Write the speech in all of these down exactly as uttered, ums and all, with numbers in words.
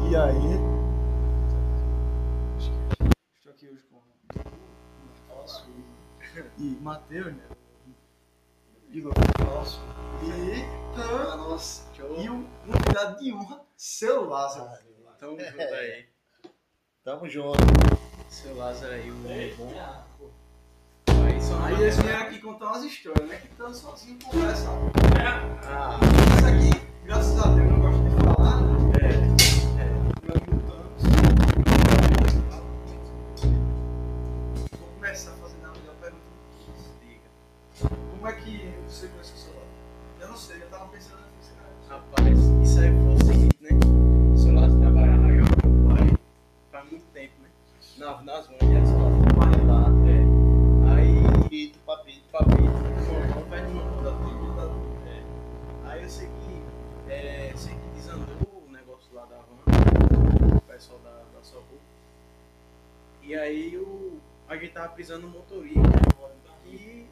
E aí? Estou aqui hoje com o Falso e Matheus, né? Igor Falso. E ah, nossa, e um convidado de honra, seu Lázaro. Ah, Tamo junto aí. Tamo junto. Seu Lázaro aí, o homem bom. Aí, só aí eles vieram aqui contar umas histórias, né? Que estão sozinhos conversando. Ah, Mas aqui, graças a Deus, não gosto de falar, né? é. Vou começar fazendo a melhor pergunta do Diga. Como é que você conheceu o seu Lázaro? Eu não sei, eu tava pensando nisso, cara. Rapaz, isso aí foi o seguinte, né? O seu Lázaro trabalha na Jovem Pan Pai faz muito tempo, né? Na, nas mãos de Asfalto. É. Aí, Pito, papito. papito, não vai no da tudo. É. Aí eu sei que, é, sei que desandou o negócio lá da van, o pessoal da, da Socorro. E aí o, a gente tava precisando no motorista. E.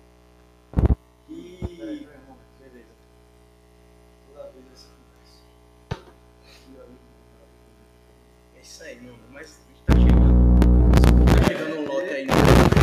E. Beleza. Toda vez essa conversa. É isso aí, mano. Mas tá chegando. Tá chegando um lote aí.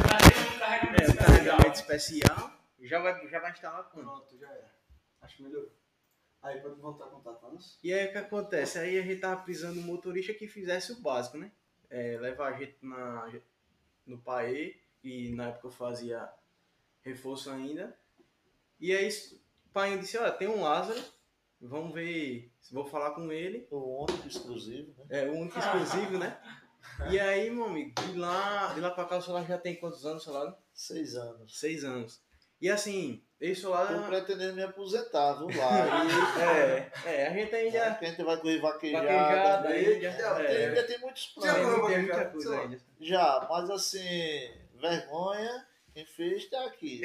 É, o carregamento especial. Já vai, já vai instalar quando? Pronto, já era. Acho que melhorou. Aí pode voltar a contatar-nos. E aí o que acontece? Aí a gente tava precisando de um motorista que fizesse o básico, né? É, levar a gente na, no Paê, e na época eu fazia reforço ainda. E aí o pai disse, olha, tem um Lázaro, vamos ver, vou falar com ele. O único exclusivo, né? É, o único exclusivo, né? E aí, meu amigo, de lá, de lá pra cá o celular já tem quantos anos, o celular? Seis anos. Seis anos. E assim, esse celular... Tô pretendendo me aposentar, viu lá? E, é, é, a gente ainda... É, que a gente vai correr vaquejada. Vaquejada né? ainda, É, é. tem- ainda tem muitos Já planos. correu Tem, tem vaquejada? muita coisa ainda. Já, mas assim, vergonha, quem fez tá aqui, né?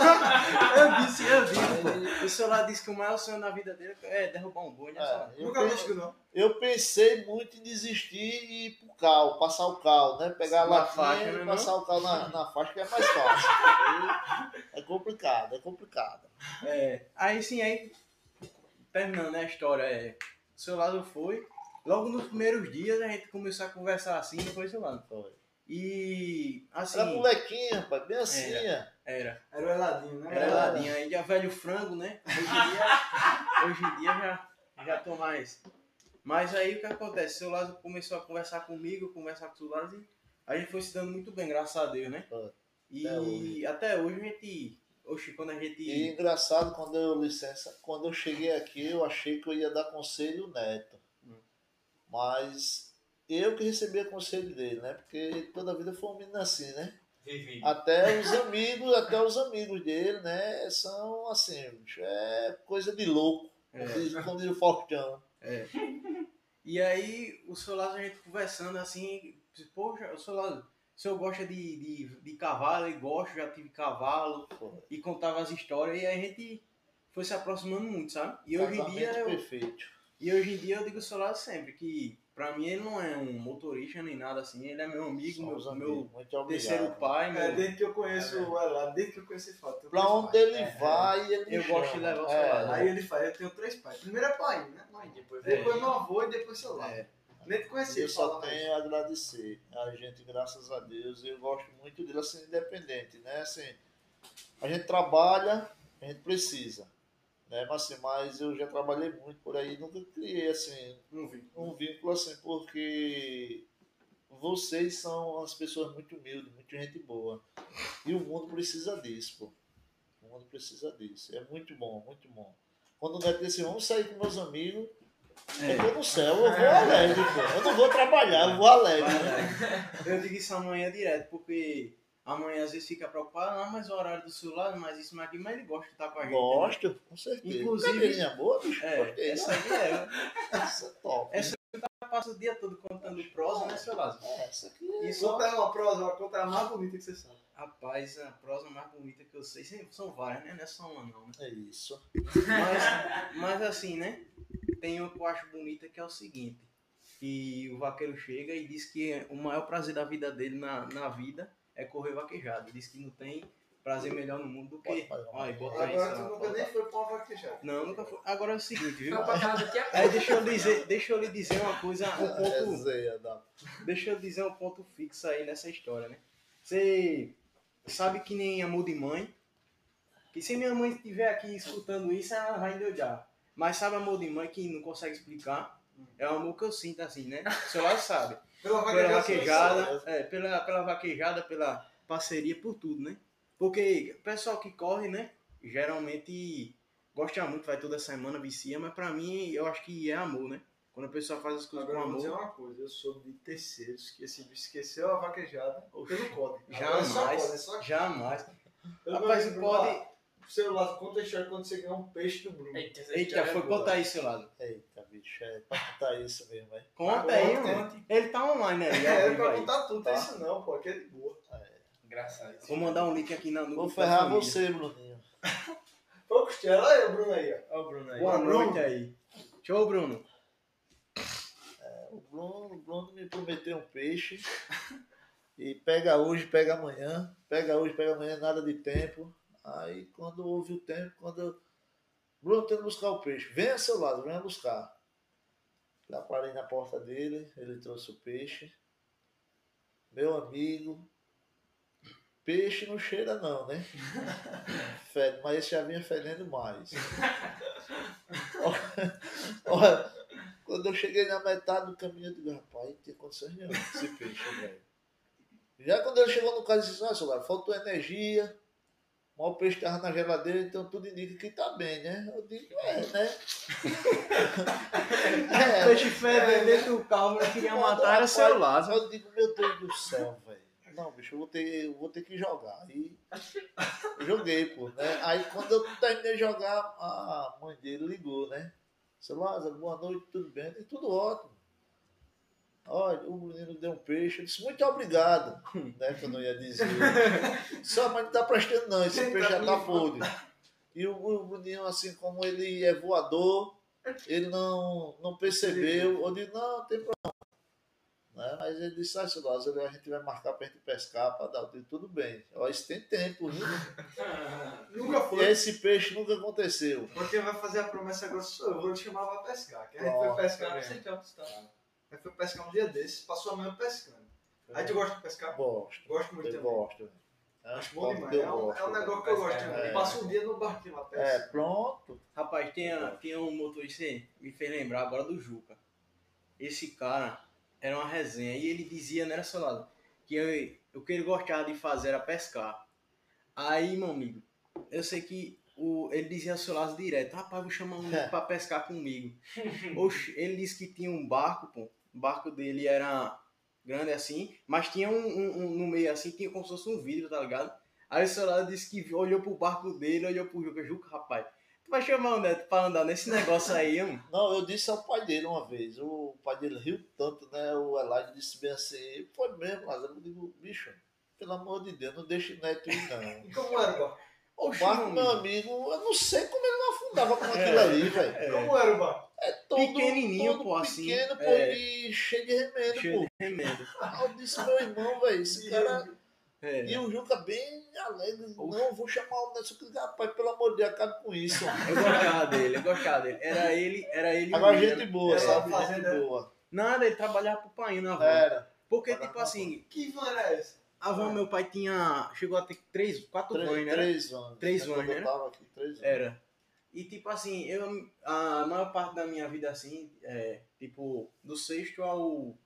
Eu disse, eu digo, pô. O celular disse que o maior sonho na vida dele é derrubar um boi, né? É, eu, Nunca pe- conseguiu, não. eu pensei muito em desistir e ir pro cal, passar o cal, né? Pegar a Na latinha faixa, e né, passar o cal na, na faixa, que é mais fácil. Aí é complicado, é complicado. É, aí sim, aí, terminando né, a história, é, o seu lado foi, logo nos primeiros dias a gente começou a conversar assim, e foi seu lado. Foi. E, assim, Era molequinho, rapaz, bem assim. Era. ó. era, Era o Eladinho, né? era ladinho, aí já velho frango, né? Hoje em dia, hoje em dia já, já tô mais. Mas aí o que acontece? Seu Lázaro começou a conversar comigo, conversar com o seu Lázaro, e a gente foi se dando muito bem, graças a Deus, né? Foi. E Até hoje. até hoje a gente, oxe, quando a gente... E engraçado, quando eu licença, quando eu cheguei aqui, eu achei que eu ia dar conselho neto. Hum. Mas eu que recebia conselho dele, né? Porque toda a vida foi um menino assim, né? Vivi. Até os amigos, até os amigos dele, né? São assim, bicho, é coisa de louco, como É. diz, como diz o Fortão. E aí, o seu Lázaro, a gente conversando assim, disse, poxa, o seu Lázaro, o senhor gosta de, de, de cavalo, e gosto, já tive cavalo, Pô, e contava as histórias, e aí a gente foi se aproximando muito, sabe? E hoje em dia, casamento eu, perfeito. e hoje em dia eu digo ao seu Lázaro sempre, que pra mim ele não é um motorista nem nada assim, ele é meu amigo, meu, Somos meu amigos. Muito obrigado. terceiro pai, meu, É, desde que eu conheço o Elado, desde que eu conheci Fato. Pra onde ele vai, ele me eu gosto de chama. levar o É, celular. Aí ele faz, eu tenho três pais. Primeiro é pai, né? Mãe. Depois Depois meu avô e depois seu lado. É. Nem te conheci. Eu só fala mais. tenho a agradecer a gente, graças a Deus. Eu gosto muito dele, assim, independente, né? Assim, a gente trabalha, a gente precisa, né? Mas, assim, mas eu já trabalhei muito por aí, nunca criei, assim, Não vi. um vínculo, assim, porque vocês são as pessoas muito humildes, muito gente boa. E o mundo precisa disso, pô. O mundo precisa disso. É muito bom, muito bom. Quando o Neto disse, vamos sair com meus amigos, eu tô no céu, eu vou alegre, pô. Eu não vou trabalhar, eu vou alegre. Né? Eu digo isso amanhã direto, porque amanhã às vezes fica preocupado, não, mas o horário do celular, mas isso, mas aquilo, mas ele gosta de estar com a gente. Gosto, com certeza. Inclusive- Cadeirinha boa, bicho? É, Gostei. essa aí é. Essa é top. Essa passa o dia todo contando prosa, né, seu Lázaro? É, essa aqui é... E só, Conta uma prosa, uma conta a mais bonita que você sabe. rapaz, a prosa mais bonita que eu sei, sempre são várias, né? Não é só uma não, né? É isso. Mas, mas assim, né? Tem uma que eu acho bonita que é o seguinte, que o vaqueiro chega e diz que o maior prazer da vida dele na, na vida é correr vaquejado. Diz que não tem prazer melhor no mundo do Pode que. fazer uma- Ai, bota aí, Agora sei tu lá. nunca nem foi pra uma vaquejada. Não, nunca foi. Agora é o seguinte, viu? Foi pra casa do tia Aí deixa eu dizer, deixa eu lhe dizer uma coisa, um ponto, Resenha da- deixa eu dizer um ponto fixo aí nessa história, né? Você sabe que nem amor de mãe, que se minha mãe estiver aqui escutando isso, ela vai endoidar. Mas sabe amor de mãe que não consegue explicar? É o amor que eu sinto assim, né? O seu lado sabe. Pela Pela vaquejada. vaquejada, é, pela, pela vaquejada, pela parceria, por tudo, né? Porque o pessoal que corre, né? Geralmente gosta muito, vai toda semana, vicia, mas pra mim eu acho que é amor, né? Quando a pessoa faz as coisas Agora eu com vou dizer amor. uma coisa, eu sou de terceiros que esse bicho esqueceu a vaquejada Oxi, pelo código. Agora é só Jamais, código, é só jamais. Eu Rapaz, lembro pode. lá, o celular conta a história quando você ganhou um peixe do Bruno. Eita, essa Eita, história foi é boa. contar aí, seu lado. Eita, bicho, é pra contar isso mesmo, é. Conta Ah, aí, conta. mano. Ele tá online aí, É, ao é vivo pra aí. contar tudo, Tá. tem isso não, pô, aquele boa. Engraçado. Vou mandar um link aqui na no Vou grupo da ferrar família. você, Bruninho. Foi costela, olha aí o Bruno aí, ó. Olha o Bruno aí. Boa Bruno. noite aí. Show, Bruno. O Bruno, o Bruno me prometeu um peixe. E pega hoje, pega amanhã. Pega hoje, pega amanhã, nada de tempo. Aí quando houve o tempo, quando eu. Bruno, tô indo buscar o peixe. Venha, seu lado, venha buscar. Já parei na porta dele, ele trouxe o peixe. Meu amigo. Peixe não cheira não, né? Fede, mas esse já vinha fedendo mais. Olha, quando eu cheguei na metade do caminho, eu digo, rapaz, não tem condições nenhuma esse peixe, velho. Já quando ele chegou no caso, ele disse, olha, seu lado, faltou energia, mas o peixe estava na geladeira, então tudo indica que tá bem, né? Eu digo, é, né? É, Peixe fedendo dentro do carro, eu queria matar era seu Lázaro. Eu digo, meu Deus do céu, velho. Não, bicho, eu vou ter, eu vou ter que jogar. Aí eu joguei, pô, né? Aí quando eu terminei de jogar, a mãe dele ligou, né? Seu Lázaro, boa noite, tudo bem? E tudo ótimo. Olha, o Bruninho deu um peixe. Eu disse, muito obrigado. Né? Que eu não ia dizer. Só, mas não tá prestando não, esse peixe já tá podre. E o, o Bruninho, assim como ele é voador, ele não, não percebeu. Eu disse, não, não tem problema. Né? Mas ele disse, ah, seu Lázaro, a gente vai marcar pra gente pescar, para dar o tempo. Tudo bem. Ó, isso tem tempo, viu? Nunca E foi. esse peixe nunca aconteceu. Porque vai fazer a promessa agora, sou eu, vou te chamar pra pescar. Que a gente Ó, foi pescar, tá não sei que horas tá. A gente foi pescar um dia desses, passou a manhã pescando. Aí tu gosta de pescar? Gosto. Gosto muito Eu também. gosto. É um Acho bom esporte demais. que eu É um, gosto, é um né? negócio que eu gosto É, também. é. Passa um dia no barquinho lá É, pesca. pronto. Rapaz, tinha, tinha um motorista, me fez lembrar agora do Juca. Esse cara era uma resenha. E ele dizia, né, seu lado, que eu, o que ele gostava de fazer era pescar. Aí, meu amigo, eu sei que o, ele dizia ao seu lado direto, rapaz, vou chamar um amigo pra pescar comigo. Oxe, ele disse que tinha um barco, pô. O barco dele era grande assim, mas tinha um, um, um no meio assim, tinha como se fosse um vidro, tá ligado? Aí o seu lado disse que olhou pro barco dele, olhou pro Juca, Juca, rapaz, tu vai chamar o Neto pra andar nesse negócio aí, mano? Não, eu disse ao pai dele uma vez. O pai dele riu tanto, né? O Elaide disse bem assim, foi mesmo, Lázaro. Eu digo, bicho, pelo amor de Deus, não deixe o Neto ir, não. E como era o barco? O Oxe, barco, meu meu amigo. amigo, eu não sei como ele não afundava com aquilo ali, velho. É. Como era o barco? É todo, Pequenininho, todo pô, assim, pequeno, pô, é. e cheio de remendo, Cheio pô. de remédio. Aí eu disse, meu irmão, velho, esse cara... É. E o Juca bem alegre, não, vou chamar o Neto. Eu digo, rapaz, pelo amor de Deus, acabe com isso, mano. Eu gostava dele, eu gostava dele. Era ele, era ele. e o Agora William, gente né? boa, É, sabe? fazenda. Gente boa. Nada, ele trabalhava pro pai na van. Era. Porque, Trabalhava tipo na assim, Que van era essa? a van meu pai tinha. Chegou a ter três, quatro vans, Três, né? três anos. Três Quando vans, eu né? tava aqui, três anos. Era. E tipo assim, eu, a maior parte da minha vida assim, é, tipo, do sexto ao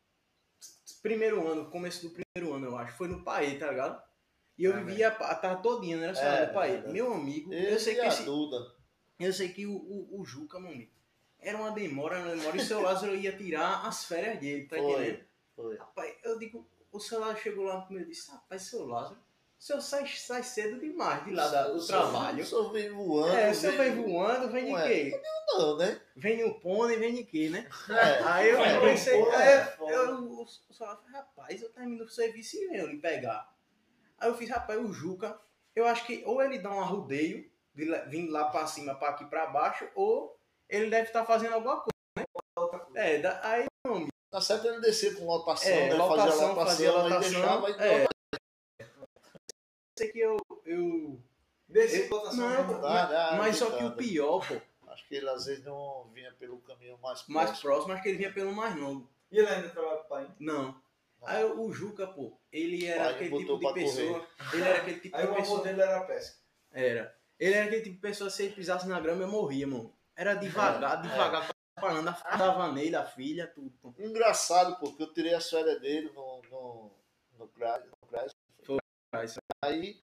primeiro ano, começo do primeiro ano, eu acho, foi no Paê, tá ligado? E eu É, vivia a tarde todinha, né? Só É, no Paê. é. Meu amigo, Ele eu sei que e a esse, Duda. eu sei que o, o, o Juca, meu amigo, era uma demora, uma demora, e o seu Lázaro ia tirar as férias dele, tá entendendo? Foi, foi. Rapaz, eu digo, o seu Lázaro chegou lá comigo e disse, rapaz, seu Lázaro, o senhor sai, sai cedo demais de lá da- do Só- trabalho. Só vem voando. É, o senhor vem vem voando, vem de Ué. quê? Não, né? Vem no pônei, vem de quê, né? É. Aí eu É, pensei, pô, aí é eu, foda. eu, o senhor falou, rapaz, eu termino o serviço e venho lhe pegar. Aí eu fiz, rapaz, o Juca, eu acho que ou ele dá um arrudeio, de lá- vindo lá pra cima, pra aqui pra baixo, ou ele deve estar fazendo alguma coisa, né? É, da- aí Tá certo ele descer com lotação, É, né? lotação, fazia lotação, fazia aí lotação, deixava e é. sei que eu, eu... Desse Eu- cotação. não, né? pô, Tá, tá, mas só que ditando. o pior, pô, Acho que ele às vezes não vinha pelo caminho mais próximo. mais próximo, acho que ele vinha pelo mais novo. E ele ainda trabalha com o pai? Não. Aí o Juca, pô, ele era Pai aquele botou tipo de pra pessoa. Ele era aquele tipo Aí de o amor pessoa. dele era a pesca. Era. Ele era aquele tipo de pessoa, se ele pisasse na grama, eu morria, mano. Era devagar, devagar, falando, dava nele, a filha, tudo. Pô. Engraçado, porque eu tirei as férias dele no, no, no Crash. No Crash. Isso. Aí,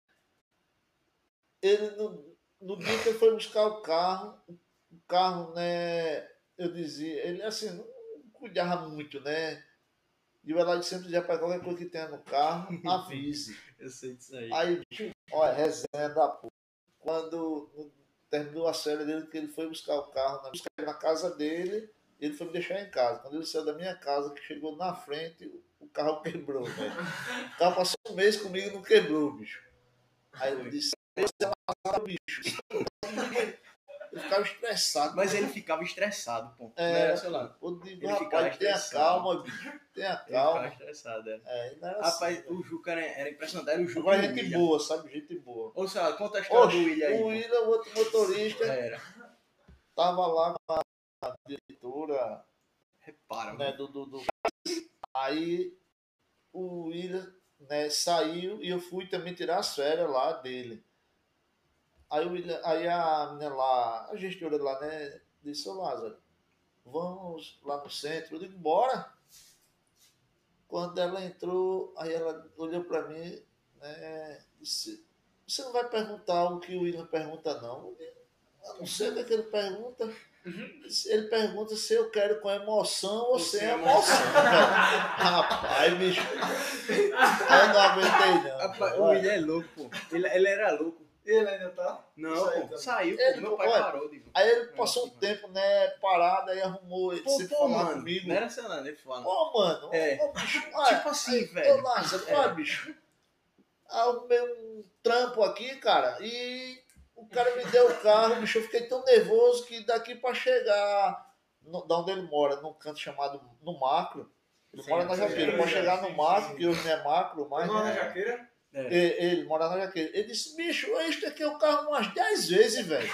ele, no, no dia que ele foi buscar o carro, o carro, né, eu dizia, ele assim, não cuidava muito, né? E o Eladio sempre dizia para qualquer coisa que tenha no carro, avise. Eu sei disso aí. Aí, olha, resenha da porra. Quando no- terminou a série dele, que ele foi buscar o carro, na, buscar ele na casa dele, ele foi me deixar em casa. Quando ele saiu da minha casa, que chegou na frente, o carro quebrou, velho. O carro passou um mês comigo e não quebrou, bicho. Aí eu disse, esse é uma bicho. Eu ficava estressado. Mas ele ficava estressado, pô. É, Não era, sei lá. Eu digo, Ele ficava rapaz, tenha estressado. calma, bicho. Tenha Ele ficava calma. estressado, era. É, não era Rapaz, assim, o Juca era, era impressionante. Era o Juca agora e o gente William. boa, sabe? Gente boa. Ou sei lá, conta a história Oxe, do William aí. o pô. William, o outro motorista, Era. tava lá com a diretora, Repara, né, mano. do, do, do... Aí o William, né, saiu e eu fui também tirar as férias lá dele. Aí, o William, aí a menina lá, a gestora lá, né, disse, ô Lázaro, vamos lá no centro. Eu digo, bora. Quando ela entrou, aí ela olhou pra mim, né, disse, você não vai perguntar o que o William pergunta, não. Eu não sei o que, é que ele pergunta. Ele pergunta se eu quero com emoção ou sem emoção. Rapaz, bicho. Eu não aguentei, não. Rapaz, o William é louco, pô. Ele, ele era louco. Ele ainda tá? Não, Saiu pô. também. Saiu, pô. Ele, Meu pai olha, parou, digo. Aí ele passou um tempo, né, parado, aí arrumou ele Pô, se pô, falar mano. comigo. Não era sei lá, ele fala. Pô, mano, É. ô, bicho, olha, Tipo assim, aí, velho. Ô, Lázaro, É. olha, bicho, arrumei um trampo aqui, cara, e o cara me deu o carro, bicho, eu fiquei tão nervoso que daqui pra chegar no, da onde ele mora, num canto chamado no Macro, ele Sim, mora na sim, Jaqueira, sim, pra sim, chegar sim, no sim, Macro, sim. que hoje não é Macro, mas... Mas não é né, na Jaqueira? É. ele, ele mora na Jaqueira. Ele disse, bicho, este aqui é o carro umas dez vezes, velho.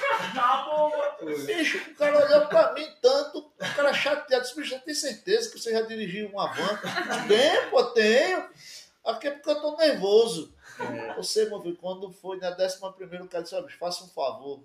Bicho, o cara olhou pra mim tanto, o cara chateado, disse, bicho, você tem certeza que você já dirigiu uma van? Tem, pô, tenho. Aqui é porque eu tô nervoso. É. Você, meu filho, quando foi na décima primeira, o cara disse, ó, bicho, faça um favor.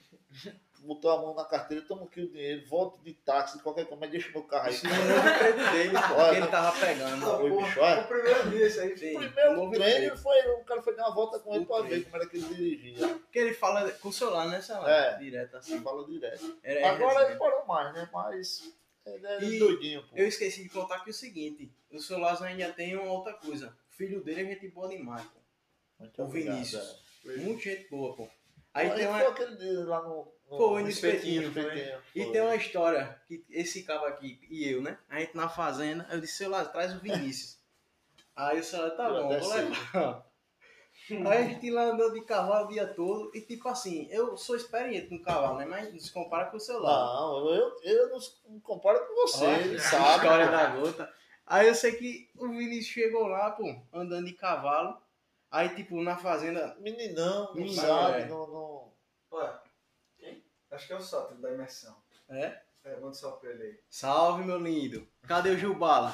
Botou a mão na carteira, toma aqui o dinheiro, volta de táxi, qualquer coisa, mas deixa meu carro aí. Isso não é o treino dele, pô. Olha, Que ele tava pegando. Oi, Pô, bicho, olha. o primeiro dia isso aí. Sim, O primeiro novo treino, emprego. foi, o cara foi dar uma volta com ele O pra ver treino. como era que ele dirigia. Porque ele fala com o celular, né, celular? É. Direto assim. Fala direto. Era, é Agora ele resenha. parou mais, né? Mas ele é E doidinho, pô. Eu esqueci de contar aqui o seguinte. O seu Lázaro ainda tem uma outra coisa. O filho dele é gente boa demais, pô. Muito O obrigado, Vinícius. é. Muito gente boa, pô. Aí Aí tem foi uma... aquele dia lá no... no Foi, no espetinho, espetinho, foi. espetinho, E foi. tem uma história que esse cara aqui e eu, né? A gente na fazenda, eu disse, seu Lázaro, traz o Vinícius. Aí o senhor, tá Eu bom, vou desci. levar. Aí a gente lá andou de cavalo o dia todo. E tipo assim, eu sou experiente com cavalo, né? Mas não se compara com o seu Lázaro. Não, eu, eu não não comparo com você, Olha, ele a sabe. história da gota. Aí eu sei que o Vinícius chegou lá, pô, andando de cavalo. Aí, tipo, na fazenda. Meninão, não Meninão, sabe, é. não, não... Olha, quem? Acho que é o Sátiro da imersão. É? É, manda só pra ele aí. Salve, meu lindo. Cadê o Gilbala?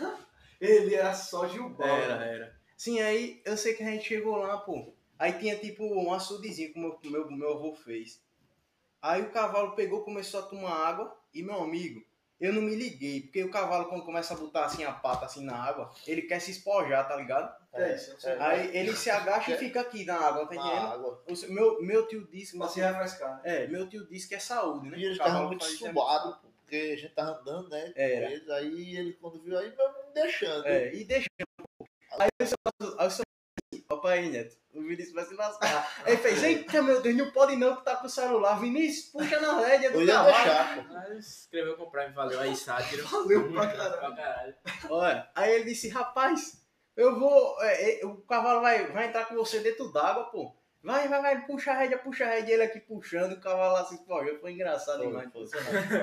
Ele era só Gilberto. Era, era. Sim, aí eu sei que a gente chegou lá, pô. Aí tinha tipo um açudezinho que o meu, meu, meu avô fez. Aí o cavalo pegou, começou a tomar água. E meu amigo, eu não me liguei. Porque o cavalo, quando começa a botar assim a pata assim na água, ele quer se espojar, tá ligado? É isso, eu sei. Aí ele se agacha e fica aqui na água, tá Na entendendo? água. O seu- Meu, meu tio disse. Pra se refrescar, né? É, meu tio disse que é saúde, né? E ele O cavalo tava muito faz- suado, pô, porque a gente tava andando, né? com Era. eles, aí ele, quando viu, aí mesmo me deixando. É, e deixa. Aí o seu aí o seu papai Neto, o Vinícius vai se lascar. Aí ele fez, eita meu Deus, não pode não que tá com o celular. Vinícius, puxa na rédea do Eu ia cavalo. deixar, pô. Mas escreveu com o Prime, valeu aí, Sátiro. Valeu pra caralho. Pra caralho. Olha, aí ele disse, rapaz, eu vou. é, é, o cavalo vai, vai entrar com você dentro d'água, pô. Vai, vai, vai, puxa a rédea, puxa a rédea, ele aqui puxando, o cavalo lá se espojou. Foi engraçado Foi, demais. foi. pô.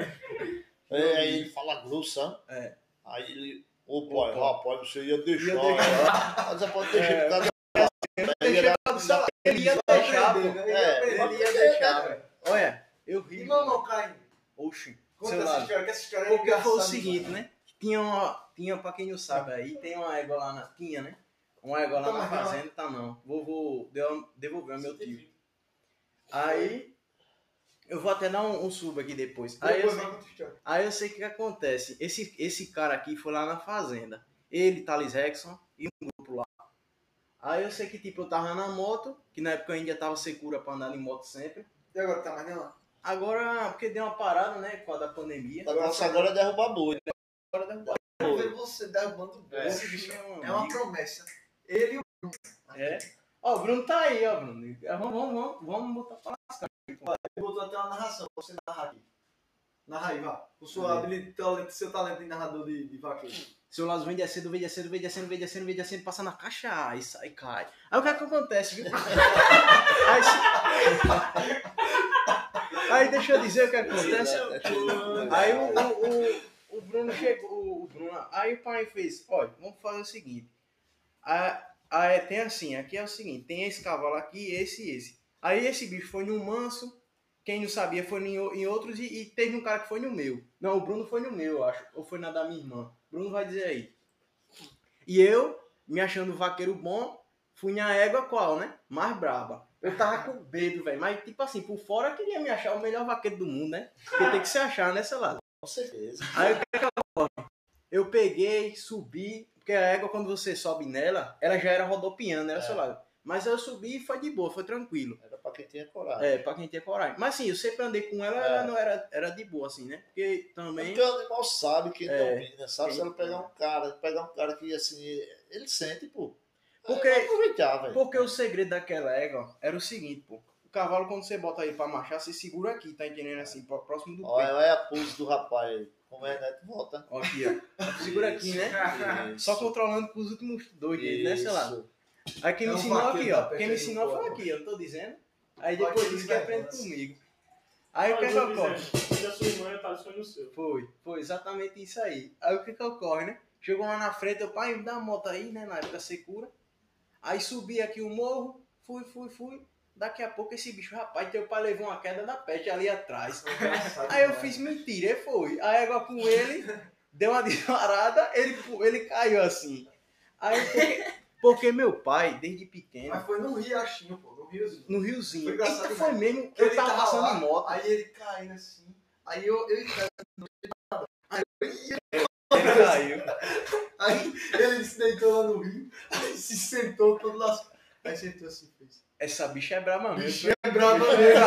É, aí ele fala grosso, sabe? É. Aí ele, ô pai, Ô, pai. rapaz, você ia deixar. Ia deixar. Mas você pode deixar É. por causa Deixa Aí era do celular. Ele ia vai deixar, pô. aprender, né? É, Ele Ele aprende. ia deixar, velho. Olha, eu ri. E meu irmão caindo. Oxi. Conta Seu essa lado. história, que essa história é Porque foi o engraçada seguinte, demais. né? Tinha, uma, tinha, pra quem não sabe aí, tem uma égua lá na... Tinha, né? Uma égua lá Tá, na mas não. fazenda, tá não. Vou, vou deu- devolver ao meu tio. Aí, eu vou até dar um, um sub aqui depois. Aí eu Depois sei, vai contar a história. aí eu sei o que, que acontece. Esse, esse cara aqui foi lá na fazenda. Ele, Thales Rexon e um grupo lá. Aí eu sei que, tipo, eu tava na moto, que na época eu ainda tava segura pra andar em moto sempre. E agora tá mais não? Agora, porque deu uma parada, né, por causa da pandemia. O negócio agora é derrubar boi. Agora deu Eu ver você derrubando o É. esse bicho. é um É uma amigo. promessa. Ele e o É. Ó, o Bruno tá aí, ó, Bruno. Vamos, vamos, vamos, vamos botar pra Ele botou até uma narração pra você narrar aqui. Narra aí, vá. O seu, Aí. habilidade, talento, seu talento de narrador de, de vaqueiro. Seu Lazo vem descendo, vem descendo, vem descendo, vem descendo, vem descendo, passa na caixa e sai, cai. Aí o que é que acontece, viu? Aí, aí deixa eu dizer o que acontece. Aí o, o, o, o Bruno chegou, o Bruno, aí o pai fez, olha, vamos fazer o seguinte. A, a, tem assim, aqui é o seguinte, tem esse cavalo aqui, esse e esse. Aí esse bicho foi no manso, quem não sabia foi em, em outros, e, e teve um cara que foi no meu. Não, o Bruno foi no meu, eu acho, ou foi na da minha irmã. Bruno vai dizer aí. E eu, me achando vaqueiro bom, fui na égua qual, né? Mais braba. Eu tava com medo, velho. Mas, tipo assim, por fora eu queria me achar o melhor vaqueiro do mundo, né? Porque tem que se achar, né, sei lá. Com certeza. Aí o que é que eu Eu peguei, subi, porque a égua, quando você sobe nela, ela já era rodopiando, era É. sei lá. Mas eu subi e foi de boa, foi tranquilo. Era pra quem tinha coragem. É, pra quem tinha coragem. Mas assim, eu sempre andei com ela, É. ela não era, era de boa, assim, né? Porque É também. porque o animal sabe quem É. domina, sabe? Se Quem- ela pegar um cara, pegar um cara que assim, ele sente, pô. Porque- É, vai aproveitar, velho. Porque o segredo daquela égua era o seguinte, pô. O cavalo, quando você bota ele pra marchar, você segura aqui, tá entendendo? Assim, pró- próximo do Olha, peito. olha a pulse do rapaz aí. Como é, né? Tu volta. Ó, aqui, ó. Segura aqui, né? Isso. Só controlando pros últimos dois dedos, né? Sei lá. Isso. Aí quem me É um ensinou vaqueiro aqui, da ó. peste Quem me aí, ensinou pô. foi aqui, eu não tô dizendo. Aí Vaqueiro depois disso que de aprende verdade. comigo. Aí o que é que ocorre? E da sua irmã, eu tava só no seu. Foi, foi exatamente isso aí. Aí o que que ocorre, né? Chegou lá na frente, eu, pai, me dá uma moto aí, né? Na época secura. Aí subi aqui o morro, fui, fui, fui. Daqui a pouco esse bicho, rapaz, teu pai levou uma queda da peste ali atrás. Aí eu fiz mentira, e foi. A égua com ele, deu uma disparada, ele, pu- ele caiu assim. Aí porque, porque meu pai, desde pequeno, Mas foi no riachinho, pô, no riozinho. no riozinho, Foi engraçado eita, foi demais. mesmo, eu Ele tava tava passando lá, em moto. Aí ele caindo assim. Aí eu, eu Ele caiu. Aí ele se deitou lá no rio, aí se sentou todo lascado. Aí sentou assim, fez. Essa bicha é brava mesmo. Bicho é brabo mesmo.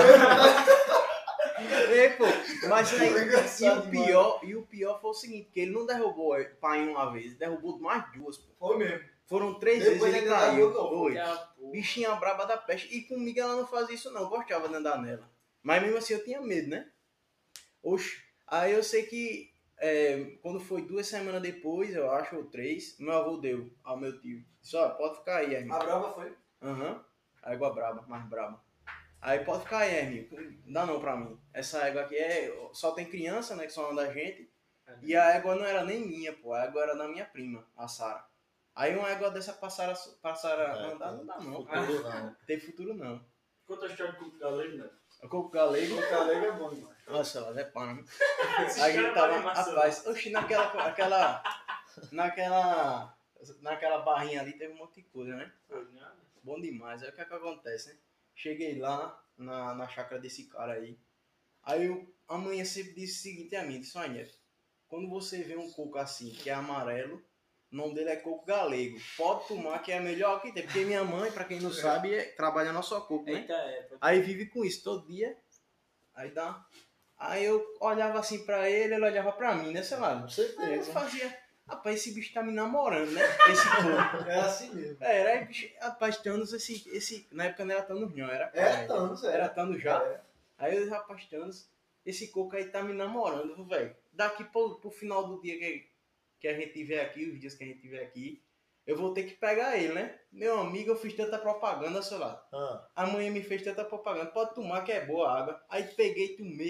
É, pô, mas aí, Foi e engraçado o pior, e o pior foi o seguinte, que ele não derrubou o pai uma vez, ele derrubou mais duas, pô. Foi mesmo. Foram três Depois vezes ele ele caiu. derrubou, Foi. Que a porra. Bichinha braba da peste. E comigo ela não fazia isso não, eu gostava de andar nela. Mas mesmo assim eu tinha medo, né? Oxe, aí eu sei que é, quando foi duas semanas depois, eu acho, ou três, meu avô deu ao meu tio. Disse, ó, pode ficar aí, irmão. A brava foi. Aham. Égua braba, mais braba. Aí pode ficar aí, Herminho. Não dá não pra mim. Essa égua aqui é. Só tem criança, né? Que só anda a gente. E a égua não era nem minha, pô. A égua era da minha prima, a Sara. Aí uma égua dessa passar, passar a É, andar, não dá não. Futuro não. Tem futuro não. Conta a história do Cuco Galego, né? O coco galego. O galego é bom demais. Nossa, ela é pana. Esse Aí cara ele é tava, animação. rapaz, oxi, naquela, aquela, naquela, naquela barrinha ali teve um monte de coisa, né? Foi nada. Bom demais. Aí o que é que acontece, né? Cheguei lá na, na chácara desse cara aí. Aí eu, a mãe sempre disse o seguinte a mim, disse, olha, Neto, quando você vê um coco assim, que é amarelo, o nome dele é coco galego. Pode tomar que é melhor que tem. Porque minha mãe, pra quem não sabe, é, trabalha no só coco, né? Eita, é. pode- Aí vive com isso todo dia. Aí dá. Aí eu olhava assim pra ele, ele olhava pra mim, né? Sei lá. Com Aí eu certeza. fazia. Rapaz, esse bicho tá me namorando, né? Esse coco. É assim mesmo. É, era, aí, bicho, rapaz, Thanos, esse, esse. Na época não era Thanos, não, era. É Thanos, é. Era Thanos já. É. Aí eu, rapaz, Thanos, esse coco aí tá me namorando, velho. Daqui pro, pro final do dia que, que a gente tiver aqui, os dias que a gente tiver aqui, eu vou ter que pegar ele, né? Meu amigo, eu fiz tanta propaganda, sei lá. Ah, A mãe me fez tanta propaganda. Pode tomar que é boa a água. Aí peguei, tomei.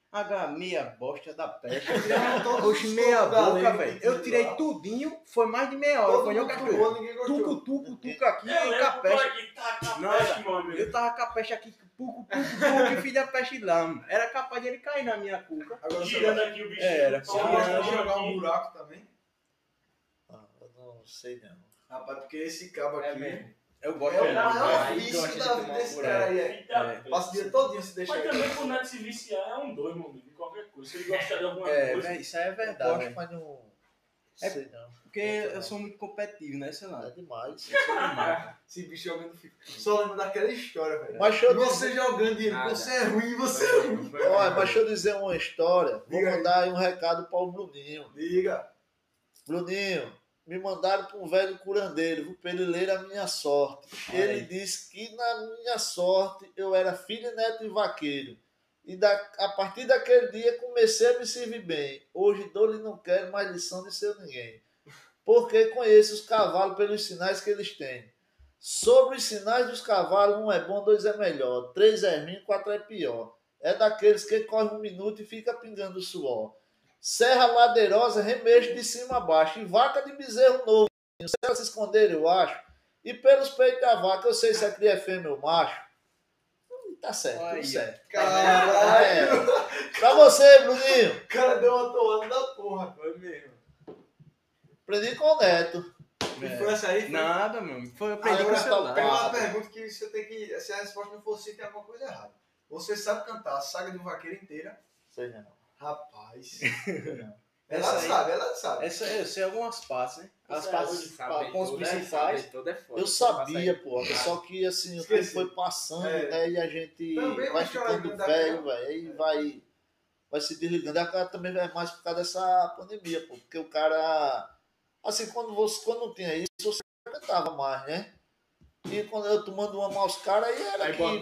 H, meia bosta da peste. Todos Oxe, os meia tocos da boca, lei velho. que Eu tem tirei lá. tudinho, foi mais de meia hora. Todo Foi não, mundo cachorro. tucou, ninguém Tuco, gostou. tuco, tuco aqui, Eu e com a lembro que peste. aqui tá com a Nada. peste, meu amigo. Eu tava com a peste aqui, puco, puco, puco, e fiz a peste lá, mano. Era capaz de ele cair na minha cuca. Agora você Girando vai aqui o bicho. Era, você Toma gosta girando. de uma jogar um aqui. buraco também? Ah, eu não sei não. Rapaz, porque esse cabo É aqui mesmo. Eu gosto é o de maior jogar. Aí vício gosta de da tomar vida um desse buraco. cara aí. é. Eita, É. Passa o dia todinho se deixar Mas aí. também pro Neto se viciar é um dois, meu amigo, em qualquer coisa. Se ele gostar de alguma É, coisa. véi, isso aí é Eu verdade. gosto, velho. mas não É sei não. Porque eu sou muito competitivo, né, sei É lá. demais. Eu sou demais. Esse bicho jogando FIFA. Só lembro daquela história, velho. Mas deixa eu Você dizer, jogando e ele, Nada. você é ruim, você é ruim. olha, mas deixa eu dizer uma história. Vou Diga aí. mandar aí um recado para o Bruninho. Diga. Bruninho, me mandaram para um velho curandeiro, viu, para ele ler a minha sorte. Olha Ele aí. disse que na minha sorte eu era filho, neto e vaqueiro. E da, a partir daquele dia comecei a me servir bem. Hoje dou-lhe não quero mais lição de ser ninguém. Porque conheço os cavalos pelos sinais que eles têm. Sobre os sinais dos cavalos, um é bom, dois é melhor, três é ruim, quatro é pior. É daqueles que corre um minuto e fica pingando suor. Serra ladeirosa, remexe de cima a baixo, e vaca de bezerro novo. Se ela se esconder, eu acho. E pelos peitos da vaca, eu sei se a cria é fêmea ou macho. Hum, Tá certo, Aí, tudo certo. Caralho. É. Pra você, Bruninho, O cara deu uma toada da porra. Foi mesmo. aprendi com o Neto. E foi essa aí? Foi? Nada, meu. Foi eu aprendi com o Agora, celular. tem uma pergunta que você tem que... Se a resposta não for sim, tem alguma coisa errada. Você sabe cantar a Saga do Vaqueiro inteira? Sei não. Rapaz. Sei não. Ela Essa aí- sabe, ela sabe. Essa eu sei algumas partes, né? As Sabe partes, saber pontos tudo é- principais. saber tudo é foda. Eu sabia, pô. Só que assim, o tempo Esqueci. foi passando, É. né? E a gente Também vai vai chorar ficando da velho, cara. velho. Aí vai, vai se desligando. E a cara também é mais por causa dessa pandemia, pô. Porque o cara. Assim, quando, você, quando não tinha isso, você aguentava mais, né? E quando eu tomando uma maus caras, aí era Aí que. bota-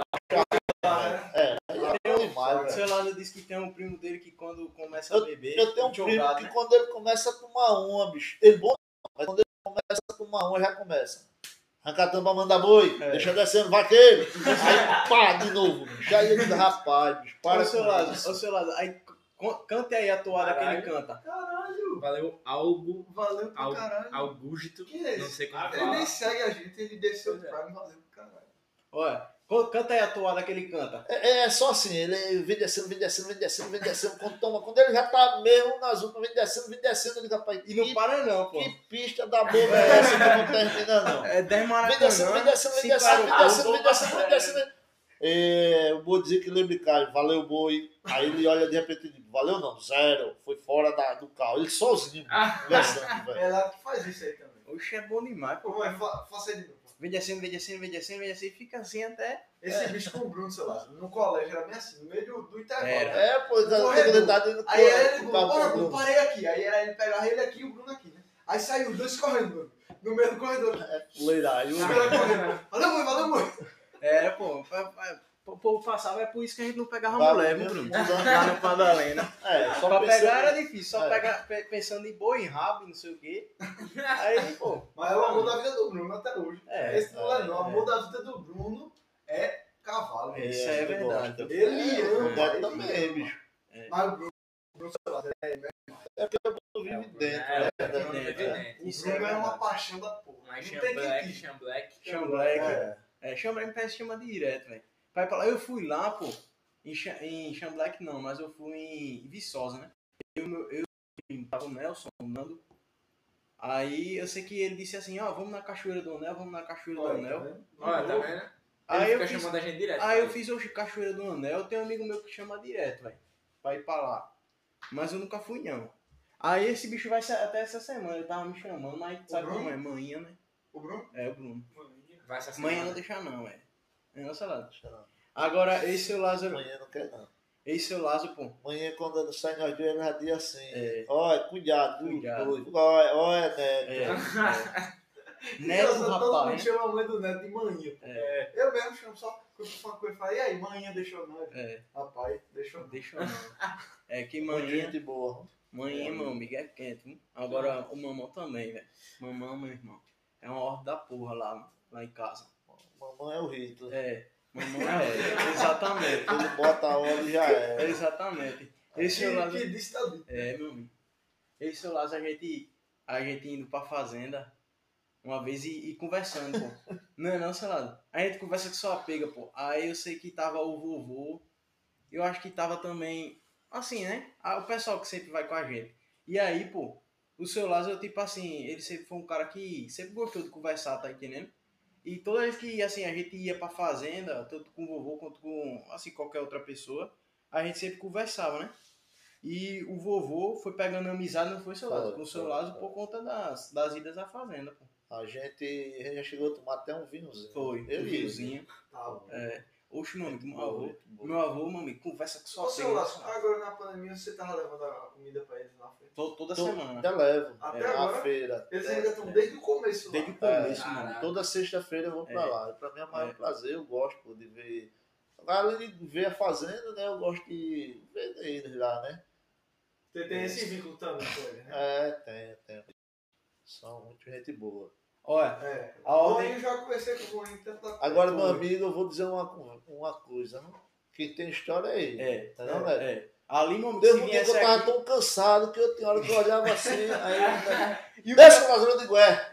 É, aí era demais, O velho. seu lado disse que tem um primo dele que quando começa Eu- a beber. Eu tenho um jogado, primo que né? quando ele começa a tomar uma, bicho, ele bom, mas quando ele começa a tomar uma, já começa. Arranca a tampa, manda boi, É. deixa descendo, vaqueiro. Aí pá, de novo, bicho. Aí ele diz, rapaz, bicho, para Ô, seu com lado, isso. ô, seu lado, aí c- cante aí a toada que ele Caralho. canta. Caralho. Valeu algo, Valeu pra Al- caralho. Augusto, Que é não esse? sei como Ele falar. nem segue a gente, ele desceu Pois do é. Prime, valeu pra caralho. Olha, co- canta aí a toada que ele canta. É, é só assim, ele vem descendo, vem descendo, vem descendo, vem descendo, quando toma, quando ele já tá mesmo nas últimas, vem descendo, vem descendo, ele rapaz, E não que, para não, pô. que pista da boba é essa que não termina não? É dez Vem descendo, vem maracanã, descendo, vem cinco descendo, vem aeroportos. descendo, vem descendo, vem descendo. É, o boi dizia que lembra, cara, valeu boi. Aí ele olha de repente e diz, valeu não, zero, foi fora da, do carro. Ele sozinho, Ah. conversando, velho. É lá que faz isso aí também. Oxe, é bom demais, pô. Pô, mas fa- faça aí de novo. Vem descendo, vem descendo, vem descendo, vem descendo, e fica assim até. Esse bicho com o Bruno, sei lá, no colégio era bem assim, no meio do, do intervalo. Era. É, pô, No quando corredor. ele tá dentro do Aí era ele, do Bruno, carro bora com o Bruno, Bruno. parei aqui. Aí era ele pegava ele aqui e o Bruno aqui, né? Aí saiu os dois correndo, Bruno, no meio do corredor. Leiraio. Os caras correndo. Valeu, mãe, valeu, mãe. Era, pô. pa- pa- O povo passava, é por isso que a gente não pegava Tá, mulher, né? viu, Bruno? Lá no Madalena. É, só Pra pensando- pegar era difícil, só É. pegar pe- pensando em boi, em rabo, e não sei o quê. Aí, pô. Mas é o amor da vida do Bruno até hoje. É, Esse não é não. O é. amor da vida do Bruno é cavalo. É, isso é ele verdade. gosta. Ele ama. O Neto ele também, ama. bicho. Mas o Bruno, Bruno, sei lá, É porque o Bruno vive dentro, É, né? é, dentro, é, é. o Isso Bruno é é uma verdade. paixão da porra. Mas Não tem Chamblack, quem Chamblack. Chamblack. É. É, Chamblack parece que chama direto, velho. Vai pra lá, eu fui lá, pô. Em, Cha- em Chamblack não, mas eu fui em Viçosa, né? Eu, eu, eu tava o Nelson, o Nando. Aí eu sei que ele disse assim, ó, vamos na Cachoeira do Anel, vamos na Cachoeira do Anel. Olha, tá vendo? Aí Ele eu fica fiz- chamando a gente direto. Aí eu fiz hoje Cachoeira do Anel, tem um amigo meu que chama direto, velho. Pra ir pra lá. Mas eu nunca fui, não. Aí esse bicho vai ser até essa semana, ele tava me chamando, mas sabe Bruno? como é? Manhã, né? O Bruno? É, o Bruno. Vai essa Manhã semana. não deixa não, velho. É nossa lá. Deixa não. Agora, esse seu Lázaro, Amanhã não quer não. esse seu Lázaro, pô. Amanhã quando sai nós dois, ele já diz assim. É. Olha, cuidado, viu? Cuidado. Doido. Olha, olha, Neto. É, é. Neto, Engraçado, todo rapaz, mundo né? chama a mãe do Neto de manhã. pô. É. Eu mesmo chamo só quando eu falo com ele e falo, e aí, manhã deixou nós? É, Rapaz, deixou não. deixa eu não. É que Muito manhã, gente boa. manhã, meu amigo, é quente, viu? Agora, o mamão também, velho. Mamão, meu irmão. É uma ordem da porra lá, lá em casa. Mamãe é o Hitler. É, mamão é, exatamente. Ele bota a hora e já é. Exatamente. Esse seu Que, Lázaro. que disse tá dito. É, meu amigo. Esse seu Lázaro, a gente, a gente indo pra fazenda uma vez e, e conversando, pô. Não é não, seu Lázaro? A gente conversa com sua pega, pô. Aí eu sei que tava o vovô. Eu acho que tava também, assim, né? Ah, o pessoal que sempre vai com a gente. E aí, pô, o seu Lázaro, tipo assim, ele sempre foi um cara que sempre gostou de conversar, tá entendendo? E toda vez que, assim, a gente ia pra fazenda, tanto com o vovô quanto com, assim, qualquer outra pessoa, a gente sempre conversava, né? E o vovô foi pegando amizade, não foi, seu Lázaro? Foi, Com o seu foi, Lázaro foi. por conta das, das idas à fazenda, pô. A gente, a gente já chegou a tomar até um vinhozinho. Foi, Eu o e ele. vinhozinho. Tá. É. Oxe, meu amigo, meu Boa, avô. muito boa. Meu avô, meu amigo, conversa com Ô, sua seu pega. Lázaro, agora na pandemia você tava levando a comida pra eles na frente. To- Toda Tô- semana. Ainda levo. Até É, agora? a feira. Eles É, ainda estão é. desde o começo Desde lá. o começo, É. mano. Toda sexta-feira eu vou pra É. lá. Pra mim é o maior É. prazer, eu gosto pô, de ver. Além de ver a fazenda, né? Eu gosto de ver eles lá, né? Você tem esse vínculo também com eles, né? É, tem, tem. São muito gente boa. Olha, É. a ordem. Eu já conversei com o Boninho tanto da Agora, Foi. meu amigo, eu vou dizer uma, uma coisa. Né? Quem tem história é ele. É, Tá não, velho? é. Ali, meu amigo, Teve se um dia que viesse eu tava aqui... tão cansado que eu tinha hora que eu olhava assim, aí eu... E o Desce pior- pra zona de Gué.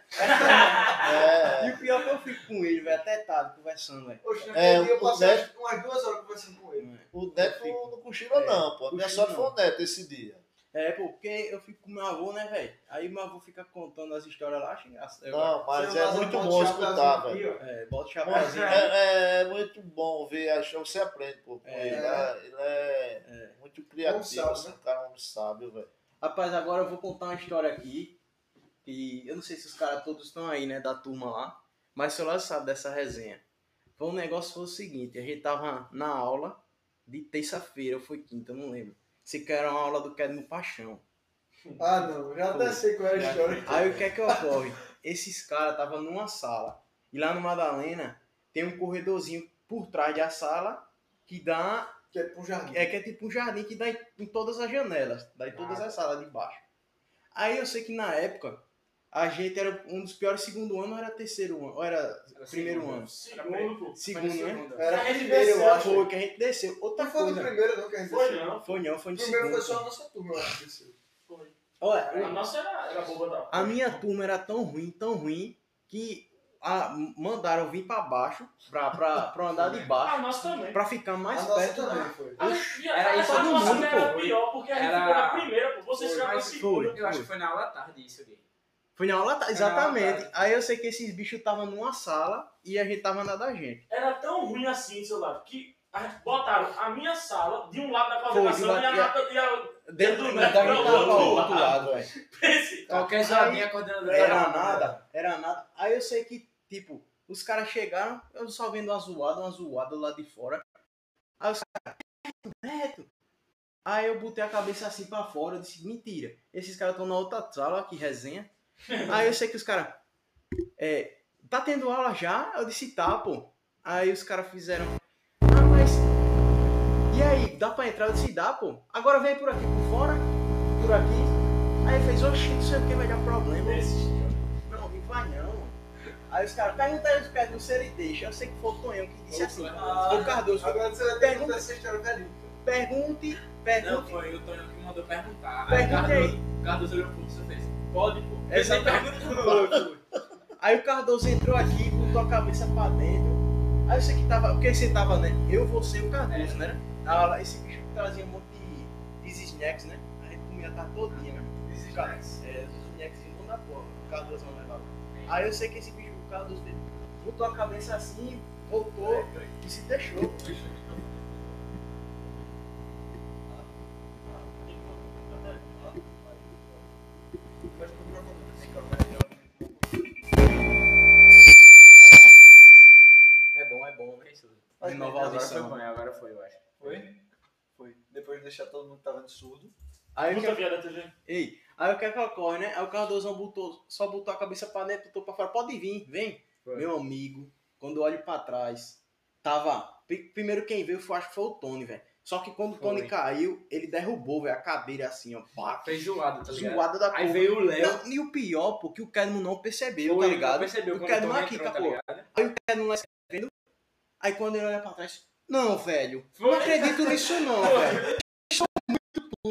É, E o pior é que eu fico com ele, velho, até tarde, conversando, velho. Oxe, É, naquele dia eu o passei Neto- acho que umas duas horas conversando com ele. o Neto Eu fico. não cochila É, não, pô. A minha cochila sorte foi não. o Neto esse dia. É, pô, porque eu fico com meu avô, né, velho? Aí meu avô fica contando as histórias lá, acho engraçado. Eu- Não, mas Seu é Lázaro muito bota bom o escutar, chapéuzinho velho. aqui, ó. É, bota o chapéuzinho. É, é muito bom ver, acho que você aprende, pô. com É. ele, né? Ele é, muito criativo, sábio, assim, né? um cara muito sábio, velho. Rapaz, agora eu vou contar uma história aqui. E eu não sei se os caras todos estão aí, né, da turma lá. Mas o seu Lázaro sabe dessa resenha. Foi um negócio, foi o seguinte, a gente tava na aula de terça-feira, ou foi quinta, eu não lembro. Se que era uma aula do Kedmo Paixão. Ah, não, já até Foi. sei qual é a história. Aí o que é que ocorre? Esses caras estavam numa sala. E lá no Madalena tem um corredorzinho por trás da sala que dá. Que é pro jardim. É que é tipo um jardim que dá em, em todas as janelas. Dá em todas Ah. as salas de baixo. Aí eu sei que na época a gente era um dos piores segundo ano ou era terceiro ano? Ou era Era primeiro segundo. ano? Segundo, pô. Segundo, né? Segunda. Era A gente primeiro, eu desceu, acho. Foi que a gente desceu. Outra Não foi no coisa. primeiro, não, que a gente Foi desceu. não. Foi não, foi O no primeiro segundo. foi só a nossa turma, eu acho. que desceu. Foi. Olha, A nossa era, era boba da. a minha turma era tão ruim, tão ruim, que a, mandaram vir pra baixo, pra, pra, pra andar de A baixo, nossa também. pra ficar mais A nossa perto. também foi. A gente, Era a, isso a todo nossa mundo, era pô. pior porque a gente Era- ficou na primeira, pô. Vocês Foi, ficaram na mas segunda. foi. Eu acho que foi na aula da tarde isso aqui. Foi na aula, tá- Foi na aula exatamente. tarde. Aí eu sei que esses bichos estavam numa sala e a gente tava andando da gente. Era tão ruim assim, seu lado, que a gente botaram a minha sala de um lado da Foi, coordenação de um e a lado- nata e a. Dentro do do Neto da pra gente outro tava pro outro lado. lado, velho. Pense. Qualquer Aí- zoadinha coordenadora. Era nada, era nada. Aí eu sei que, tipo, os caras chegaram, eu só vendo uma zoada, uma zoada lá de fora. Aí os caras, Neto, Neto. Aí eu botei a cabeça assim pra fora, eu disse, mentira. Esses caras estão na outra sala, que resenha. Aí eu sei que os caras, é, tá tendo aula já? Eu disse, tá, pô. Aí os caras fizeram, ah, mas, e aí, dá pra entrar? Eu disse, dá, pô. Agora vem por aqui, por fora, por aqui. Aí ele fez, oxi, não sei o que vai dar problema. Esse. Não, não vai não. Aí os caras, pergunta aí os pés do se ele deixa. Eu sei que foi o Tonhão que disse assim. Foi o Cardoso. Agora você vai ter que Pergunta- contar essa história velhinha. Pergunte, Não, pergunte. foi o Tonhão que mandou perguntar. Pergunte Aí o aí. Cardoso, Cardoso olhou pro você e fez. Pode, pô. Essa Ele perguntou. Foi, foi. Aí o Cardoso entrou aqui, botou a cabeça pra dentro. Aí eu sei que tava, porque você tava, né? Eu, você e o Cardoso, né? Tava lá, esse bicho trazia um monte de, de snacks, né? A gente comia a tarde todinha, né? Snacks. É, os snacks não dá porra. O Cardoso não levava. Aí eu sei que esse bicho, o Cardoso dele, botou a cabeça assim, voltou e se deixou. É bom, é bom, né? Mas Renovar a Agora foi audição. bom, agora foi, eu acho. Foi? Foi. Depois de deixar todo mundo que tava de surdo. Aí o que Puta viada T V. Ei, aí o que é que ocorre, né? Aí o Cardozão botou, só botou a cabeça pra dentro, botou pra fora, pode vir, vem. Foi. Meu amigo, quando eu olho pra trás, tava. pri- Primeiro quem veio foi, acho que foi o Tony, velho. Só que quando o Tony Foi. caiu, ele derrubou, velho, a cadeira assim, ó. Pá, Fez zoado, tá ligado? zoada da Aí porra. veio o Léo. Não, e o pior, pô, que o Kedmo não percebeu, Foi, tá ligado? Percebeu o quando Kedmo Tony aqui, entrou, tá capô. ligado? Aí o Kedmo lá escrevendo. Aí quando ele olha pra trás, não, velho, Foi. não acredito nisso não, velho.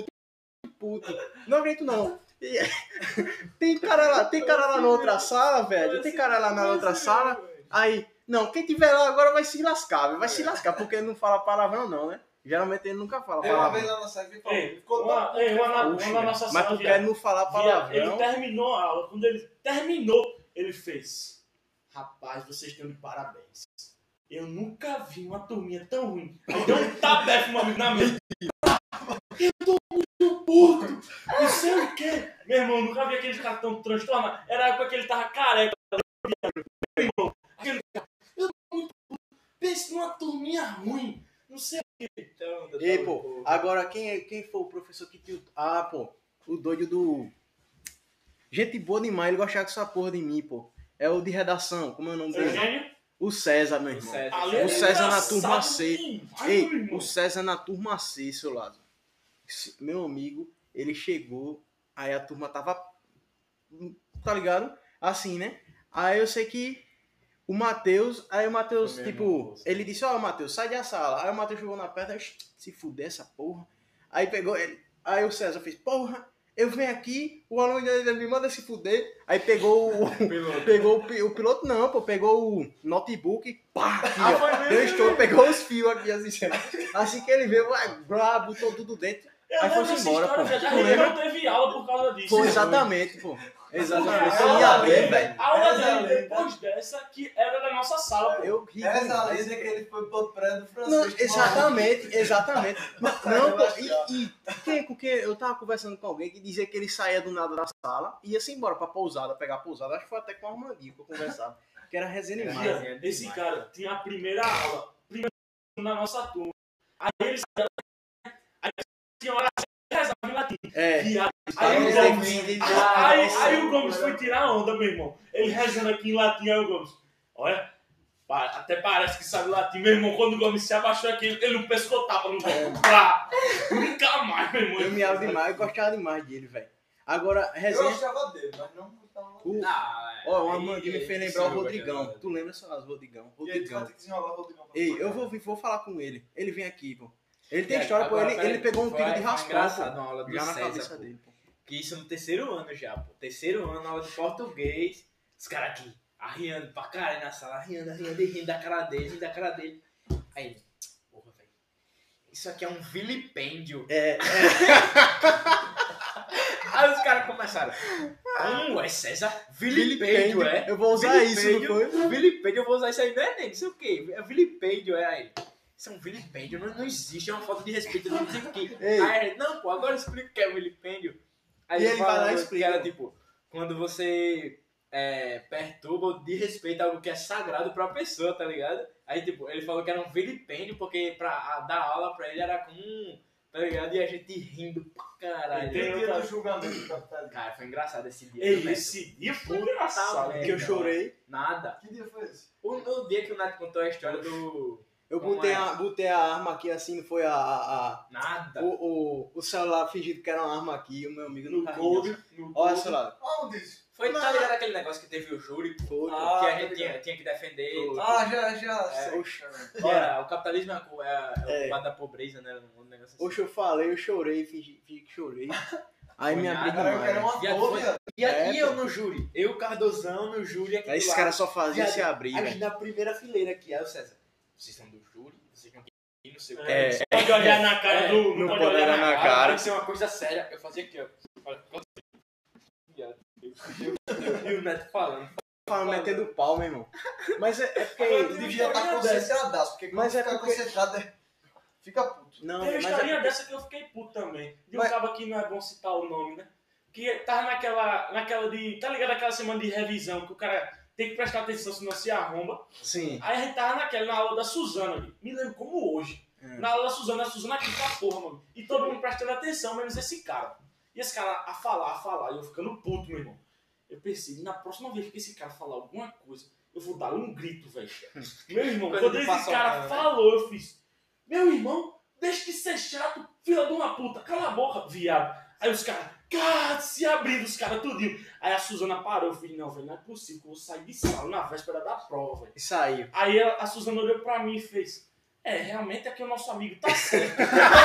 puto. Não aguento não. E- tem cara lá, tem cara lá na outra sala, velho. Tem cara lá na outra sala. Aí, não, quem tiver lá agora vai se lascar, velho. Vai se lascar, porque ele não fala palavrão não, né? Geralmente ele nunca fala Tem uma vez palavrão. lá na sala que ele falou. Ei, Ficou uma, tão ei, uma, na, Oxe, uma na nossa mas sala, porque viado, ele não falar viado, ele palavrão. terminou a aula. Quando ele terminou, ele fez: rapaz, vocês estão de parabéns. Eu nunca vi uma turminha tão ruim. Aí deu um tapé pro meu amigo na mesa. Eu tô muito puto. Não sei o quê. Meu irmão, eu nunca vi aquele cara tão transtornado. Era a época que ele tava careca. Meu irmão, aquele cara. Eu tô muito puto. Pense numa turminha ruim. Não sei o quê. Então, Ei, pô, agora quem, é- quem foi o professor que tinha. Ah, pô, o doido do. Gente boa demais, ele gostava dessa porra de mim, pô. É o de redação, como é o nome dele? Eugênio? O César, meu irmão. César. Ali é O César na engraçado turma C. demais, Ei, meu irmão. o César na turma C, seu Lázaro. Esse- Meu amigo, ele chegou, aí a turma tava. Tá ligado? Assim, né? Aí eu sei que o Matheus. Aí o Matheus, Foi mesmo, tipo, moço. ele disse: Ó, Matheus, sai da sala. Aí o Matheus chegou na perna, se fuder essa porra. Aí pegou ele. Aí o César fez: Porra, eu venho aqui, o aluno dele me manda se fuder. Aí pegou o. Pegou o, pi- o piloto, não, pô, pegou o notebook, pá, aqui, Ah, ó. foi mesmo? Deu estouro, pegou os fios aqui, assim, assim que ele veio, vai, blá, botou tudo dentro. Eu Aí lembro foi dessa embora, história, pô. velho. A Tu gente lembra? não teve aula por causa disso. Foi exatamente, pô. Exatamente. A Eu ia aula abrir, dele, velho. a aula Essa dele lenda. depois dessa, que era da nossa sala, pô. Eu ri. Essa demais. lenda que ele foi pro prédio do Não, francês. exatamente, exatamente. Mas, não, pô, Eu e, e quem, porque eu tava conversando com alguém que dizia que ele saía do nada da sala e ia-se embora pra pousada, pegar a pousada. Acho que foi até com o Armandinho que eu conversava. Que era resenha demais. Resenha demais. Esse cara tinha a primeira aula, primeiro na nossa turma. Aí ele saía, aí tinha hora de rezar em latim. É. Viado. Aí Aí, o eles Gomes, defendem- aí, aí o Gomes foi tirar onda, meu irmão. Ele rezando aqui em latim, aí o Gomes, olha, pa- até parece que sabe latim. Meu irmão, quando o Gomes se abaixou aqui, ele não pescotava no Gomes. Pá. Nunca mais, meu irmão. Eu me amo demais, eu gostava demais dele, velho. Agora, Eu resenha. gostava dele, mas não gostava O, Ah, ó, o aí- Armandinho me fez aí lembrar o sim, Rodrigão. eu Tu lembra só as Rodrigão? E aí tu vai Rodrigão. ter que desenrolar o Rodrigão. pra Ei, falar. eu vou, vir- vou falar com ele. Ele vem aqui, pô. Ele tem É, história, pô. agora, Ele, peraí, ele pegou um foi- tiro de foi raspão, engraçado pô. na aula do Já na César, cabeça pô. dele, pô. Que isso no terceiro ano já, pô. Terceiro ano, aula de português. Os caras aqui, arriando pra caralho na sala, arriando, arriando, e rindo da cara dele, rindo da cara dele. Aí ele, porra, velho. Isso aqui é um vilipêndio. É, Aí os caras começaram. Como é, César? Vilipêndio, é? Eu vou usar isso, não foi? Vilipêndio, eu vou usar isso aí. Não é nem, não sei o quê. É vilipêndio, é aí. Isso é um vilipêndio, não, não existe, é uma falta de respeito, não sei o quê. Ei. Aí ele, não, pô, agora explica o que é vilipêndio. Aí E ele vai lá e falando explica. que era tipo, quando você é, perturba ou desrespeita algo que é sagrado pra pessoa, tá ligado? Aí tipo, ele falou que era um vilipêndio, porque pra a, dar aula pra ele era comum, tá ligado? E a gente rindo pra caralho. E o dia do julgamento do capitalismo. Cara, foi engraçado esse dia. Ei, do Neto. esse dia foi Puta engraçado. merda. Que eu chorei. Nada. Que dia foi esse? O, o dia que o Neto contou a história do... Eu Como botei, é? a, botei a arma aqui assim, não foi a. a, a- Nada. o, o, o celular fingindo que era uma arma aqui, o meu amigo No não tá Code, rindo. no Olha, Code. celular. Aonde isso? Foi, tá ligado aquele negócio que teve o júri, pô, Foi, pô. Ah, que a tá gente tinha, ligado. tinha que defender. Foi. Ah, já, já. É, sei, oxe. cara. Que era, o capitalismo é, a cu- é, é o É. culpado da pobreza, né? Um negócio assim. Oxe, eu falei, eu chorei, fingi, fingi que chorei. Aí Foi me abri nada, Cara, eu quero demais. uma Viado, dor, foi- viado. E aqui É, eu no júri, eu, Cardozão, no júri aqui Aí do esses lado. caras só faziam Viado, se abrir, a velho. gente na primeira fileira aqui, aí o César, vocês são do júri, vocês não querem, não sei o que. É, não pode olhar na cara É, do. não pode olhar na cara. Tem que ser uma coisa séria. Eu fazia aqui, ó. Olha, Viado, E o Neto falando. Falando metendo pau, meu irmão. Mas é, é porque. Ele devia estar concentradaço, porque quando Mas é fica porque- concentrado, é- fica puto. Não, Teve uma mas é historinha porque- dessa que eu fiquei puto também. De um Mas- cabo que não é bom citar o nome, né? Que tava naquela, naquela de. Tá ligado aquela semana de revisão que o cara tem que prestar atenção senão se arromba. Sim. Aí a gente tava naquela, na aula da Suzana ali. Me lembro como hoje. Hum. Na aula da Suzana, a Suzana aqui tá porra, mano. E todo mundo prestando atenção, menos esse cara. E esse cara a falar, a falar. E eu ficando puto, meu irmão. Eu pensei, na próxima vez que esse cara falar alguma coisa, eu vou dar um grito, velho. Meu irmão, Coisa quando de esse passar cara o pano, né? falou, eu fiz, meu irmão, deixa de ser chato, filha de uma puta, cala a boca, viado. Aí os caras, cara, se abrindo, os caras tudinho. Aí a Suzana parou, eu fiz, não, velho, não é possível que eu vou sair de sala na véspera da prova, velho. E saiu. Aí a, a Suzana olhou pra mim e fez, É, realmente aqui o nosso amigo tá certo.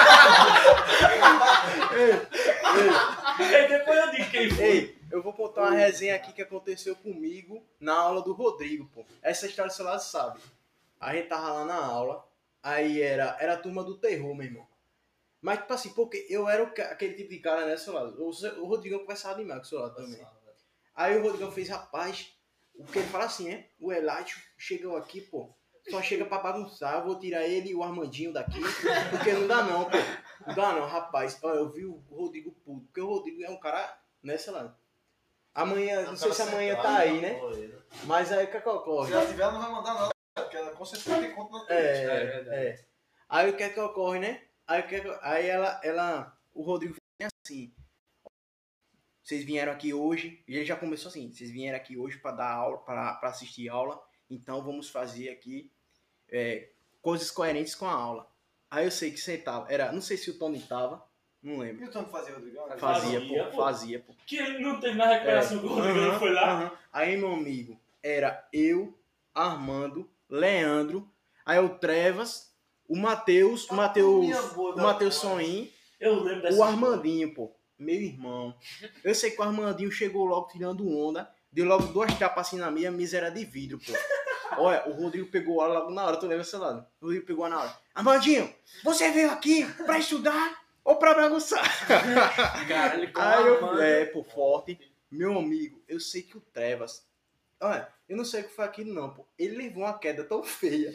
E depois eu digo quem foi. Ei, eu vou contar uma resenha aqui que aconteceu comigo na aula do Rodrigo, pô. Essa história você lá sabe. A gente tava lá na aula, aí era, era a turma do terror, meu irmão. Mas, tipo assim, porque eu era o ca- aquele tipo de cara, né, seu lado. O, o Rodrigão conversava demais com o seu lado também. Aí o Rodrigão fez, rapaz, o que ele fala assim, é? O Eládio chegou aqui, pô. Só chega pra bagunçar, eu vou tirar ele e o Armandinho daqui, porque não dá não, pô. Não dá não, rapaz. Olha, eu vi o Rodrigo puto, porque o Rodrigo é um cara, né, sei lá. Amanhã, não sei se amanhã tá aí, né? Mas aí o que é que Se ocorre? ela tiver, ela não vai mandar nada, porque ela com certeza tem conta na Twitch. É, É verdade. é. Aí o que é que ocorre, né? Aí, o que é que... aí ela, ela, o Rodrigo fez assim, vocês vieram aqui hoje, e ele já começou assim, vocês vieram aqui hoje para dar aula, para assistir aula, então vamos fazer aqui é, coisas coerentes com a aula. Aí eu sei que você tava, era, não sei se o Tony tava, não lembro. E o Tony fazia, Rodrigão? Fazia, Fazia, pô, pô. fazia, pô. Que ele não teve na recuperação que o Rodrigo não foi lá. Aham. Aí, meu amigo, era eu, Armando, Leandro, aí o Trevas, o Matheus, o Matheus, o Matheus Soim, Eu lembro dessa o Armandinho, pô, meu irmão. Eu sei que o Armandinho chegou logo tirando onda, deu logo duas tapas assim na minha, miséria de vidro, pô. Olha, o Rodrigo pegou ela logo na hora, tu lembra, sei lá? O Rodrigo pegou ela na hora. Armandinho, você veio aqui pra estudar ou pra bagunçar? Caralho, com Aí eu, Armando. é, pô, forte. Meu amigo, eu sei que o Trevas, olha, eu não sei o que foi aquilo não, pô. Ele levou uma queda tão feia.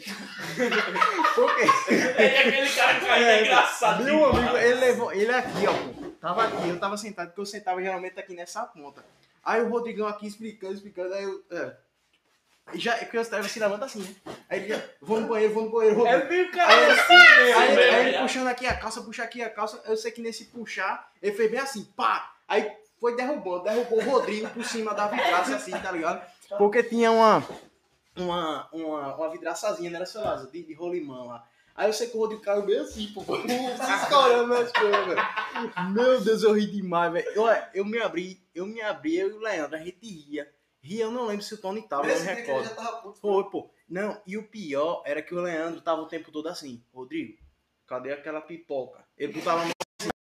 Porque, É aquele cara que caiu, é engraçado. meu demais. amigo, ele levou, ele aqui, ó, pô. Tava aqui, eu tava sentado, porque eu sentava geralmente aqui nessa ponta. Aí o Rodrigão aqui explicando, explicando, aí eu, é. Já, porque o Trevas se levanta assim, né? Aí ele já, vou no banheiro, vou no banheiro, Rodrigo. É bem o cara Aí, assim Aí, mesmo, aí velho. ele puxando aqui a calça, puxa aqui a calça. Eu sei que nesse puxar, ele fez bem assim, pá! Aí foi derrubando, derrubou o Rodrigo por cima da vidraça, assim, tá ligado? Porque tinha uma, uma, uma, uma vidraçazinha, não era só lá, de, de rolimão lá. Aí eu sei que o Rodrigo caiu bem assim, pô, se escorando nas coisas, velho. Meu Deus, eu ri demais, velho. Eu, eu me abri, eu me abri, eu e o Leandro, a gente ria. Ria, eu não lembro se o Tony tava, eu não Nesse me dia que ele recordo. já tava puto. Foi, pô. Não, e o pior era que o Leandro tava o tempo todo assim, Rodrigo, cadê aquela pipoca? Ele botava a mão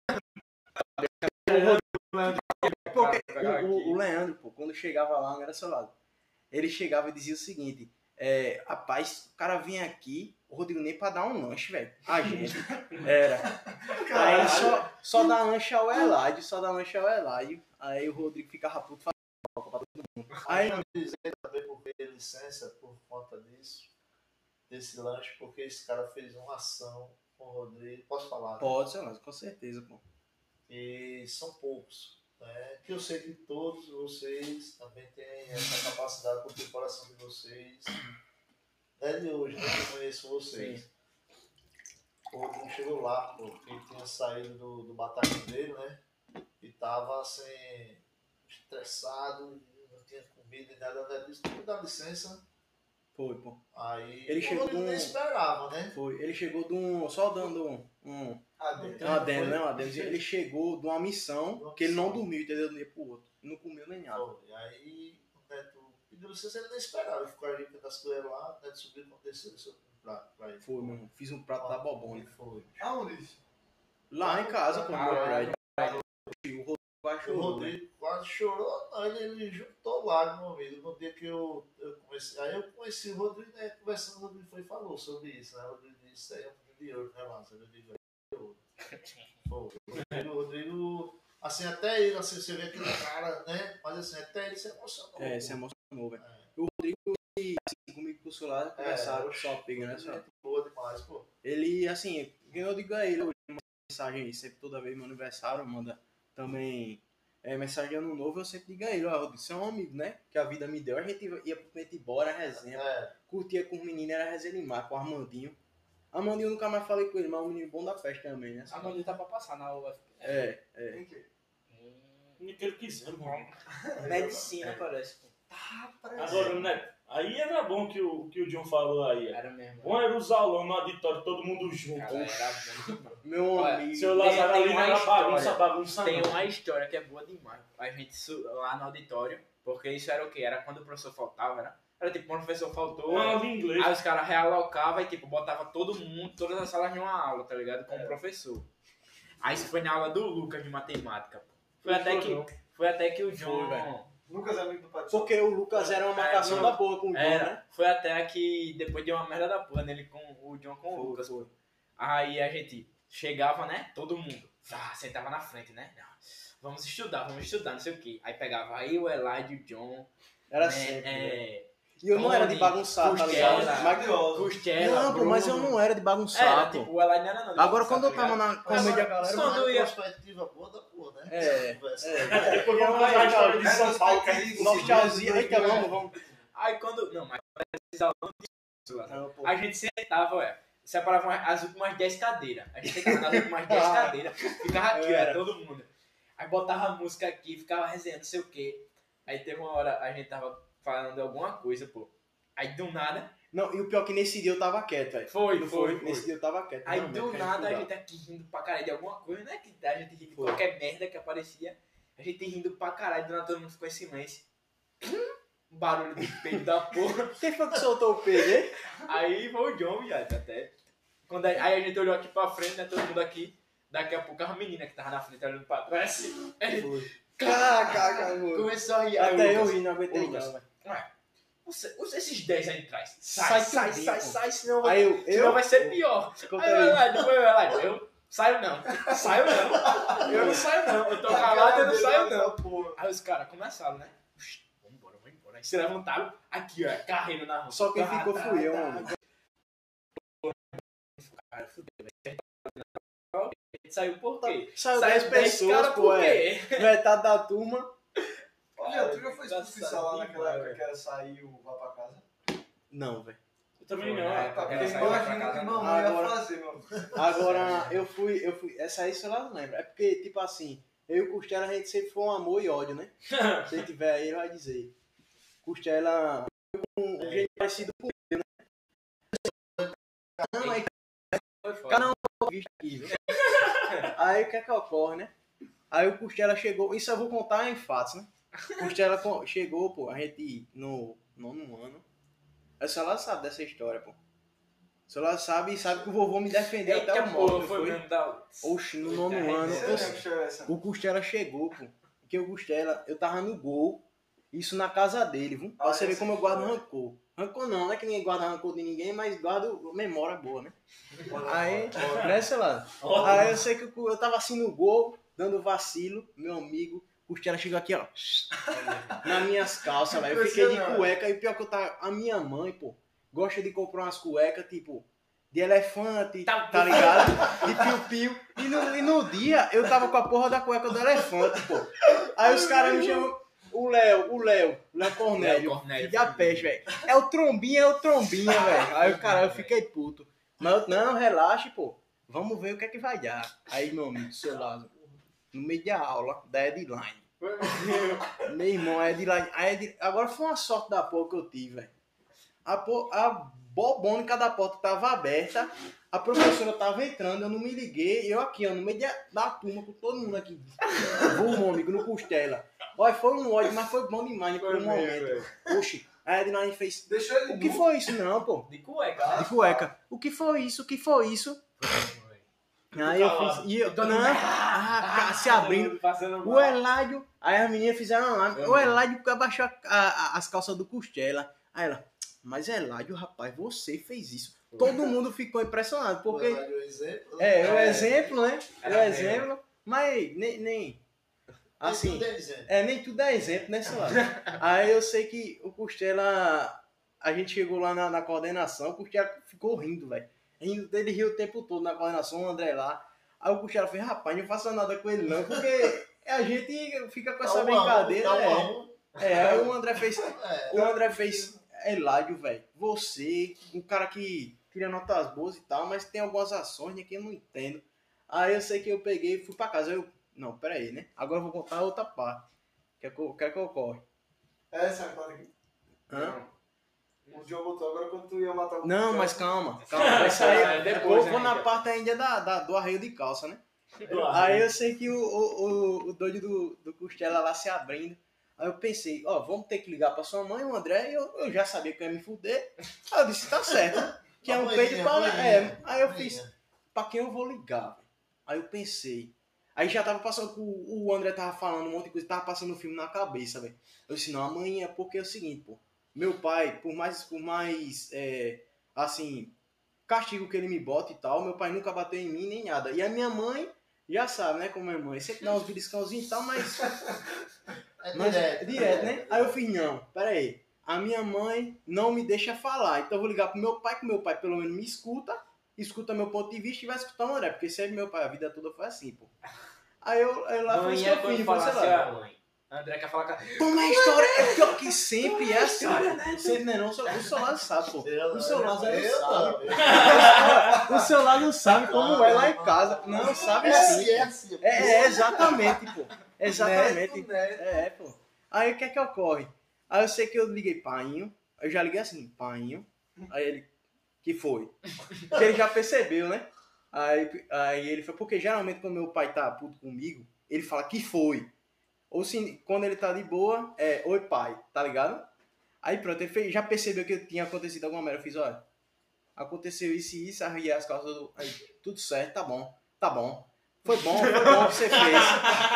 assim, porque o, o, o Leandro, pô, quando chegava lá, não era seu lado. Ele chegava e dizia o seguinte, é, rapaz, o cara vem aqui, o Rodrigo nem pra dar um lanche, velho. A gente. Era. Aí só, só dá lanche ao Eladio, só dá lanche ao Eladio. Aí o Rodrigo ficava puto fazendo pipoca pra todo mundo. Aí, Aí dizer também por ter licença por conta disso, desse lanche, porque esse cara fez uma ação com o Rodrigo, posso falar? né? pode, seu lado, com certeza, pô. E são poucos, né? Que eu sei que todos vocês também têm essa capacidade por ter o coração de vocês. Não é de hoje, né? Que eu conheço vocês. O Rodrigo chegou lá, pô, ele tinha saído do, do batalhão dele, né? E tava assim, estressado, não tinha comida e nada, nada disso. Tudo dá licença. Foi, pô. Aí Ele o chegou Rodrigo num- nem esperava, né? Foi. Ele chegou de um. Só dando um. um Adentro. um adendo, né? Um adendo. Ele chegou de uma missão que ele não dormiu, entendeu? De um dia pro outro. Não comeu nem nada. Pô, e aí o Neto pediu licença, ele nem esperava. Ele ficou ali com as coisas lá, o Neto subiu e aconteceu isso pra, pra ele. Foi, meu irmão. Fiz um prato da bobona. Foi. Aonde isso? Lá em casa, pô, no meu prédio. O Rodrigo O achou. Rodrigo quase chorou, não, ele, ele juntou lá no amigo. No dia que eu, eu comecei, aí eu conheci o Rodrigo, né, conversando, o Rodrigo foi e falou sobre isso, né, o Rodrigo disse, aí é um filho de ouro, né, Lázaro? Eu digo, é ouro. Pô, o Rodrigo, o Rodrigo, assim, até ele, assim, você vê aquele cara, né, mas assim, até ele se emocionou. É, pô. se emocionou, velho. É. O Rodrigo, ele, assim, comigo pro seu lado, conversaram, oxe, só pega, né? Só. gente boa demais, pô. Ele, assim, eu digo a ele, hoje, uma mensagem aí, sempre toda vez meu aniversário, manda também é, mensagem de ano novo, eu sempre digo a ele, ó, Rodrigo, você é um amigo, né? Que a vida me deu, a gente ia pro Pente embora, resenha, É, curtia com os meninos, era resenha demais, com o Armandinho. Armandinho eu nunca mais falei com ele, mas é um menino bom da festa também, né? A Mandinha tá pra passar na U F P. É, é. Tem que. O que ele quiser, mano. Medicina, parece. Pô. Agora, né? Aí era bom que o, que o John falou aí. Era mesmo. Bom era os aulão no auditório, todo mundo junto. Cara, era bom demais. Meu Olha, amigo. Seu Lázaro tem ali não uma era história. bagunça, bagunça Tem não. uma história que é boa demais. A gente su- lá no auditório, porque isso era o quê? Era quando o professor faltava, né? Era tipo, um professor faltou, Uma aula de inglês. aí os caras realocavam e tipo, botava todo mundo, todas as salas em uma aula, tá ligado? É. Com o professor. Aí isso foi na aula do Lucas de matemática, pô. Foi Não até foi, que, não. foi até que o Foi, John... velho. Lucas é amigo do pai. Porque o Lucas era uma marcação É, da boa com o John, Era, né? foi até que depois deu uma merda da porra nele com o John com o Lucas. Foi. Aí a gente chegava, né? Todo mundo. Ah, sentava na frente, né? Não, vamos estudar, vamos estudar, não sei o quê. Aí pegava aí o Elijah e o John. Era né, sempre. velho. é, E eu não era de Tony, bagunçar, tá Costela, ligado? Mas- Costela, Não, pô, mas eu Bruno. não era de bagunçar, Era, pô. tipo, o Elijah não era não. de Agora, bagunçar, quando eu tá tava ligado? na comédia, galera... Só Uma não ia- perspectiva boa da porra, né? É, Conversa. é. Depois vamos contar a história de São Paulo que a gente Nostalgia. Eita, vamos, vamos. Aí quando... Não, mas esses alunos disso, lá. Não, pô. A gente sentava, ué. Separava as últimas dez cadeiras. A gente sentava nas últimas dez cadeiras. Ficava aqui, Era. ó, todo mundo. Aí botava a música aqui, ficava resenhando, não sei o quê. Aí teve uma hora, a gente tava falando de alguma coisa, pô. Aí do nada... Não, e o pior é que nesse dia eu tava quieto, velho. Foi, Não foi, foi. Nesse dia eu tava quieto. Aí realmente, do que nada a estudava. gente aqui rindo pra caralho de alguma coisa, né? Que a gente ri de Foi. qualquer merda que aparecia. A gente rindo pra caralho, do nada todo mundo ficou em silêncio. Um barulho de peido da porra. Quem foi que soltou o peido, hein? Aí foi o John, já até. Quando a, aí a gente olhou aqui pra frente, né? Todo mundo aqui. Daqui a pouco a menina que tava na frente olhando pra trás. Aí, Foi. Caraca, mano. começou a rir. Aí o Até eu Lucas, ri, não aguentei Ô, Lucas, não, velho. Ué, você, usa esses dez aí de trás. Sai Sai, sai, tudinho, sai, pô. sai, senão vai, Aí eu... senão eu vai ser pior. Conta Aí eu, aí. Eladio, eu, Eladio, eu saio não. Saio não. Eu não saio não. Eu tô calado, eu não saio não. Aí os caras começaram, né? Puxa, vamos embora, vamos embora. Aí se levantaram, aqui, ó, carreira na rua. Só quem Tá, ficou tá, fui eu, tá. mano. Cara, fudeu. A gente saiu por quê? Saiu Saiu dez pessoas, cara pô, por é. quê? Metade da turma. Olha, tu já foi Engraçado expulso lá naquela demais, época que era sair o vá pra casa? Não, velho. Eu também Foi, não. né? é. Tá, porque Ela saiu imagina pra casa, que não. mamãe ia Agora- fazer, meu. Agora, eu fui, eu fui... Essa aí, sei lá, não lembro. É porque, tipo assim, eu e o Costela, a gente sempre foi um amor e ódio, né? Se ele tiver aí, ele vai dizer. Costela com um jeito parecido com eu, né? Não, aí Foi foda. cada um visto aqui, viu? Aí o que é que ocorre, né? Aí o Costela chegou, isso eu vou contar em fatos, né? O Costela co- chegou, pô, a gente no nono ano. A senhora sabe dessa história, pô. A senhora sabe e sabe que o vovô me defendeu até Eita o porra, morto, foi foi? mesmo da... Oxi, no nono Eita, ano. Você eu- lembra que história é essa? o Costela chegou, pô. Porque o Costela, eu tava no gol. Isso na casa dele, viu? Pra Ah, você ver essa como eu guardo história. rancor. Rancor não, não é que ninguém guarda rancor de ninguém, mas guardo memória boa, né? Aí, nessa lá. Aí eu sei que eu, eu tava assim no gol, dando vacilo, meu amigo. O Costela chegou aqui, ó. Nas minhas calças, velho. Eu fiquei de cueca. E pior que eu tava. A minha mãe, pô, gosta de comprar umas cuecas, tipo, de elefante, Tá- tá ligado? De piu-piu. E no, e no dia eu tava com a porra da cueca do elefante, pô. Aí os caras me chamam. O Léo, o Léo, o Léo Cornélio. Léo Cornélio. Filho da peste, velho. É o trombinha, é o trombinha, velho. Aí o cara, eu fiquei puto. Mas eu, não, relaxe, pô. Vamos ver o que é que vai dar. Aí, meu amigo, seu Lázaro, no meio da aula, da Edline. Meu irmão, a Edline. A Ed, agora foi uma sorte da porra que eu tive, velho. A, po- a bobônica da porta tava aberta, a professora tava entrando, eu não me liguei, eu aqui, ó, no meio da, da turma, com todo mundo aqui. Vou, meu amigo, no Costela. Olha, foi um ódio, mas foi bom demais por um momento. Oxi, a Edline fez. Deixou ele O que foi isso? Não, pô. De cueca. De cueca. O que foi isso? O que foi isso? Aí eu fiz. E eu, não, ah, se abrindo. Passando O mal. Eládio. Aí as meninas fizeram lá. O Eládio abaixou a- a- as calças do Costela. Aí ela, mas Eládio, rapaz, você fez isso. Todo mundo ficou impressionado, porque. Porque... exemplo, né? É, o É. exemplo, né? O Era exemplo. Mas nem. nem assim. Tem exemplo. É, nem tudo é exemplo, né, sei lá. Aí eu sei que o Costela, a gente chegou lá na, na coordenação, o Costela ficou rindo, velho. Rindo, ele riu o tempo todo na coordenação, o André lá. Aí o Costela fez, rapaz, não faça nada com ele não, porque a gente fica com essa Tá um a um, brincadeira. tá um a é. um. É, aí o André fez, É, o André fez, Eládio, velho, você, um cara que tira notas boas e tal, mas tem algumas ações né, que eu não entendo. Aí eu sei que eu peguei e fui pra casa, eu, não, pera aí, né? Agora eu vou contar a outra parte. O que é que, o que é que ocorre? É essa agora aqui. Hã? O João botou agora quando tu ia matar o Não, Costela. mas calma, calma, vai sair. É, depois, eu vou, né, vou na ainda. parte ainda da, da- do arreio de calça, né? Do Aí eu sei que o, o, o, o doido do, do Costela lá se abrindo. Aí eu pensei, ó, vamos ter que ligar pra sua mãe, o André, e eu, eu já sabia que eu ia me fuder. Aí eu disse, tá certo. Que é um Amanhã, peito pra... amanhã, É, aí eu amanhã. fiz, pra quem eu vou ligar? Véio? Aí eu pensei. Aí já tava passando, o, o André tava falando um monte de coisa, tava passando o filme na cabeça, velho. Eu disse, não, amanhã, porque é o seguinte, pô. Meu pai, por mais, por mais, é, assim, castigo que ele me bota e tal, meu pai nunca bateu em mim nem nada. E a minha mãe, já sabe, né, como é mãe, sempre dá uns beliscãozinhos e tal, mas... É mas direto. direto, né? Aí eu fiz, não, pera aí. A minha mãe não me deixa falar, então eu vou ligar pro meu pai, que meu pai pelo menos me escuta, escuta meu ponto de vista e vai escutar o André, porque sempre meu pai, a vida toda foi assim, pô. Aí eu, aí lá foi isso que Amanhã, eu quando fiz, foi, sei falasse lá. a mãe. André quer falar com a... Como é a história? É pior que sempre é assim. Sempre não é não, o seu- o seu lado sabe, pô. Eu- O seu lado eu- não eu sabe. não. O seu lado sabe como é lá em casa. Não, sabe É sim. assim, é assim. É, é exatamente, pô. Exatamente. Neto, neto. É, pô. Aí o que é que ocorre? Aí eu sei que eu liguei painho. Eu já liguei assim, painho. Aí ele, que foi? Porque ele já percebeu, né? Aí, aí ele foi, porque geralmente quando meu pai tá puto comigo, ele fala que foi. Ou se quando ele tá de boa, é, oi pai, tá ligado? Aí pronto, ele fez, já percebeu que tinha acontecido alguma merda. Eu fiz, olha, aconteceu isso e isso, arriei as calças do... Aí, tudo certo, tá bom, tá bom. Foi bom, foi bom o que você fez.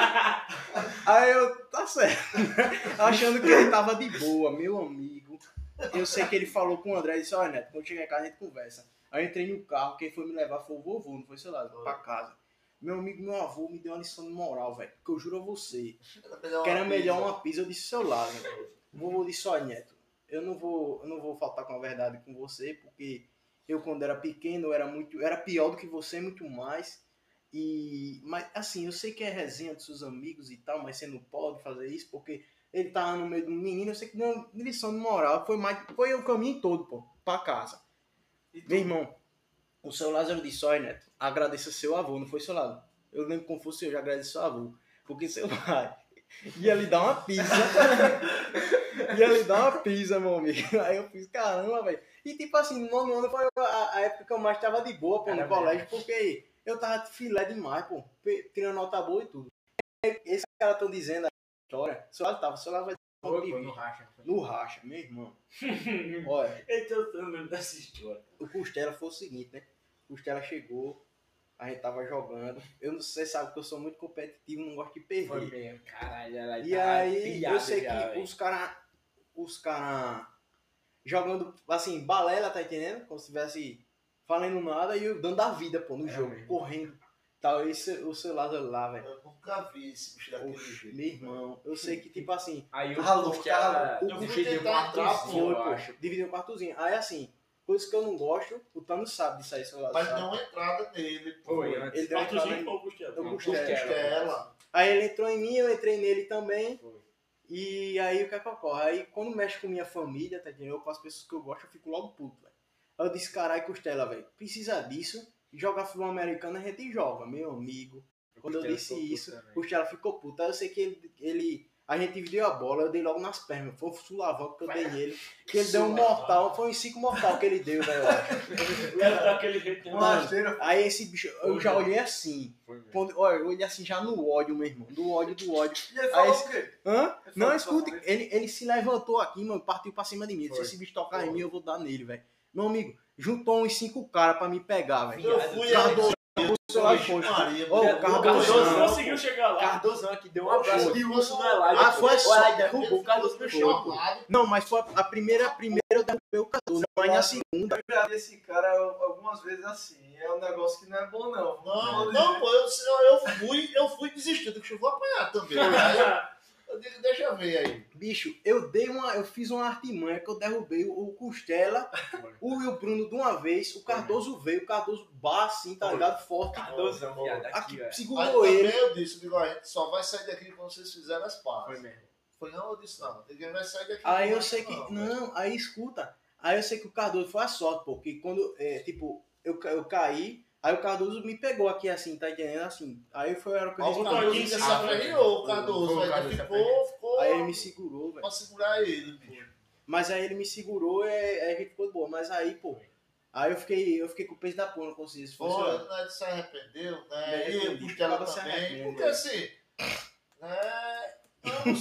Aí eu, tá certo. Achando que ele tava de boa, meu amigo. Eu sei que ele falou com o André e disse, olha Neto, quando chegar em casa a gente conversa. Aí eu entrei no carro, quem foi me levar foi o vovô, não foi, sei lá, pra casa. Meu amigo, meu avô me deu uma lição de moral, velho. Porque eu juro a você, que era melhor uma pizza. Eu disse, seu lado, velho. O vovô disse, olha Neto, eu não vou, eu não vou faltar com a verdade com você, porque eu quando era pequeno, eu era muito, era pior do que você, muito mais. E, mas assim, eu sei que é resenha dos seus amigos e tal, mas você não pode fazer isso, porque ele tava no meio de um menino, eu sei que deu uma lição de moral, foi, mais, foi o caminho todo, pô, pra casa. Meu irmão, o seu Lázaro disse, olha Neto, agradeça seu avô, não foi seu Lázaro. Eu lembro como fosse eu, já agradeço seu avô, porque seu pai ia lhe dar uma pizza, ia lhe dar uma pizza, meu amigo. Aí eu fiz, caramba, velho. E tipo assim, no nono ano foi a, a época que eu mais tava de boa, pô, no Era colégio, mesmo. porque eu tava filé demais, pô, pe- tirando nota boa e tudo. Esses caras estão dizendo a história, seu Lázaro tava, seu Lázaro vai dar um ponto de Foi no vista. racha. foi. No racha, meu irmão. Olha, Então eu tô lembrando dessa história. o Costela foi o seguinte, né? O Costela chegou, a gente tava jogando. Eu não sei, sabe que eu sou muito competitivo, não gosto de perder. Foi mesmo, caralho. Ela E tá aí, pilhada eu sei já, que velho. os caras os cara jogando, assim, balela, tá entendendo? Como se estivesse falando nada e eu dando a vida, pô, no É jogo, mesmo. correndo. Tal, esse, o seu Lázaro lá, velho. Eu nunca vi esse bicho daquele Oxe, jeito. meu irmão, eu sei que, tipo assim, Aí o Ralou, Costela cara. eu Eu fui fui de um tentar entrar, quartozinho, foi, eu pô, acho. dividiu um quartozinho. Aí, assim, coisa que eu não gosto, o Tano sabe disso aí, seu Lázaro. Mas sabe? deu uma entrada nele. pô. Foi, antes. Ele deu uma entrada Quartozinho em- ou Costela? Eu Não, Costela. Costela. Aí ele entrou em mim, eu entrei nele também. Foi. E aí o que é que ocorre? Aí quando mexe com minha família, tá entendendo? Com as pessoas que eu gosto, eu fico logo puto, velho. Aí eu disse, caralho, Costela, velho, precisa disso. Jogar futebol americano a gente joga, meu amigo. Quando eu Costela disse ficou puto isso, também. Costela ficou puto. Aí eu sei que ele, ele. A gente dividiu a bola, eu dei logo nas pernas. Foi um sulavanco que eu dei nele. Que ele deu um mortal, foi um cinco mortal que ele deu, velho. eu acho. Era daquele jeito. Mano, Rasteiro. aí esse bicho, eu já olhei assim. Foi mesmo. Quando, olha, eu olhei assim já no ódio, meu irmão. Do ódio, do ódio. E ele falou Aí o quê? Hã? Ele Não, falou que sua escute, família- ele, ele se levantou aqui, mano, partiu pra cima de mim. Se Foi. esse bicho tocar Foi. em mim, eu vou dar nele, velho. Meu amigo, juntou uns cinco caras pra me pegar, velho. Eu fui Cardoso, aí. o celular foi. Maria, Ô, mano. o Cardoso Cardoso. conseguiu chegar lá. Cardozão aqui deu um abraço Foi. de urso no Eladio. Ah, foi só. O Eladio derrubou o Cardoso no Foi, chão. pô. Não, mas foi a primeira, a primeira eu derrubei o Cardoso. Mas na segunda, Eu já vi esse cara algumas vezes assim. É um negócio que não é bom, não. Não, não, pô, eu, eu, eu fui, eu fui desistindo, que eu vou apanhar também. Aí eu, eu digo, deixa eu ver aí. bicho, eu dei uma. Eu fiz uma artimanha que eu derrubei o, o Costela, o e o Bruno de uma vez, o Cardoso veio, o Cardoso bar assim, tá ligado? Forte. Cardozão, viado, aqui, Aqui, velho. Aí segurou também ele. eu disse, digo, a gente só vai sair daqui quando vocês fizerem as Foi pazes. mesmo. Foi não, eu disse, não, ninguém vai sair daqui. Aí com eu isso, sei que. velho. Não, aí escuta. Aí eu sei que o Cardoso foi a sorte, pô. Porque quando, é, tipo, eu, ca- eu caí, aí o Cardoso me pegou aqui assim, tá entendendo? Assim. Aí foi a hora que eu Mas o respondi. Cardoso ainda se aferriou, o Foi, Cardoso. o Aí Cardoso ele se ficou, ficou Aí ele me segurou, velho. pra segurar ele, bicho. Mas aí ele me segurou e aí a gente ficou de boa. Mas aí, pô. Aí eu fiquei, eu fiquei com o peso da porra, não consegui. Se fosse, Foi, ó, né, se arrependeu, Me né? E arrependi, o Costela acaba se também. arrependendo, Porque né? assim, né? Ambos foram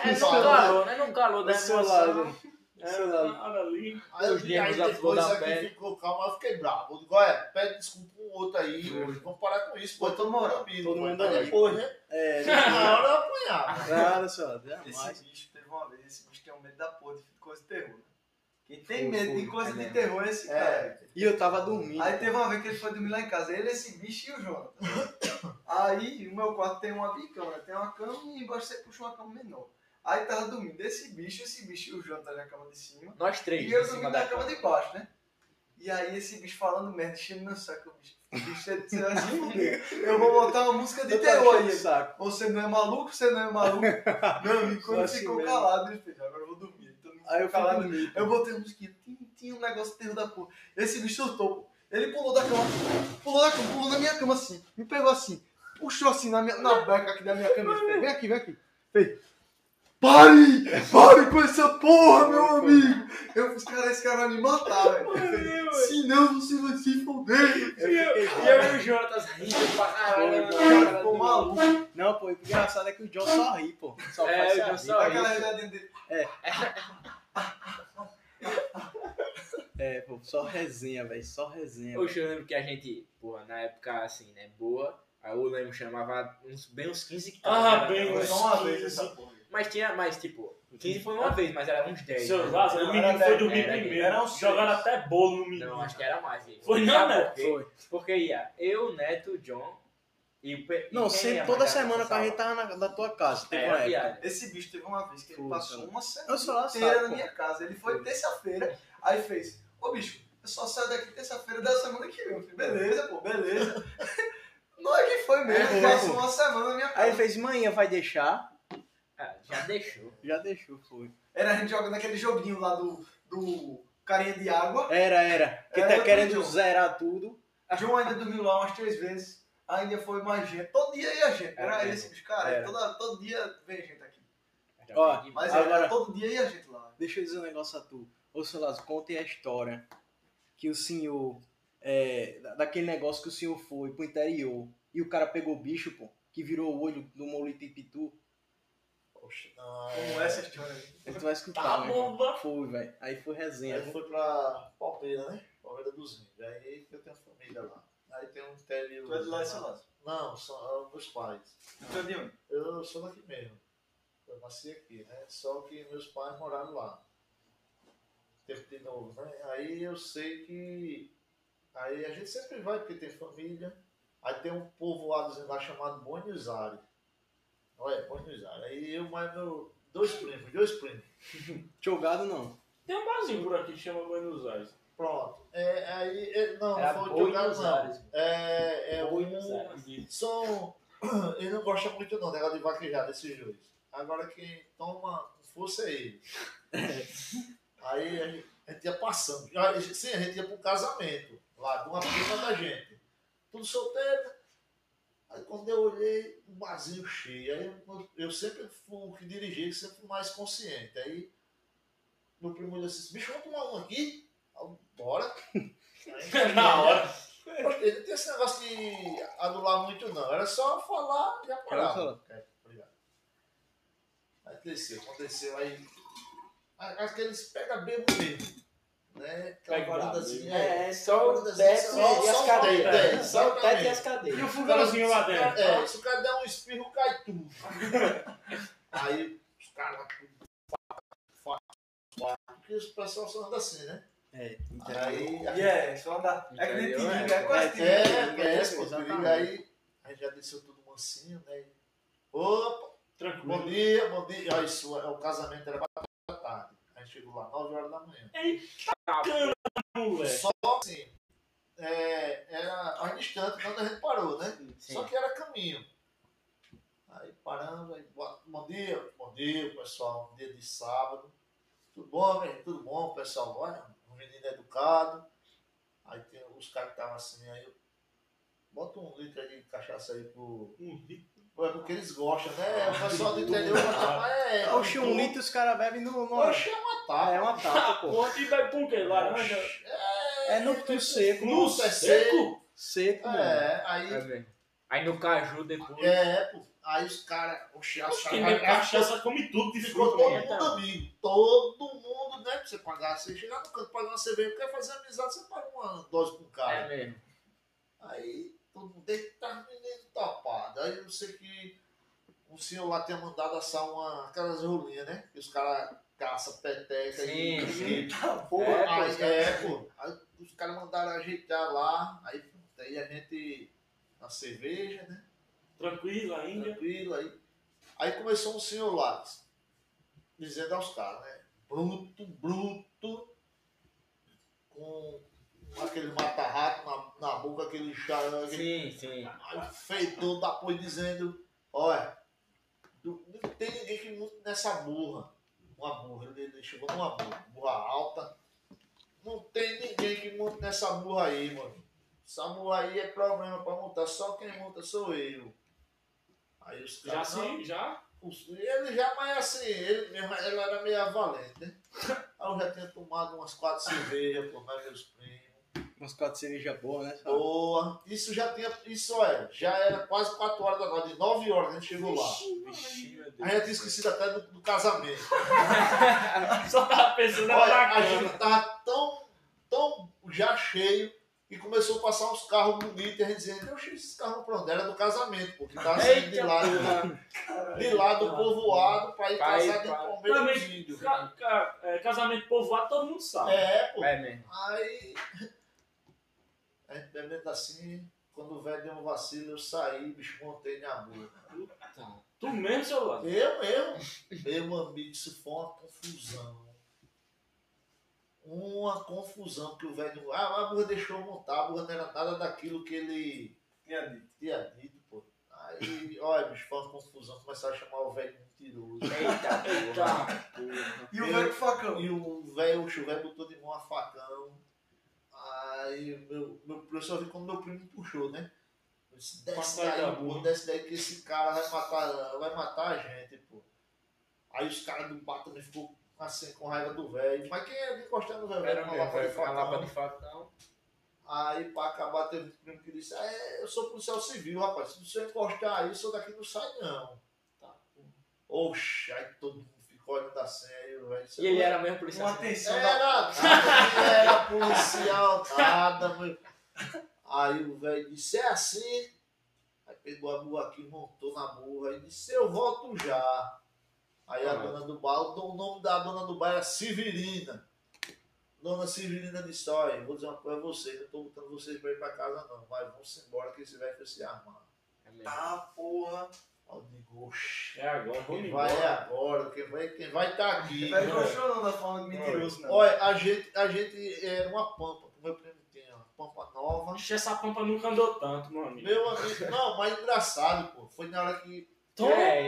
É no calor, né? No calor da O seu emoção. lado. O seu lado. Olha ali. Aí, eu Os vi- aí nervos à flor depois da aqui pele. ficou calmo, eu fiquei bravo. Eu digo, olha, pede desculpa um outro aí, vamos parar com isso, pô, Pô, todo mundo moral, amigo. todo pô. mundo Mas amigo. depois, né? É, Na hora eu apanhava. nada, seu lado. Jamais. Esse bicho teve uma vez, esse bicho tem um medo da porra de coisa de terror. Né? Quem tem Foi, medo foi, de coisa é de mesmo. terror é esse cara. É. E eu tava dormindo. Aí teve uma vez que ele foi dormir lá em casa, ele, esse bicho e o Jonathan. Aí o meu quarto tem uma bicama, tem uma cama e embaixo você puxa uma cama menor. Aí tava dormindo esse bicho, esse bicho e o Jonathan na cama de cima. Nós três, E eu em cima dormindo da na cama de baixo, né? E aí esse bicho falando merda, enchendo meu saco, o bicho. O bicho você você vai se fuder. Eu vou botar uma música de Eu tava terror enchendo aí. o saco. Você não é maluco, você não é maluco. Meu amigo, quando Só assim ficou mesmo. calado, ele fez, agora eu vou dormir. Todo mundo Aí eu ficou fui calado. dormir. Eu botei a musiquinha, tinha, tinha um negócio de terror da porra. Esse bicho soltou, pô. Ele pulou da cama, pulou da cama, pulou na minha cama assim, me pegou assim, puxou assim na, minha, na beca aqui da minha cama. Fez, vem aqui, vem aqui. Fez, pare! Pare com essa porra, meu amigo! Eu fiz, cara, esse cara vai me matar, velho. Senão você vai se foder. Eu E eu, fiquei e eu e o Jonas rindo pra caralho. Foi, na foi. cara Ficou do- maluco. Não, pô, o engraçado é que o John só ri, pô. Só É, faz o se John abrir. só ri. Aquela risadinha dele. É, pô, só resenha, velho. Só resenha. Poxa, eu lembro que a gente, porra, na época assim, né, boa, aí eu lembro chamava uns, bem uns quinze caras. Ah, né, bem, era- Foi só uma vez essa porra. Mas tinha, mas tipo, quinze foi uma vez, mas era uns dez. Seu né? Lázaro, o Não, menino era foi dez, dormir era primeiro. era um seis. Jogaram até bolo no menino. Não, acho que era mais. gente. Foi não, Sabe né? por quê? Foi. Porque ia eu, Neto, John e o Pe- e Não, quem sempre, ia toda mais semana nessa que a gente sala? tava na, na tua casa. Teve É, uma época. viagem. Esse bicho teve uma vez que ele Puta, passou mano. uma Eu semana só lá inteira sabe, na pô. minha casa. Ele foi Foi. terça-feira, aí fez, ô bicho, eu só saio daqui terça-feira da semana que vem. Eu falei, beleza, pô, beleza. Não é que foi mesmo, É, ele foi, passou pô. uma semana na minha Aí ele casa. fez, manhã vai deixar? Ah, já deixou. Já deixou, foi. Era a gente jogando aquele joguinho lá do, do carinha de água. Era, era. Que Era tá outro querendo John. zerar tudo. John ainda dormiu lá umas três vezes. Ainda foi mais gente. Todo dia ia gente. Era, Era esse bicho, cara. Era. Toda, todo dia vem gente aqui. Já Ó, perdi. Mas Agora- era, todo dia ia gente lá. Deixa eu dizer um negócio a tu. Ô, seu Lázaro, conte a história que o senhor, é, da- daquele negócio que o senhor foi pro interior e o cara pegou o bicho, pô, que virou o olho do Molito Pitu. Poxa, não, Como é... essa história aí. Ele tu vai escutar, Tá né? bomba. Foi, velho. Aí foi resenha. Aí foi pra Palmeira, né? Palmeira dos Índios. Aí que eu tenho família lá. Aí tem um interior. Tu é de lá, seu Lázaro? Não, são ah, meus pais. Tu é de onde? Eu sou daqui mesmo. Eu nasci aqui, né? Só que meus pais moraram lá. Tempo de novo, né? Aí eu sei que. Aí a gente sempre vai porque tem família. Aí tem um povoadozinho lá chamado Buenos Aires. Olha, Buenos Aires. Aí eu mais meu. Dois primos, dois primos. Jogado não. Tem um barzinho por aqui que chama Buenos Aires. Pronto. É, aí. é- não, Era não foi Buenos jogado não. Aires. É, é Buenos um. Aires. São. Ele não gosta muito não, negócio de vaquejar desses dois. Agora quem toma com força é ele. Aí a gente, a gente ia passando. Ah, sim, a gente ia para um casamento lá, de uma prima da gente. Tudo solteiro. Aí quando eu olhei, um barzinho cheio. Aí eu, eu sempre fui o que dirigia, sempre fui mais consciente. Aí meu primo disse assim, bicho, vamos tomar um aqui? Aí eu, bora. Aí, Na hora. ele não tem esse negócio de anular muito, não. Era só falar e já Quero parava. falar. É, obrigado. Aí desceu, aconteceu aí. Aqueles pega bebo mesmo. Né? Aquela Pega varandazinha. É, é só o varandazinha, teto só- e as só o cadeiras. teto, é, Só o teto e exatamente. as cadeiras. E o fogãozinho lá dentro? É, se o cara der um espirro, cai tudo. Aí os caras. Porque os pessoal só anda assim, né? É, Aí. E é, só andar. É que nem Interior, tiringa, é. é quase É, tiringa. É, é, Exatamente. pô, Turiga, aí a gente já desceu tudo mansinho, né? Opa, bom Tranquilo. dia, bom dia. Ah, isso, é, o casamento era quatro da tarde. A gente chegou lá nove horas da manhã. Moleque. Só assim, é, era mais distante quando a gente parou, né? Sim. Só que era caminho. Aí paramos, aí, boa- bom dia, bom dia, pessoal, um dia de sábado. Tudo bom, velho? Tudo bom, pessoal? Olha, um menino educado. Aí tem os caras que estavam assim, aí eu bota um litro aí de cachaça aí pro. É porque eles gostam, né? O pessoal do interior gosta mais. É, Oxe, um litro os caras bebem no... no... Oxe, é uma tapa. É uma tapa, pô. Pô, e bebe com o quê? Laranja? É no, no seco. No No seco? Seco, mano. É, aí. Tá vendo? Aí no caju depois. É, pô. Aí os caras, oxe, Acho que acharam. nem cachaça come tudo de Ficou fruta. todo né? mundo amigo. Todo mundo, né? Pra você pagar. Você chegar no canto, pagar uma cerveja, quer fazer amizade, você paga uma dose com o cara. É mesmo. Aí todo mundo tá menino tapado. Aí eu sei que o senhor lá tinha mandado assar uma, aquelas rolinhas, né? Que os caras caçam peteca Sim, e. sim. Pô, É, pô, aí, os é, pô. Aí os caras mandaram ajeitar lá. Aí, pronto, aí a gente. Na cerveja, né? Tranquilo ainda. Tranquilo aí. Aí começou um senhor lá, dizendo aos caras, né? Bruto, bruto, com aquele mata-rato na, na boca, aquele charangue. Sim, sim. Aí feitou da pois dizendo, olha, não tem ninguém que monte nessa burra. Uma burra, ele, ele chegou numa burra, burra alta. Não tem ninguém que monte nessa burra aí, mano. Essa burra aí é problema pra montar, só quem monta sou eu. Aí os Já caras, não, se. Já. ele já, mas assim, ele mesmo, ele era meio valente, né? Aí eu já tinha tomado umas quatro cervejas, por mais meus primos. Umas quatro cervejas boas, né? Boa. Isso já tinha, isso é, já era quase quatro horas da noite, de nove horas que a gente chegou lá. Vixe, meu Deus. A gente tinha esquecido até do, do casamento. Só tava pensando Olha, na a cama. gente tava tão, tão já cheio que começou a passar uns carros bonitos e a gente dizendo, oxe, esses carros vão pra onde? Era do casamento, porque tava saindo de Eita, lá, porra. de lá do povoado pra ir Pra ir casar de pra- Palmeiras dos Também, Índios. ca- ca- é, casamento povoado, todo mundo sabe. É, pô. É mesmo. Aí, a gente bebendo assim, quando o velho deu um vacilo, eu saí, bicho, montei na boca. Tu mesmo, seu lado. Eu mesmo, meu amigo, isso foi uma confusão. Uma confusão que o velho. Ah, a burra deixou eu montar, a burra não era nada daquilo que ele Tinha dito. tinha dito, pô. Aí, olha, bicho, foi uma confusão, começaram a chamar o velho de mentiroso. Eita, Eita. porra. E o velho com facão. E o velho, o velho botou de mão a facão. Aí meu, meu, eu só vi quando meu primo puxou, né? Eu disse, desce Passar da daí, pô, burra. desce daí que esse cara vai matar, vai matar a gente, pô. Aí os caras do bar também ficou assim, com raiva do velho. Mas quem é encostando no velho? Era Com a mesmo, lapa de vai ficar lá pra facão. de facão. Aí pra acabar teve um primo que disse, é, eu sou policial civil, rapaz. Se você encostar aí, eu sou daqui não sai não. Tá. Oxe, aí todo mundo ficou olhando assim, aí o velho disse, E ele era mesmo policial. Uma atenção da... Era nada, era policial, nada, meu. Aí o velho disse, é assim. Aí pegou a burra aqui, montou na burra e disse, eu volto já. Aí a Ah. dona do bar, o nome da dona do bar era Severina. Dona Severina disse, olha, eu vou dizer uma coisa a vocês, não estou botando vocês para ir para casa não, mas vamos embora que esse velho foi se armar. É mesmo. Tá, porra. Aí eu digo, oxe, É agora, vamos quem embora. vai é agora, quem vai quem vai estar aqui. Ele não gostou não da forma de mentiroso, não. Olha, a gente, a gente era uma pampa, o meu primo tinha uma pampa nova. Ixi, essa pampa nunca andou tanto, meu amigo. Meu amigo, não, mais engraçado, pô, foi na hora que. Toma!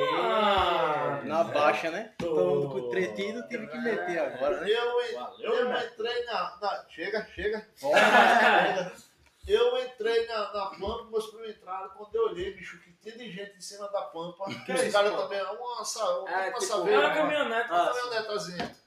É, Na baixa, né? Tô. Todo mundo com entretido, tive que meter agora, né? Eu, en- Valeu, eu né? entrei na, na- Chega, chega. Bora. chega. Eu entrei na, na pampa, meus primos entraram, quando eu olhei, bicho, que tinha de gente em cima da pampa. Que Os é isso, caras pô? também, uma, sa- uma, É, uma tipo, É saveira, uma uma, caminhonete. uma Ah, caminhonetazinha.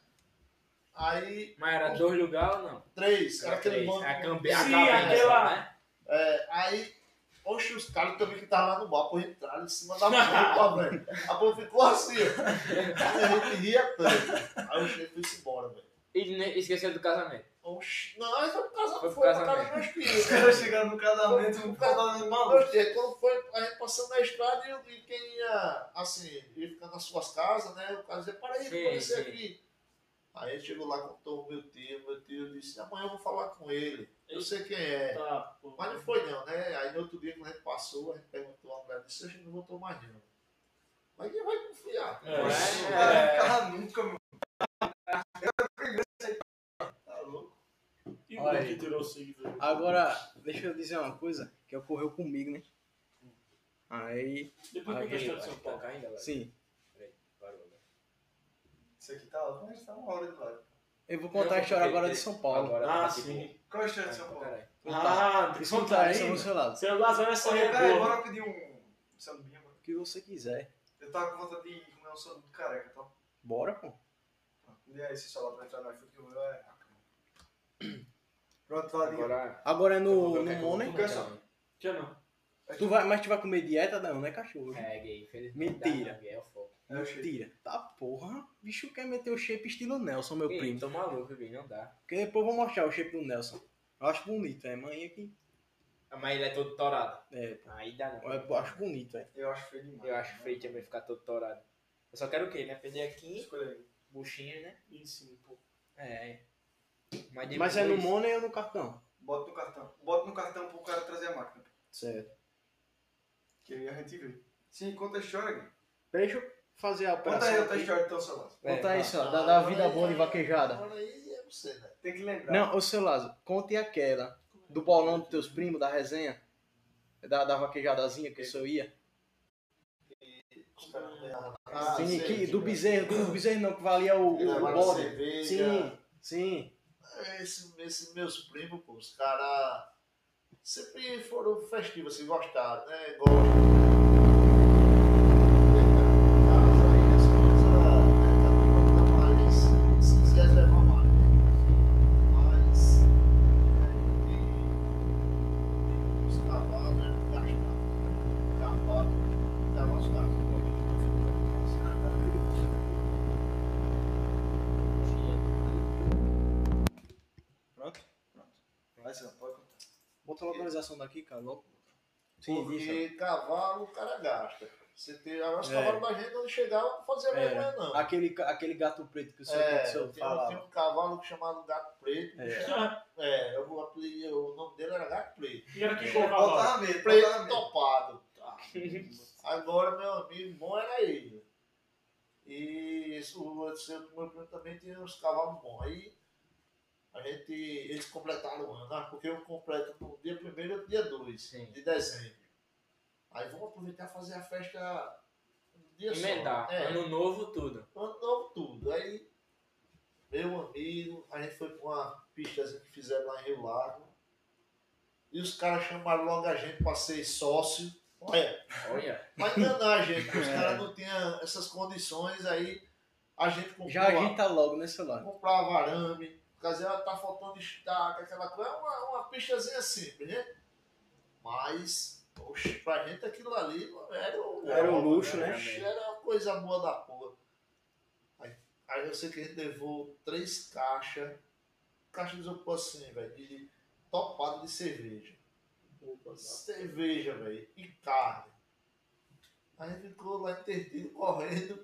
Aí, Mas era dois lugares ou não? três, era aquele Três. banco. A cambi- a Sim, cabeça, aquela- né? É, aí, oxe, os caras também que estavam lá no bar, pô, entraram em cima da pampa, velho. A pampa ficou assim, ó. Aí a gente ria tanto. Aí o chefe foi-se embora, velho. E ne- esqueceu do casamento. Oxe, não, aí foi pro casamento, Foi foi, pro pra casa casamento. dos meus Os filhos. caras chegaram no casamento, um casamento maluco. Meus filhos, quando foi, a gente passando na estrada e, e quem ia, assim, ia ficando nas suas casas, né? O cara dizia, para aí, Sim, vou conhecer sim. aqui. Aí a gente chegou lá, contou o meu tio, meu tio disse, amanhã eu vou falar com ele. Eu sei quem é. Tá, pô. Mas não foi não, né? Aí no outro dia, quando a gente passou, a gente perguntou a mulher, disse, a gente não voltou mais não. Mas quem vai confiar? É. Oxe, É. o cara ficava nunca, meu. Eu era o primeiro a sair. Tá louco? E o Olha que aí. tirou o seguidor? Agora, deixa eu dizer uma coisa que ocorreu comigo, né? Aí, Depois Ah, que eu aquele- de São Paulo. Tá ainda, velho. sim, Parou, velho. Isso aqui tá alto, mas tá uma hora de live. eu vou contar Não, a história porque agora de tem- São Paulo. Agora Ah, tá, tipo, sim. Qual é a história de vai São pra Paulo? caralho. Ah, tem que Escuta contar essa aí. do seu lado. Seu Lázaro, essa aí Olha, é peraí, boa. bora pedir um sambinha, mano. O que você quiser. Eu tava com vontade de comer um sanduíche de careca, tá? Bora, pô. Dê aí esse celular pra entrar no iFood que o meu é... Pronto, fala, diga. Agora. Agora é eu no, vou ver o que no é que eu vou Money. Quer comentar, só? né? Quer não? Tu vai, mas tu vai comer dieta? Não, não é cachorro. É, gay, infelizmente. Mentira. Dá, não, gay, é o foco. É o shape. Mentira. Tá porra. Bicho quer meter o shape estilo Nelson, meu Gay, primo. tô maluco, gay, não dá. Porque depois eu vou mostrar o shape do Nelson. Eu acho bonito, é. Mãe aqui. Mas ele é todo torado. É, pô. Aí dá não. Eu acho bonito, é. Eu acho feio demais. Eu acho feio também ficar todo torado. Eu só quero o quê, né? Perder aqui, Escolha aí. buchinha, né? E sim, pô. É, é. Mas, Mas é no depois- Money ou no cartão? Bota no cartão. Bota no cartão pro cara trazer a máquina. Certo. Que aí a gente vê. Sim, conta a história, Gui. Deixa eu fazer a Conta operação aí outra aqui. história do teu celular. É, Conta aí, vai. só, da, da vida boa de vaquejada. Agora aí é você, né? Tem que lembrar. Não, ô seu Lázaro, conte aquela do bolão dos teus primos, da resenha. Da, da vaquejadazinha que o senhor ia. Os caras não ganhavam nada. sim, sei, que, que- do bezerro, do bezerro não, que valia o, o, o Levaram bode. cerveja. Sim, sim. Esses esse meus primos, pô, os caras sempre foram festivos, assim, gostaram, né? Gostam. Casa aí, as coisas, né? Cada um tá mais, se quiser levar mais, né? Mas, né? E os cavalos, né? Gastavam. Cavalo, davam os carros. Pronto? Pronto. Vai, Céu, pode contar. Bota a localização daqui, cara, louco. Sim, diz, Porque cavalo o cara gasta. Você tem, agora os É. cavalos da gente não chegavam a fazer vergonha, não. aquele, ca- aquele gato preto que o senhor, que o É, senhor eu tinha, eu falava. tinha um cavalo chamado Gato Preto. É. É, eu vou apelidar- o nome dele era Gato Preto. E era que cor, Bota cavalo? na mesa, bota na Preto mesa. topado. Agora, meu amigo, bom era ele. E esse, o esse outro meu primo também tinha uns cavalos bons. Aí a gente, eles completaram o ano, ah, porque eu completo no dia primeiro e no dia dois Sim. de dezembro. Aí vamos aproveitar e fazer a festa no dia Emendar. só. É. Ano novo, tudo. Ano novo tudo. Aí, meu amigo, a gente foi pra uma pistazinha que fizeram lá em Rio Lago. E os caras chamaram logo a gente pra ser sócio. Olha, Olha. pra enganar a gente, porque os caras não tinham essas condições. Aí a gente comprou, Já agita logo nesse celular. comprava arame. Quer dizer, ela tá faltando estaca, aquela coisa. É uma, uma pistazinha simples, né? Mas, oxe, pra gente aquilo ali era o, Era um luxo, né? Oxe, era uma coisa boa da porra. Aí, aí eu sei que a gente levou três caixas, caixa de isopor assim, velho, de topado de cerveja. Cerveja, velho, e carne. Aí ficou lá intertido, correndo,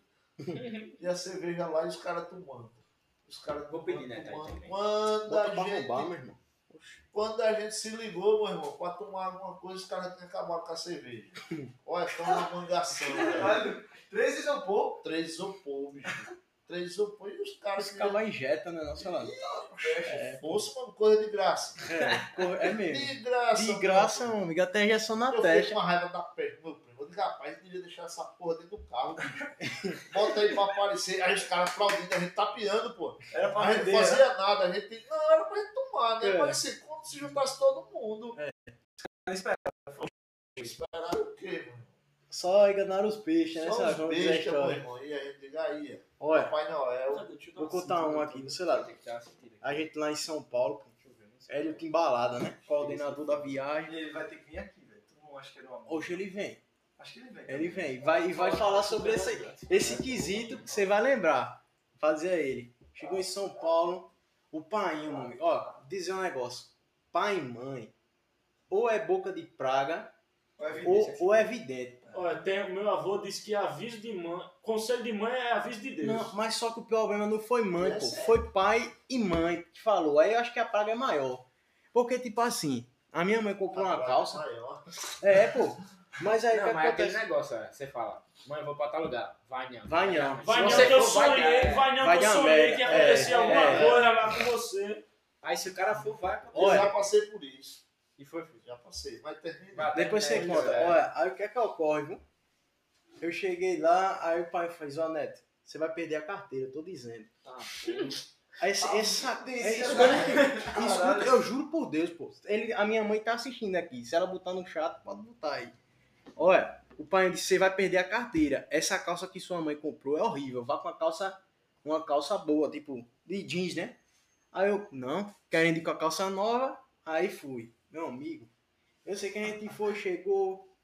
e a cerveja lá e os caras tomando. Os caras Vou pedir, né, tomando. tá aí também. Quando Bota a pra gente roubar, meu irmão. quando a gente se ligou, meu irmão, pra tomar alguma coisa, os caras tinham acabado com a cerveja. Olha, tão uma mangação, velho. Olha, três isopor. Três isopor, bicho. Três isopor e os caras Esse cara injeta, né, não, celular. é, fosse uma coisa de graça. É, é mesmo. De graça. De meu graça, irmão. meu amigo, até injeção na Eu fiquei testa. com uma raiva da peste, meu primo. Eu disse, rapaz, devia deixar essa porra dentro do carro, bicho. Bota aí pra aparecer. Aí os caras aplaudindo, a gente tapeando, pô. Era pra A gente vender. não né? fazia nada, a gente. Não, era pra gente tomar, né? É. Mas assim, quando se juntasse todo mundo. Espera. Esperar o quê, mano? Só enganaram os peixes, né? Só Sabe? os Vamos dizer a bestas, meu história. irmão. E a gente diga aí, Olha, Papai Noel. vou contar um aqui, não sei lá. Tem que dar uma sentida aqui. A gente lá em São Paulo, pô, Deixa eu ver, não sei. Hélio Timbalada, né? Coordenador da viagem. Ele vai ter que vir aqui, velho. Tu não acha que ele é uma Hoje ele vem. Acho que ele vem. Ele vem. Vai, e vai falar sobre esse, esse quesito que você vai lembrar. Fazer a ele. Chegou em São Paulo, o pai, meu amigo. Ó, dizer um negócio. Pai e mãe, ou é boca de praga, Vai vir ou, desse aqui. ou é evidente. Olha, tem, meu avô disse que aviso de mãe, conselho de mãe é aviso de Deus. Não, mas só que o problema não foi mãe, É pô. sério. Foi pai e mãe que falou. Aí eu acho que a praga é maior. Porque, tipo assim, a minha mãe comprou uma calça. Maior. É, pô. Mas aí o Não, que mas é aquele acontece? negócio, ó, você fala, mãe, eu vou pra tal lugar. Vai não. Vai não. Vai Se não, você que eu for, vai sonhei, dar, é. vai não, Vai que eu dar sonhei merda. que ia acontecer É, alguma é. coisa lá com você. Aí se o cara for, vai. Eu Olha. já passei por isso. E foi, filho. Já passei. Mas termina. Vai. Depois você É, conta. é. Olha, aí o que é que ocorre, viu? Eu cheguei lá, aí o pai fez, ó, Neto, você vai perder a carteira, eu tô dizendo. Tá, Aí esse, Ah, essa, delícia, é, escuta, Caralho. escuta, eu juro por Deus, pô. Ele, a minha mãe tá assistindo aqui. Se ela botar no chat, pode botar aí. Olha, o pai disse, você vai perder a carteira. Essa calça que sua mãe comprou é horrível. Vá com uma calça, uma calça boa, tipo, de jeans, né? Aí eu, não, querendo ir com a calça nova, aí fui. Meu amigo, eu sei que a gente foi, chegou,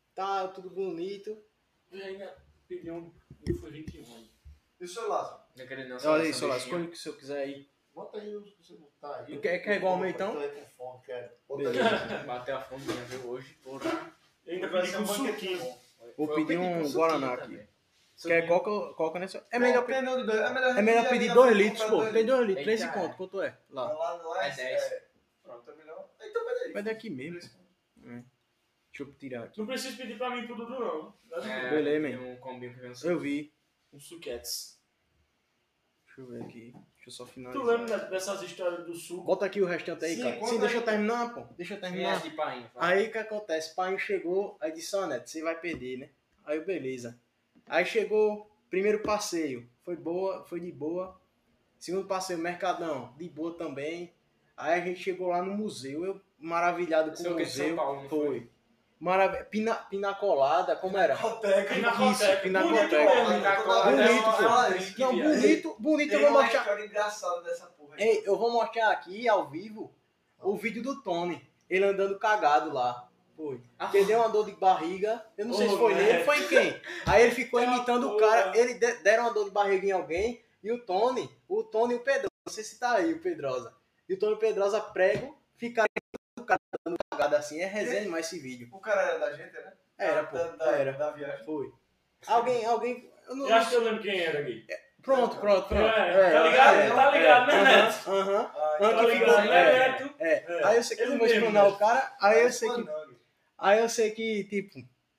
tá tudo bonito. E ainda pedi um e foi vinte e um aí. E o seu Lázaro? Não quero não. Olha aí, Solar, escolha o que você quiser aí. Bota aí o que você botar aí. Quer- quer igual ao meu, então? Tô aí com fome, quero. Bota Beleza. Bateu a fome minha, viu, hoje. Porra. Eu ainda Vai pedi ser com um banquetinho. suquinho. Vou Foi- eu pedir pedi um com suquinho Guaraná também. aqui. Quer coca, coca nessa? É melhor, pe- Não, de dois. É melhor, é melhor repetir pedir ali dois na litros, frente, pô. comprar Tem dois dois litros, três e Eita, conto. Quanto é? Lá. Lá, lá É dez. é- Pronto, é melhor. Então vai daí. Vai daqui mesmo. É. Deixa eu tirar aqui. Não precisa pedir pra mim tudo, não. É, Beleza, tem man. um combinho que vem um suco. Eu vi. Um suquetes. Deixa eu ver aqui. Deixa eu só Tu finalizar. lembra dessas histórias do suco? Bota aqui o restante aí, Sim, cara. conta Sim, deixa aí. eu terminar, pô. Deixa eu Quem é terminar. de painho? Aí o que acontece? Pai chegou, aí disse, ó, Neto, você vai perder, né? Aí eu, beleza. Aí chegou, primeiro passeio, foi boa, foi de boa. Segundo passeio, Mercadão, de boa também. Aí a gente chegou lá no museu, eu maravilhado com Esse é o o que de São museu. Paulo, não foi. foi? Marav... Pina... Pinacolada, como era? Coteca. Pinacoteca. Isso, pinacoteca. Bonito mesmo. Pinacolada Bonito, é uma- pô. Fala Tem isso. que Não, viajar. bonito, bonito, eu Tem vou uma mostrar. história engraçada dessa porra aí. Ei, eu vou mostrar aqui ao vivo o vídeo do Tony, ele andando cagado lá. Foi. Porque ele deu uma dor de barriga, eu não sei Ô, se foi velho. nele, foi em quem. Aí ele ficou Tá imitando o porra. cara, ele de- deram uma dor de barriga em alguém, e o Tony, o Tony e o Pedrosa, não sei se tá aí o Pedrosa. E o Tony e o Pedrosa prego, ficaram o cara dando cagada assim, é resenha demais esse vídeo. O cara era da gente, né? Era, pô, Da, da, era. da viagem. Foi. Alguém, alguém, eu não Eu acho que eu lembro quem era aqui. Pronto, pronto, pronto. É, tá ligado? Tá ligado, né, aham, Neto? aham. Ah, Não, Tá que ligado, ficou- né, é. Neto? É, É, aí eu sei que eu ele não vou mesmo, explanar o né? cara, aí eu sei que, Manang. aí eu sei que, tipo,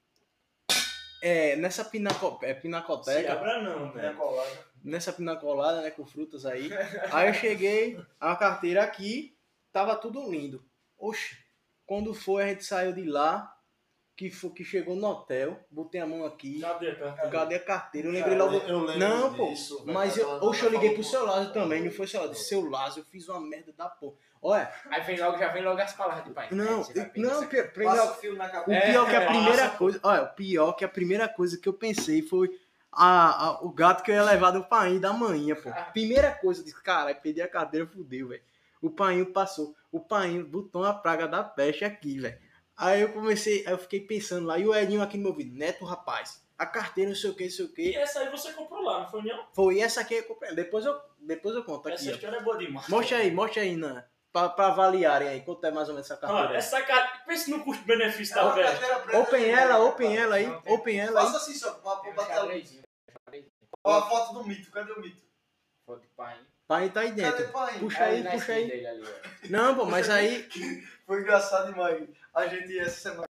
é, nessa pinaco, é, Se pinacoteca, abra não, Minha né? colada. nessa pinacolada, né, com frutas aí, aí eu cheguei, a carteira aqui, tava tudo lindo. Oxe, quando foi, a gente saiu de lá, que, foi, que chegou no hotel, botei a mão aqui, Cadê, cara? cadê a carteira? Eu lembrei logo... Eu lembro Não, pô, disso, mas velho, eu, ela oxe, eu liguei pro falou- seu Lázaro também, não foi seu Lázaro, seu Lázaro, eu fiz uma merda da porra. Olha, Aí vem logo, já vem logo as palavras de pai. não, Você vai eu- perder não, essa- pri- Passa primeiro, o filme na o cabeça. pior que a É, primeira passa, coisa, olha, o pior que a primeira coisa que eu pensei foi a, a- o gato que eu ia levar do pai da manhã, pô. Primeira coisa, eu disse, cara, perdi a cadeira, fudeu, velho. O painho passou, o painho botou a praga da peste aqui, velho. Aí eu comecei, aí eu fiquei pensando lá, e o Edinho aqui no meu ouvido, Neto, rapaz, a carteira não sei o que, não sei o E que. essa aí você comprou lá, não foi não? Foi essa aqui, eu comprei. Depois eu, depois eu conto Essa aqui, ó. história é boa demais. Mostra aí, mostra aí, Nana. Pra, pra avaliarem aí, quanto é mais ou menos essa carteira. Olha, essa cara... Pense no custo-benefício É da uma velha. carteira preta. Open ela, open ela aí, Não, tem- open ela aí. Faça assim só, pra, pra Tem um bater a luz. xadrezinho, xadrezinho. Ó, a foto do mito. Cadê o mito? Foto de pai. Pai tá aí Cadê dentro. o pai? Puxa aí, na puxa esquina aí. dele ali, ó. Não, pô, mas aí. Foi engraçado demais. A gente essa semana.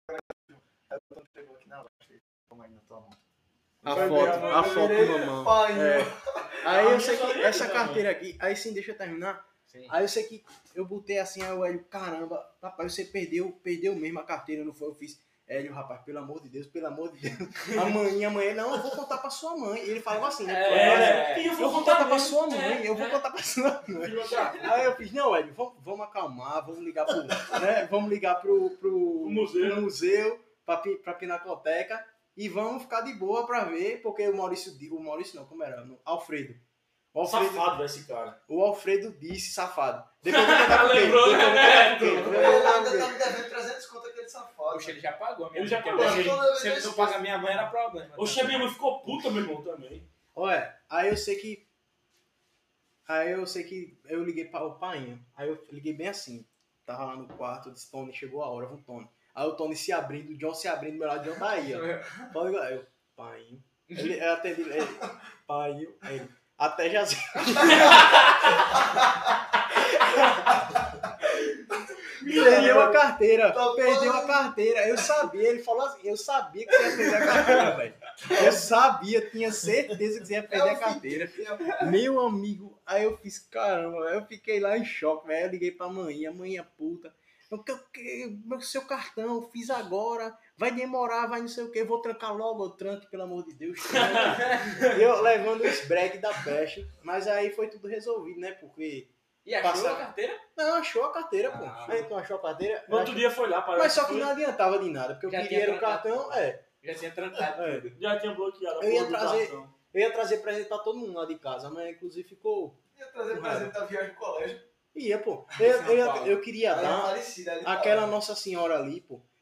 Aí o Tom chegou aqui na loja. Toma aí na tua mão. A Foi foto, ver a foto virei com a mão. pai, É. meu. Aí Ah, eu sei eu só que ia essa ajudar, carteira aqui, aí sim, deixa eu terminar. Sim. Aí eu sei que eu botei assim, aí o Hélio, caramba, rapaz, você perdeu, perdeu mesmo a carteira, não foi? Eu fiz, Hélio, rapaz, pelo amor de Deus, pelo amor de Deus. Amanhã, amanhã, não, eu vou contar pra sua mãe. Ele falava assim, né? É, É, e eu Eu vou vou contar contar pra mesmo. sua mãe, É, eu vou é. contar pra sua mãe. Filho da- Aí eu fiz, não, Hélio, vamos, vamos acalmar, vamos ligar pro, né, vamos ligar pro, pro, O museu. pro museu, pra, pi- pra Pinacoteca, e vamos ficar de boa pra ver, porque o Maurício, di- o Maurício não, como era? No- Alfredo. O Alfredo, Safado, velho, esse cara. o Alfredo disse, safado. Depois eu vou contar por quê. Lembrou, Depois eu vou contar por quê. né? Depois eu Ele vou contar ainda por quê. tá me devendo trezentos conto aquele safado. Poxa, ele já pagou a minha Ele já mãe, pagou, porque ele- Se ele não paga a minha mãe, era problema. Oxe, a minha mãe ficou puta, meu irmão, também. Olha, aí eu sei que. Aí eu sei que eu liguei para o painho. Aí eu liguei bem assim. Tava lá no quarto, eu disse, Tony, chegou a hora, vamos, Tony. Aí o Tony se abrindo, o John se abrindo do meu lado, o John tá aí, ó. Pode ligar. Eu, painho. Ele, eu atendi ele, painho. Aí ele, até já. Perdeu a carteira, Tá perdeu a bom. carteira. Eu sabia, ele falou assim, eu sabia que você ia perder a carteira, velho. Eu sabia, tinha certeza que você ia perder a carteira. Meu amigo, aí eu fiz, caramba, eu fiquei lá em choque, velho. Eu liguei pra mãe, a mãe é puta. Eu, que, que, meu seu cartão, eu fiz agora, vai demorar, vai não sei o que, vou trancar logo, eu tranque, pelo amor de Deus. tranque. Eu levando os break da peste, mas aí foi tudo resolvido, né? Porque. E achou Passa- a carteira? Não, achou a carteira, pô. Ah. A gente não achou a carteira. No outro dia foi lá, parece. Mas só que foi- não adiantava de nada, porque eu Já queria tinha era o trancado. cartão, é. Já tinha trancado É. tudo. Já tinha bloqueado a Eu ia porra do trazer- cartão. Eu ia trazer presente pra todo mundo lá de casa, mas inclusive ficou. Ia trazer presente da viagem do colégio. Ia, pô. Eu, eu, eu, eu queria Ela é dar parecida. ali tá. aquela Nossa Senhora ali, pô.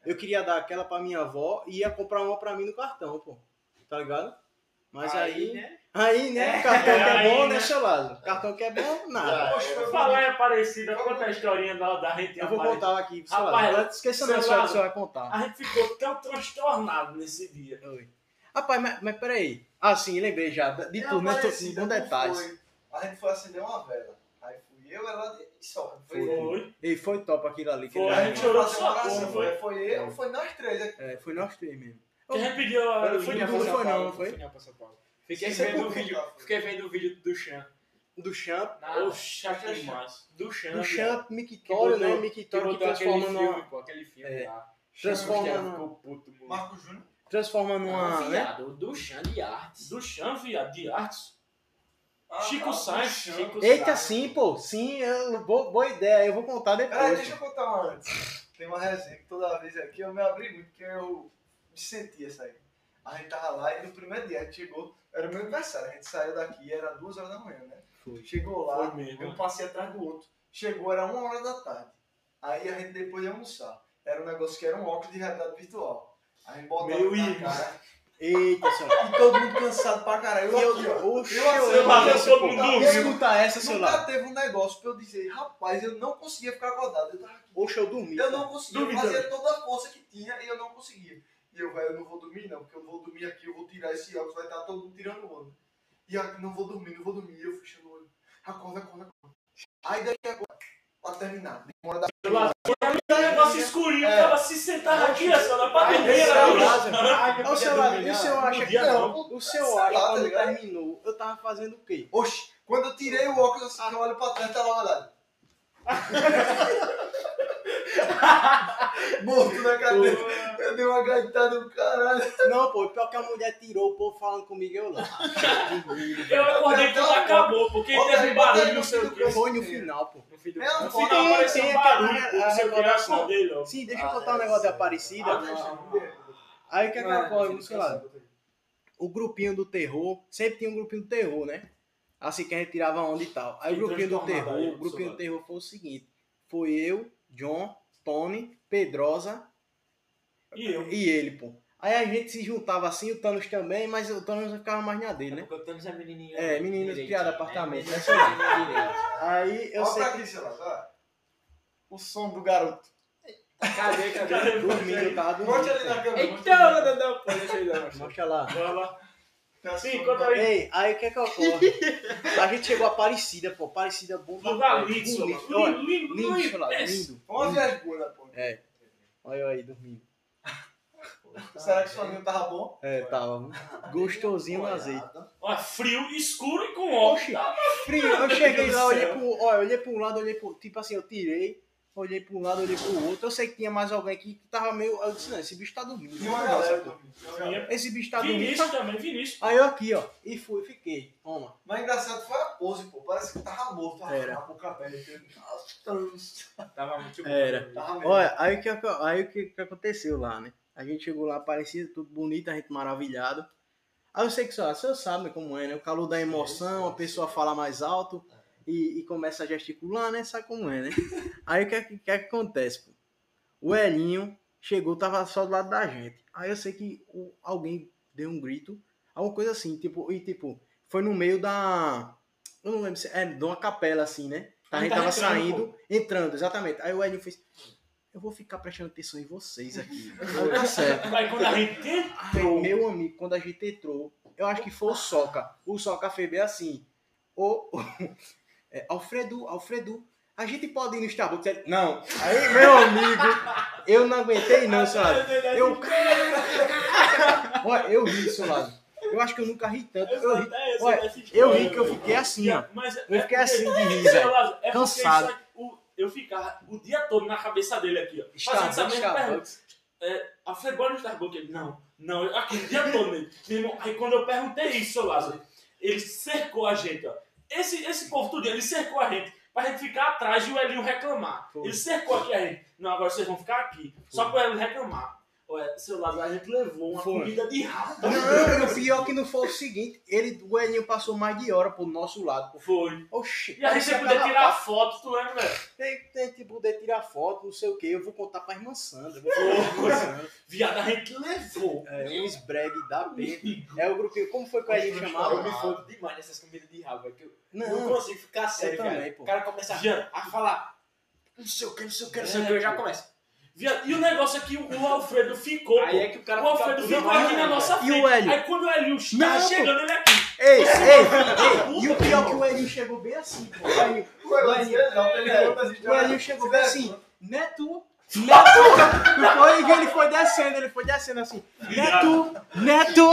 eu queria dar aquela pra minha avó e ia comprar uma pra mim no cartão, pô. Tá ligado? Mas aí, né? aí, né, cartão que é aí, bom, né? né, seu Lázaro? Cartão que é bom, nada. Poxa, foi Falar é parecido, conta a historinha da, da gente. Eu vou rapaz. contar aqui, seu Rapaz, Lázaro. Esqueça seu não, senhora, que Lázaro, você vai contar. A gente ficou tão transtornado nesse dia. Oi. Rapaz, mas, mas peraí. Ah, sim, lembrei já. De É tudo, né? Tô parecida, com não detalhes. foi. A gente foi acender uma vela. Aí fui eu, ela e só. Foi. Foi. Foi. E foi top aquilo ali. que Foi, ele- a gente chorou fazer só uma porra, oração, foi? Foi eu, foi nós três aqui. É, foi nós três mesmo. Que a gente pediu. Eu Foi fui de não, São foi não, Paulo. não foi? Fui não pra São Paulo. Fiquei Sei vendo por o que vídeo, tá, foi. fiquei vendo o vídeo do Chan. Do Champ. Na, Oxe, chato demais. Do Xan. Do Champ que Mictório, botou- né? que Mictório que botou aquele transforma filme, numa. pô, aquele filme É. lá. Transforma Chan, numa- ficou puto, mano. Marco Júnior. Transforma numa. Não, né? viado, do Chan de artes. Do Xan, viado, de artes. Ah, Chico ah, Sainz. Chico. Chico Eita, Sainz. sim, pô. Sim, eu- boa, boa ideia. Eu vou contar Peraí, depois. deixa eu contar uma antes. Tem uma resenha que toda vez aqui eu me abri muito, porque eu me sentia essa aí. A gente tava lá e no primeiro dia a gente chegou, era meu aniversário, a gente saiu daqui, era duas horas da manhã, né? Foi. Chegou lá, Foi mesmo. eu passei atrás do outro. Chegou, era uma hora da tarde. Aí a gente depois ia almoçar. Era um negócio que era um óculos de realidade virtual. A gente botava Meu na irmão. cara. Eita, senhora. E todo mundo cansado pra caralho. E Eu aqui, ó. eu, oxe, Eu eu assim, lembro eu disso, todo pô. mundo dormiu. Escuta essa, seu Nunca lado. teve um negócio pra eu dizer, rapaz, eu não conseguia ficar acordado. Eu tava aqui. Oxe, eu dormi. Eu pô. não conseguia, Dormi eu fazia também. toda a força que tinha e eu não conseguia. E eu, velho, eu não vou dormir não, porque eu vou dormir aqui, eu vou tirar esse óculos, vai estar todo mundo tirando o olho. E eu aqui, não vou dormir, não vou dormir. E eu fechando o olho. Acorda, acorda, acorda. Aí daqui agora, pra terminar, demora da... Um negócio escurinho, É. o cara se sentava aqui, assim, na Ai, padeira. seu né? Lázaro. Ai, Ô, seu Lázaro, e o senhor acha que... Dia Não, não. o senhor Sei acha lá, tá quando ligado? terminou, eu tava fazendo o quê? Oxi, quando eu tirei o óculos assim, que eu olho pra trás, tá lá olhando. Morto na cadeira. Eu dei uma gaitada do caralho. Não, pô, pior que a mulher tirou o povo falando comigo, eu lá. Eu acordei quando acabou, porque Bota teve aí, um bota barulho, aí não no sei o vídeo quê. Foi no final, pô. No fim do É, No não, final tem- apareceu tem um aquela- barulho, pô, a não sei o que, eu recordação. acordei, ó. Sim, deixa eu Ah, contar um é, negócio de sim. Aparecida. Ah, deixa eu ver. Aí o que é que Não, ocorre, não, sei lá, não, o grupinho do terror, sempre tinha um grupinho do terror, né? Assim que a gente tirava onda e tal. Aí o Quem grupinho do transformava terror, aí, o grupinho seu do terror foi o seguinte, foi eu, John, Tony, Pedrosa E eu. e ele, pô. Aí a gente se juntava assim, o Thanos também, mas o Thanos ficava mais na dele, né? Porque o Thanos é menininho. É, meninos direitinho, criados né? apartamento, né? Menininho direito. Aí eu Olha sei pra que aqui, sei lá, olha. O som do garoto. Cadê, cadê? Cadê? dormindo, eu tava dormindo. Bote ali na pô. câmera. Então, não, não, não, pô, deixa eu dar. Mostra lá. Vai lá. Tá Sim, som conta do- aí. Ei, aí o que é que ocorre? A gente chegou a Aparecida, pô. Aparecida bom. Lugar bonito, lindo, bonito. lindo, Olha, lindo, lindo, lindo, sei lá, péssimo. lindo. Foi uma lindo. viagem boa, pô. É. Olha eu aí dormindo. Será que o soninho tava bom? É, tava gostosinho no azeite. Olha, frio, escuro e com óculos. Oxi, frio. Eu cheguei Deus lá, do olhei céu. pro, olha, olhei pro um lado, olhei pro. Tipo assim, eu tirei, olhei pro um lado, olhei pro outro. Eu sei que tinha mais alguém aqui que tava meio. Eu disse, não, esse bicho tá dormindo. E uma galera dormindo. Esse bicho tá dormindo. Vinícius Tá... também, Vinícius. Aí eu aqui, ó. E fui, fiquei. Toma. Mas engraçado foi a pose, pô. Parece que tava morto. Era. A boca aberta. Nossa, Tava muito bom. Era. tava mesmo. Olha, aí o que, aí o que, que aconteceu lá, né? A gente chegou lá, parecia tudo bonito, a gente maravilhado. Aí eu sei que só, você sabe né, como é, né? O calor da emoção, a pessoa fala mais alto e, e começa a gesticular, né? Sabe como é, né? Aí o que, é que, que é que acontece, pô? O Elinho chegou, tava só do lado da gente. Aí eu sei que o- alguém deu um grito, alguma coisa assim, tipo, e tipo, foi no meio da. Eu não lembro se é de uma capela assim, né? A gente Tá tava entrando, saindo, entrando, exatamente. Aí o Elinho fez. Eu vou ficar prestando atenção em vocês aqui. Aí tá certo. Aí quando a gente Ai, entrou, meu amigo, quando a gente entrou, eu acho que foi o Soca. O Soca fez bem assim. O, o- é, Alfredo, Alfredo, a gente pode ir no Starbucks? Ele, não. Aí, meu amigo, eu não aguentei não, seu lado. Eu, olha, eu ri, seu lado. Eu acho que eu nunca ri tanto. Eu ri, É, olha, essa eu história, ri que eu velho. fiquei assim, ó. Mas é Eu fiquei porque- assim de rir, Sei velho. lá, é porque Cansado. isso aí, o- eu ficava o dia todo na cabeça dele aqui, ó. Fazendo Starbucks, essa mesma pergunta. Starbucks. É, a Fê, bora no Starbucks? Ele, não, não, eu- aqui o dia todo nele. Meu irmão, aí quando eu perguntei isso, seu Lázaro, ele cercou a gente, ó. Esse, esse povo todo, ele cercou a gente pra gente ficar atrás e o Elinho reclamar. Foi. Ele cercou aqui a gente. Não, agora vocês vão ficar aqui. Só pra ele reclamar. Olha, seu lado, a gente levou uma Foi. comida de rato. Não, o pior que não foi o seguinte, ele, o Elinho passou mais de hora pro nosso lado. Pô. Foi. Oxi. E a gente parecia poder aquela tirar parte. foto, tu lembra, velho? Tem, tem que poder tirar foto, não sei o que. Eu vou contar pra irmã Sandra. Vou contar pra irmã Sandra. Viado, a gente levou. É, um esbregue da B. É o grupinho. Como foi que o Elinho Eu chamava? me fodo demais nessas comidas de rabo, velho, que eu Não. não consigo ficar sério, também, velho. pô. O cara começa Já. a falar, não sei o que, não sei o que, não sei o É, que, eu já pô. começo. Viado, e o negócio é que o, o Alfredo ficou. Aí pô. é que o cara O Alfredo fica ficou puto, aqui na velho. nossa E frente. o Hélio? Aí quando o Hélio Não, tá pô. chegando, ele aqui. Ei, ei, ei. E o pior é que o Elinho chegou bem assim, pô. O Elinho, o Elinho, o Elinho chegou bem assim. Neto, Neto. Não foi que ele foi descendo, ele foi descendo assim. Neto, Neto.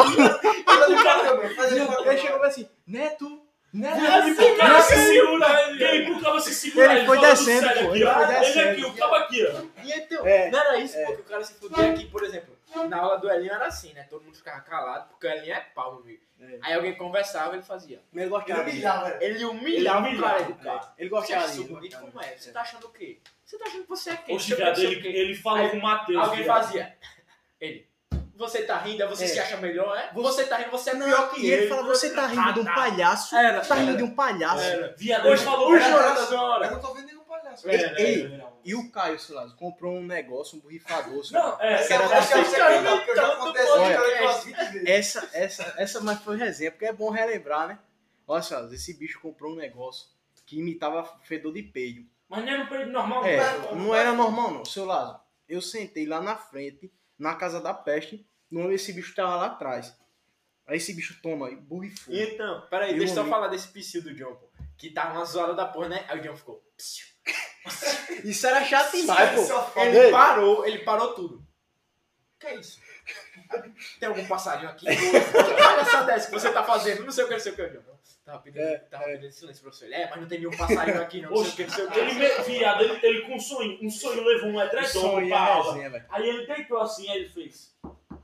Ele chegou bem assim. Neto, Neto. Viado, e pro cara se segura. E aí pro cara se segura. Ele foi fala do descendo, sério pô, aqui, ele ó. foi Ele descendo. aqui, o cabo aqui, ó. E então, É, não era isso, é. porque o cara se fudia aqui, por exemplo, na aula do Elinho era assim, né? Todo mundo ficava calado, porque o Elinho é pau, meu amigo. É. Aí alguém conversava, ele fazia. Ele gostava Ele dele. humilhava, velho. Ele humilhava Ele o cara. humilhava o cara. Ele Você gostava acha isso dele. bonito como é? Você tá achando o quê? Você tá achando que você é quem? Oxe, Não sei o que, viado, não sei o ele, quê. ele falou Aí, com o Matheus. Alguém viado. fazia. Ele. Você tá rindo, aí você É. se acha melhor, é? Você tá rindo, você é Não, pior que e ele ele. fala, você tá rindo de um palhaço? Era, Tá rindo era. de um palhaço? Era. Viado, ele falou Hoje pra era ela da Eu hora. não tô vendo nenhum palhaço. Ei, Era, ei, era, era. E o Caio, sei lá, comprou um negócio, um borrifador. sei Não, lá. é, Essa Era é da a que eu sexta- já vi, porque eu já contei essa Olha, história umas vinte vezes. Essa, essa, essa mais foi resenha, porque é bom relembrar, né? Olha só, esse bicho comprou um negócio que imitava fedor de peido. Mas não era um período normal, É, não. não era normal não, seu Lázaro. Eu sentei lá na frente, na casa da peste, não esse bicho tava lá atrás. Aí esse bicho toma e borrifou. Então, peraí, E deixa eu o só amigo- falar desse psiu do John, pô. Que tava uma zoada da porra, né? Aí o John ficou. Psiu. Isso era chato demais, pô. Só fala. Ele parou, ele parou tudo. O que é isso? Tem algum passarinho aqui? Olha essa dessa que você tá fazendo, não sei o que, não sei o que. Eu, John, tava pedindo, É, tava pedindo silêncio, professor. Ele, é, mas não tem nenhum passarinho aqui, não, não sei o que, não sei o que. Ele, me- viado, ele, ele com um sonho, um sonho levou um edredom Sonho pra é aula. resenha, velho. Aí ele deitou assim, aí ele fez.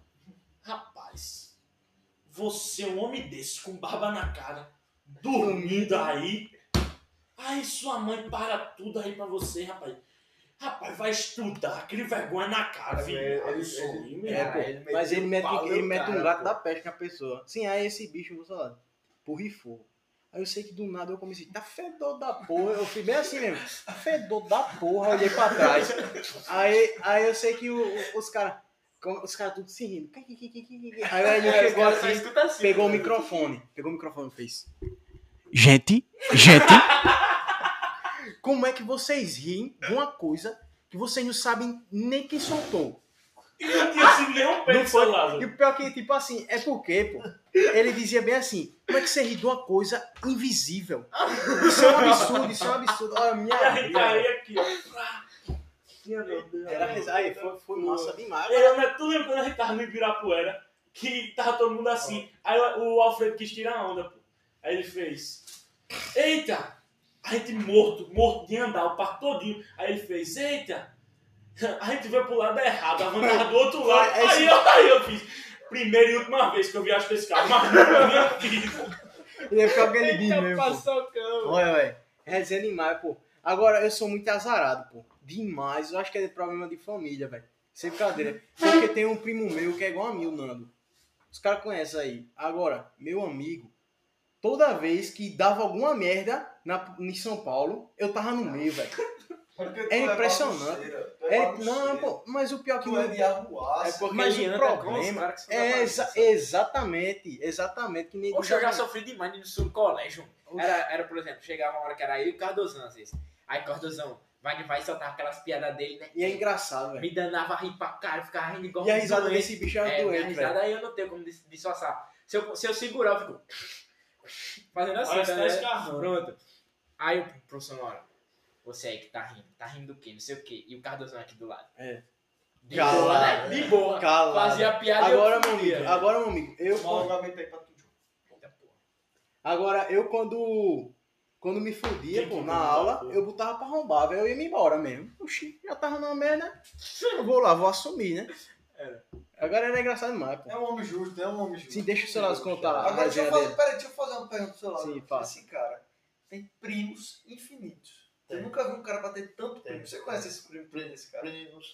Rapaz, você é um homem desse, com barba na cara, dormindo aí. Aí sua mãe para tudo aí pra você, rapaz. Rapaz, vai estudar, aquele vergonha na cara, Ele- viado. ele- Sonho, É, Ah, pô. ele meteu Mas ele o mete, pau ele no mete um cara, gato pô. da peste na pessoa. Sim, aí esse bicho, vou falar, borrifou. Aí eu sei que do nada eu comecei, tá fedor da porra. Eu fui bem assim mesmo, tá fedor da porra, eu olhei pra trás. Aí, aí eu sei que o- o- os caras, os caras tudo se rindo. Aí ele É, os chegou caras só assim, escutam assim, pegou o né? microfone. Pegou o microfone e fez. Gente, gente, como é que vocês riem de uma coisa que vocês não sabem nem quem soltou? E não tinha sido nenhum Não peito, foi. seu Lázaro. E o pior é que, tipo assim, é porque, pô, ele dizia bem assim, como é que você ri de uma coisa invisível? Isso é um absurdo, isso é um absurdo. Olha, minha E a gente vida. aí aqui, ó. Era risa- aí, foi, foi massa demais. Eu, né, tu lembra quando a gente tava no Ibirapuera, que tava todo mundo assim, aí o o Alfredo quis tirar a onda, pô. Aí ele fez, eita, a gente morto, morto de andar, o parque todinho. Aí ele fez, eita, a gente veio pro lado errado, a van tava do outro lado. Foi, esse- Aí eu, aí eu fiz, primeira e última vez que eu viajo com esse carro, mas nunca na minha vida. Ele ia ficar aquele bicho Eita, mesmo, pô. paçocão. Olha, velho, resenha demais, pô. Agora, eu sou muito azarado, pô. Demais. Eu acho que é problema de família, velho. Sem brincadeira. Porque tem um primo meu que é igual a mim, o Nando. Os caras conhecem aí. Agora, meu amigo, toda vez que dava alguma merda na, em São Paulo, eu tava no meio, velho. Porque tu É impressionante. bagunceira, tu é É, bagunceira, não, pô, mas o pior que Tu é de arruaça. É porque Mas ele o anda com os problema caras que são da é bagunça. exa- exatamente, exatamente que nem Poxa, eu já diz a- sofri demais no sul do colégio. Era, era, por exemplo, chegava uma hora que era eu e o Cardozão, às vezes. Aí Cardozão vai, vai soltar aquelas piadas dele, né? E é engraçado, velho. Me danava a rir pra cara, ficava rindo igual E a um risada doente. desse bicho é, É, minha doente, risada velho. aí eu não tenho como dis- disfarçar. Se eu, se eu segurar, eu fico fazendo assim, Parece tá, que tá né? escarrando. Pronto. Aí o professor na hora, você aí que tá rindo, tá rindo do quê? Não sei o quê. E o Cardozão aqui do lado. É. De Calado. boa, né? De boa. Calado. Fazia a piada e Agora, eu meu fugia. amigo, agora, meu amigo, eu... Um alongamento aí pra tu. Eita porra. Agora, eu quando... Quando me fudia, Quem pô, que na não aula, dá, pô? eu botava pra arrombar, velho. Eu ia me embora mesmo. Oxi, já tava na merda. Eu vou lá, vou assumir, né? Era. Agora era engraçado demais, pô. É um homem justo, é um homem justo. Sim, deixa o Celas contar a Agora deixa eu, resenha fazer, dele. peraí, deixa eu fazer uma pergunta pro seu lado. Sim, Porque, faça. assim, cara, tem primos infinitos. Eu Tem. nunca vi um cara bater tanto Tem. primo. Você conhece esse primo, primo desse cara? Primos.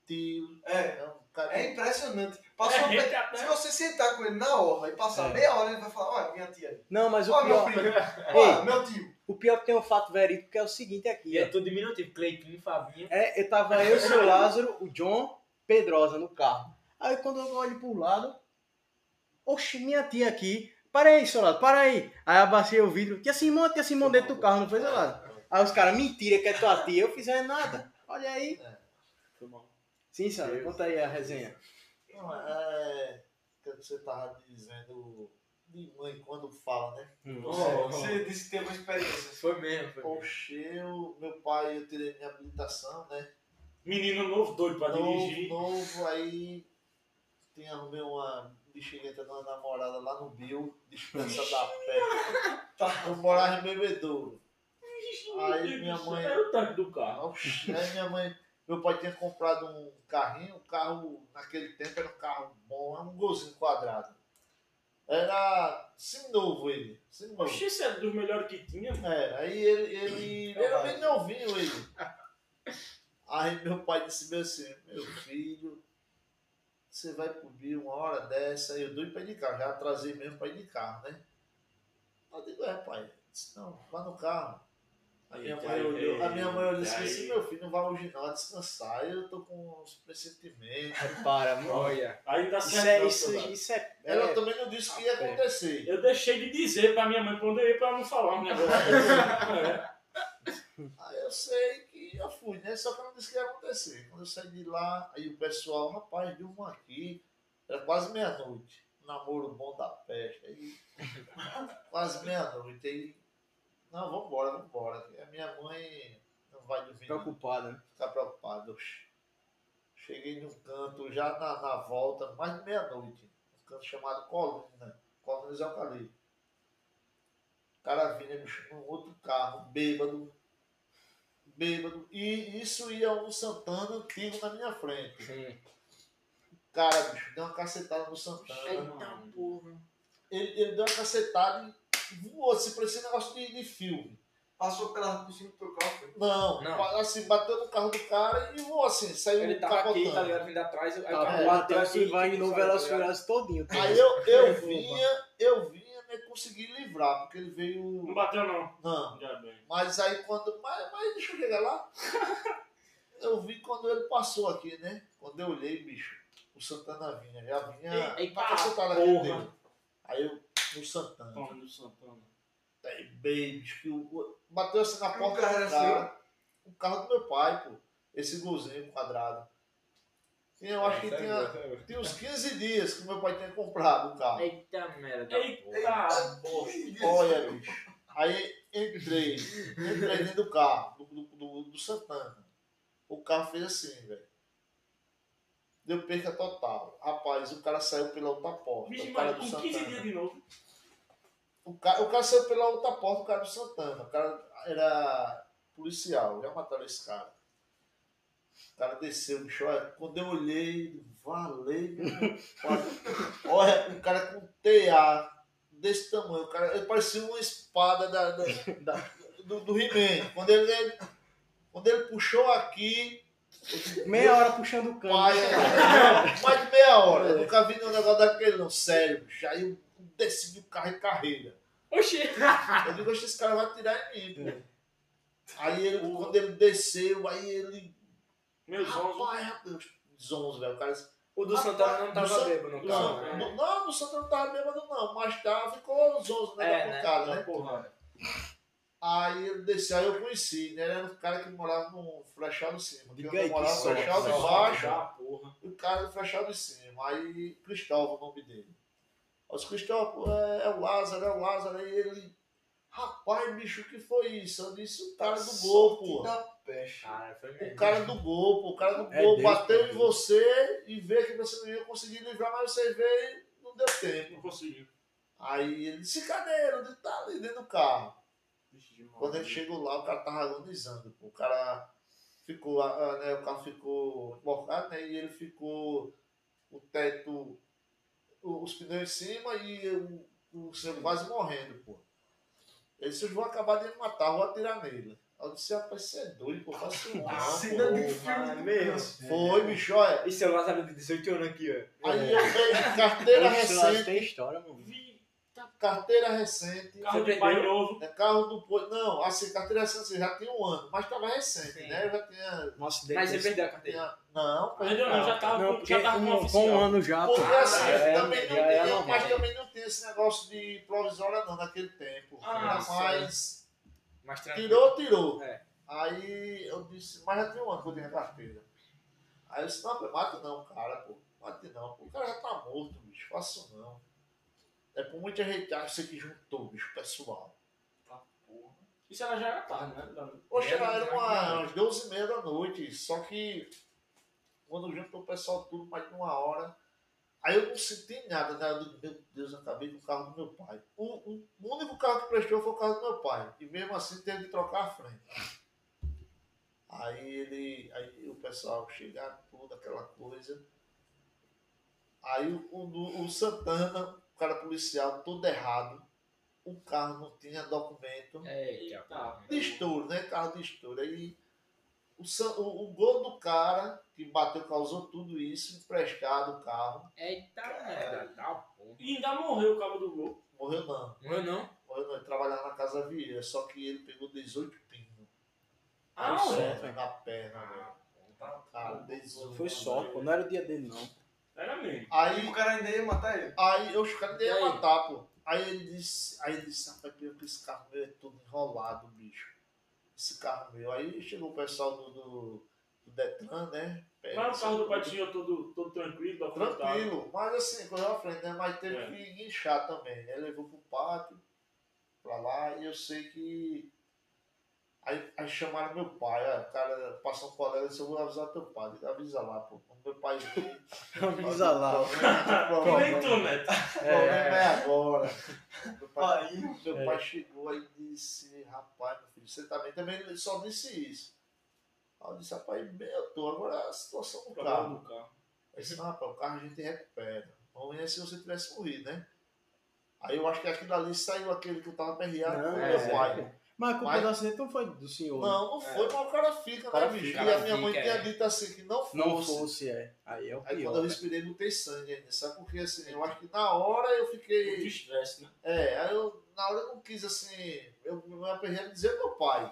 gentil. É, É um cara. é impressionante. Passou É, uma pe- gente, até- Se você sentar com ele na orla e passar É. meia hora, ele vai falar, olha, minha tia aí. Não, mas o Olha, meu pior, primo. Ei. Olha, meu tio. o pior que tem um fato verídico que é o seguinte aqui, E é ó. tudo diminutivo. Cleitinho, Fabinho. É, eu tava eu, o seu Lázaro, o John, Pedrosa no carro. Aí quando eu olho pro lado, oxe, minha tia aqui. Para aí, seu Lázaro, para aí. Aí abaixei o vidro. Tia Simão, tia Simão dentro do carro, não foi, seu Lázaro? Aí os caras, mentira que é tua tia. Eu fiz é nada. Olha aí. Foi mal. Sim, senhora, conta aí a resenha. Não, é. O que você tava dizendo de mãe quando fala, né? Hum. Oh. Você disse que teve uma experiência. Foi mesmo, foi mesmo. Poxa, eu, meu pai, eu tirei minha habilitação, né? Menino novo, doido pra Novo, dirigir. novo, aí tinha arrumei uma bexigueta de uma namorada lá no Bill, dispensa da pé. Eu morava em Bebedouro. Aí minha mãe. Era o tanque do carro. Oxi, aí minha mãe, meu pai tinha comprado um carrinho, um carro, naquele tempo era um carro bom, era um golzinho quadrado. Era seminovo ele, seminovo. Oxi, esse é dos melhores que tinha. mano. Era, aí ele, ele era bem novinho ele. Aí meu pai disse bem assim, meu filho, você vai pro Bill uma hora dessa, aí eu doido pra ir de carro, já atrasei mesmo pra ir de carro, né? Eu digo, é pai, ele disse, não, vá no carro. A minha, Eita, mãe olhou, a minha mãe olhou e disse eita, assim, aí. meu filho, não vai hoje não, a descansar, eu tô com uns pressentimentos. Para, mano. Olha. Aí não dá Isso certo. é, não, isso, soldado. isso é. Ela é- também não disse que ia acontecer. Eu deixei de dizer pra minha mãe quando eu ia pra ela não falar um negócio desse. É. Aí eu sei que eu fui, né? Só que eu não disse que ia acontecer. Quando eu saí de lá, aí o pessoal, rapaz, durmo aqui. Era quase meia-noite. Namoro bom da peste. Aí, quase meia-noite. Aí, não, vambora, vambora. A minha mãe não vai dormir. não. Preocupada, né? Ficar preocupado. Oxi. Cheguei num canto, já na, na volta, mais de meia-noite. Um canto chamado Coluna. Coluna de Eucalipto. O cara vinha num outro carro, bêbado. Bêbado. E isso ia um Santana antigo na minha frente. Sim. Cara, bicho, deu uma cacetada no Santana. Eita porra. Ele, ele deu uma cacetada e voou. Se parecia um negócio de, de filme. Passou pela por cima do teu carro, foi. Não, Não. assim, bateu no carro do cara e voou assim, saiu Ele tava aqui, capotando. tá ligado? Vindo atrás, aí o Tá, carro é, bateu bateu aqui e vai e no saiu, tá Velas ligado? Furiosos todinho. Aí eu, eu vinha, eu vinha, né, consegui livrar, porque ele Não veio. bateu, não. Não. Já bem. Mas aí quando. Mas, mas deixa eu chegar lá. Eu vi quando ele passou aqui, né? Quando eu olhei, bicho, o Santana vinha, já vinha. Eita pra cacetada porra. aqui dele. Aí eu, no Santana. Toma do Santana. Aí, bem, bicho, que o- bateu assim na O porta carro do era cara. O carro do meu pai, pô. Esse golzinho quadrado. E eu acho que tinha, tinha uns quinze dias que meu pai tinha comprado o carro. Eita merda. Eita, porra. Olha, bicho. Aí entrei, entrei dentro do carro, do, do, do, do Santana. O carro fez assim, velho. Deu perca total. Rapaz, o cara saiu pela outra porta. Vixe, O cara mas do com quinze Santana. dias de novo. O cara, o cara saiu pela outra porta, o cara do Santana. O cara era policial, já mataram esse cara. O cara desceu, bicho. Olha, quando eu olhei, valei. Olha, o cara com T A desse tamanho. O cara, ele parecia uma espada da, da, da- do, do He-Man. Quando ele, ele- quando ele puxou aqui, Meia hora puxando o cano. pai, não, mais de meia hora. Eu nunca vi um negócio daquele, não. Sério, bicho. Aí eu desci do carro em carreira. Oxi. Eu digo, "Oxe, esse cara vai tirar em mim, pô." Aí ele, quando ele desceu, aí ele. Meus onze. Rapaz, rapaz, zonzo, velho. O cara disse, O do Rapaz, Santana não do tava San- bêbado no do carro, Santana. né? não, não, no Santana não tava bêbado, não. Mas tava, ficou zonzo, né? É, da né? pancada, né? Porra. Aí ele desceu, aí eu conheci, né? Ele era um cara que morava no Flechado de cima. Diga Que aí, eu morava que no sorte, Flechado de sorte. baixo. Já, porra. E o cara do Flechado de cima. Aí Cristóvão, o nome dele. Aí os Cristóvão, é, é o Lázaro, é o Lázaro. Aí ele, rapaz, bicho, o que foi isso? Eu disse, o cara do gol, pô. Da peste. Cara, foi O mesmo. cara do gol, pô. O cara do É gol Deus, bateu é em Deus. você e vê que você não ia conseguir livrar, mas você veio e não deu tempo. Não conseguiu. Aí ele disse, cadê ele? Ele tá ali dentro do carro. Vixe, demais. Quando ele chegou lá, o cara tava agonizando, pô. O cara ficou, ah, ah, né, o carro ficou emborcado, né? E ele ficou, o teto, o- os pneus em cima e o, o seu quase morrendo, pô. Ele disse, eu vou acabar de me matar, vou atirar nele. Eu disse, rapaz, você é doido, pô, faço não. Cena de Porra, filme do mesmo. Deus. Foi, bicho, olha. Isso é o vazamento de dezoito anos aqui, ó. Aí eu peguei carteira Oxe, lá recente, tem história, mano. Vi carteira recente, carro Você de pai perdeu? novo. né, carro do posto. Não, assim, carteira recente assim, já tinha um ano, mas estava recente, Sim. né? Eu já tinha. Um acidente Mas você desse. perdeu a carteira. tinha não, Ainda não, já tava, Não, com, porque já tava com um um, com oficial. um ano já, pô. Porque assim, é, também não já é tinha, normal. mas também não tinha esse negócio de provisória não naquele tempo. Ah, Era sim. mais. Mais tranquilo. Tirou, tirou. É. Aí eu disse, mas já tinha um ano que eu tinha carteira. Aí eu disse, não, pô, mata não, cara, pô. Mate não, pô. O cara já tá morto, bicho. Faço não. É por muita gente acha que juntou, bicho, pessoal. Tá, porra. Isso ela já era tarde, né? Poxa, Era era tarde, uma, umas doze e meia da noite. Só que quando juntou o pessoal tudo, mais de uma hora. Aí eu não senti nada, né? Eu digo, meu Deus, eu acabei com o carro do meu pai. O, o, o único carro que prestou foi o carro do meu pai. E mesmo assim teve de trocar a frente. Aí ele. Aí o pessoal chegar, tudo, aquela coisa. Aí o, o, o Santana, o cara policial, todo errado. O carro não tinha documento. Eita, porra. De estouro, né? Carro de estouro. Aí o, San- o, o gol do cara que bateu, causou tudo isso, emprestado o carro. Eita, merda. Tá, porra. E ainda morreu o cabo do gol. Morreu não. Morreu não? Morreu não. Ele trabalhava na Casa Vieira, só que ele pegou dezoito pinos. Ah, Foi ué. só. Né, na perna, velho. Cara, dezoito. Foi só, pô. Não era o dia dele, não. Era mesmo. E Aí, o cara ainda ia matar ele. aí eu, os caras nem E ia aí? matar, pô. Aí ele disse, aí ele disse, rapaz, pior que esse carro meu é todo enrolado, bicho. Esse carro meu. Aí chegou o pessoal do, do, do Detran, né? Mas o carro do Patinho todo, todo tranquilo, documentado. Tranquilo, mas assim, correu à frente, né? Mas teve É. que guinchar também, né? Levou pro pátio, pra lá, e eu sei que. Aí, aí chamaram meu pai, ó, o cara passou um colega e disse, eu vou avisar teu pai. Ele avisa lá, pô. Quando meu pai veio. Avisa lá. O problema, Nem tu, né? o problema é agora. Meu pai, Aí, meu É. pai chegou aí e disse, rapaz, meu filho, você também, também ele só disse isso. Aí eu disse, rapaz, bem, eu tô, agora a situação do Problema carro. do carro. Aí disse, não, rapaz, o carro a gente recupera. Vamos ver se você tivesse morrido, né? Aí eu acho que aquilo ali saiu aquele que eu tava perreado Não, com o é, meu pai. é. Mas a culpa Mas- do acidente não foi do senhor. Não, não foi, mas o cara fica, O cara né, bicho? fica, E a cara minha mãe fica, tinha é. dito assim que não fosse. Não fosse, é. Aí é o Aí pior. quando eu cara. respirei, botei sangue ainda. Sabe por quê? Assim, eu acho que na hora eu Muito fiquei. estresse, né? É, aí eu, na hora eu não quis assim. Eu me aperrei a dizer meu pai.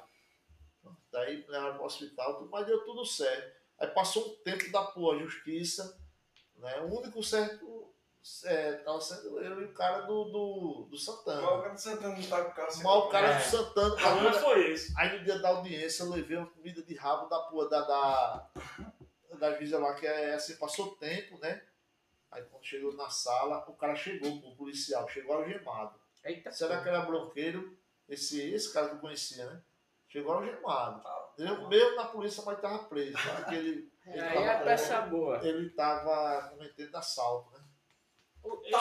Daí me levaram para o hospital, tudo, mas deu tudo certo. Aí passou um tempo da pô, justiça, né? O único certo estava sendo eu e o cara do, do, do o Santana. cara do Santana não tá com o carro sem Mas o cara É. do Santana. O problema Agora, foi esse. aí no dia da audiência eu levei uma comida de rabo da porra da, da, da juíza lá, que é assim, passou tempo, né? Aí quando chegou na sala, o cara chegou, o policial, chegou algemado. Eita, Será que era bronqueiro? Esse, esse cara que eu conhecia, né? Chegou algemado. Ah, Entendeu? Mesmo na polícia, mas tava preso. Tá? Porque ele, ele, Aí é a tava, peça boa. ele tava cometendo assalto, né? Tá,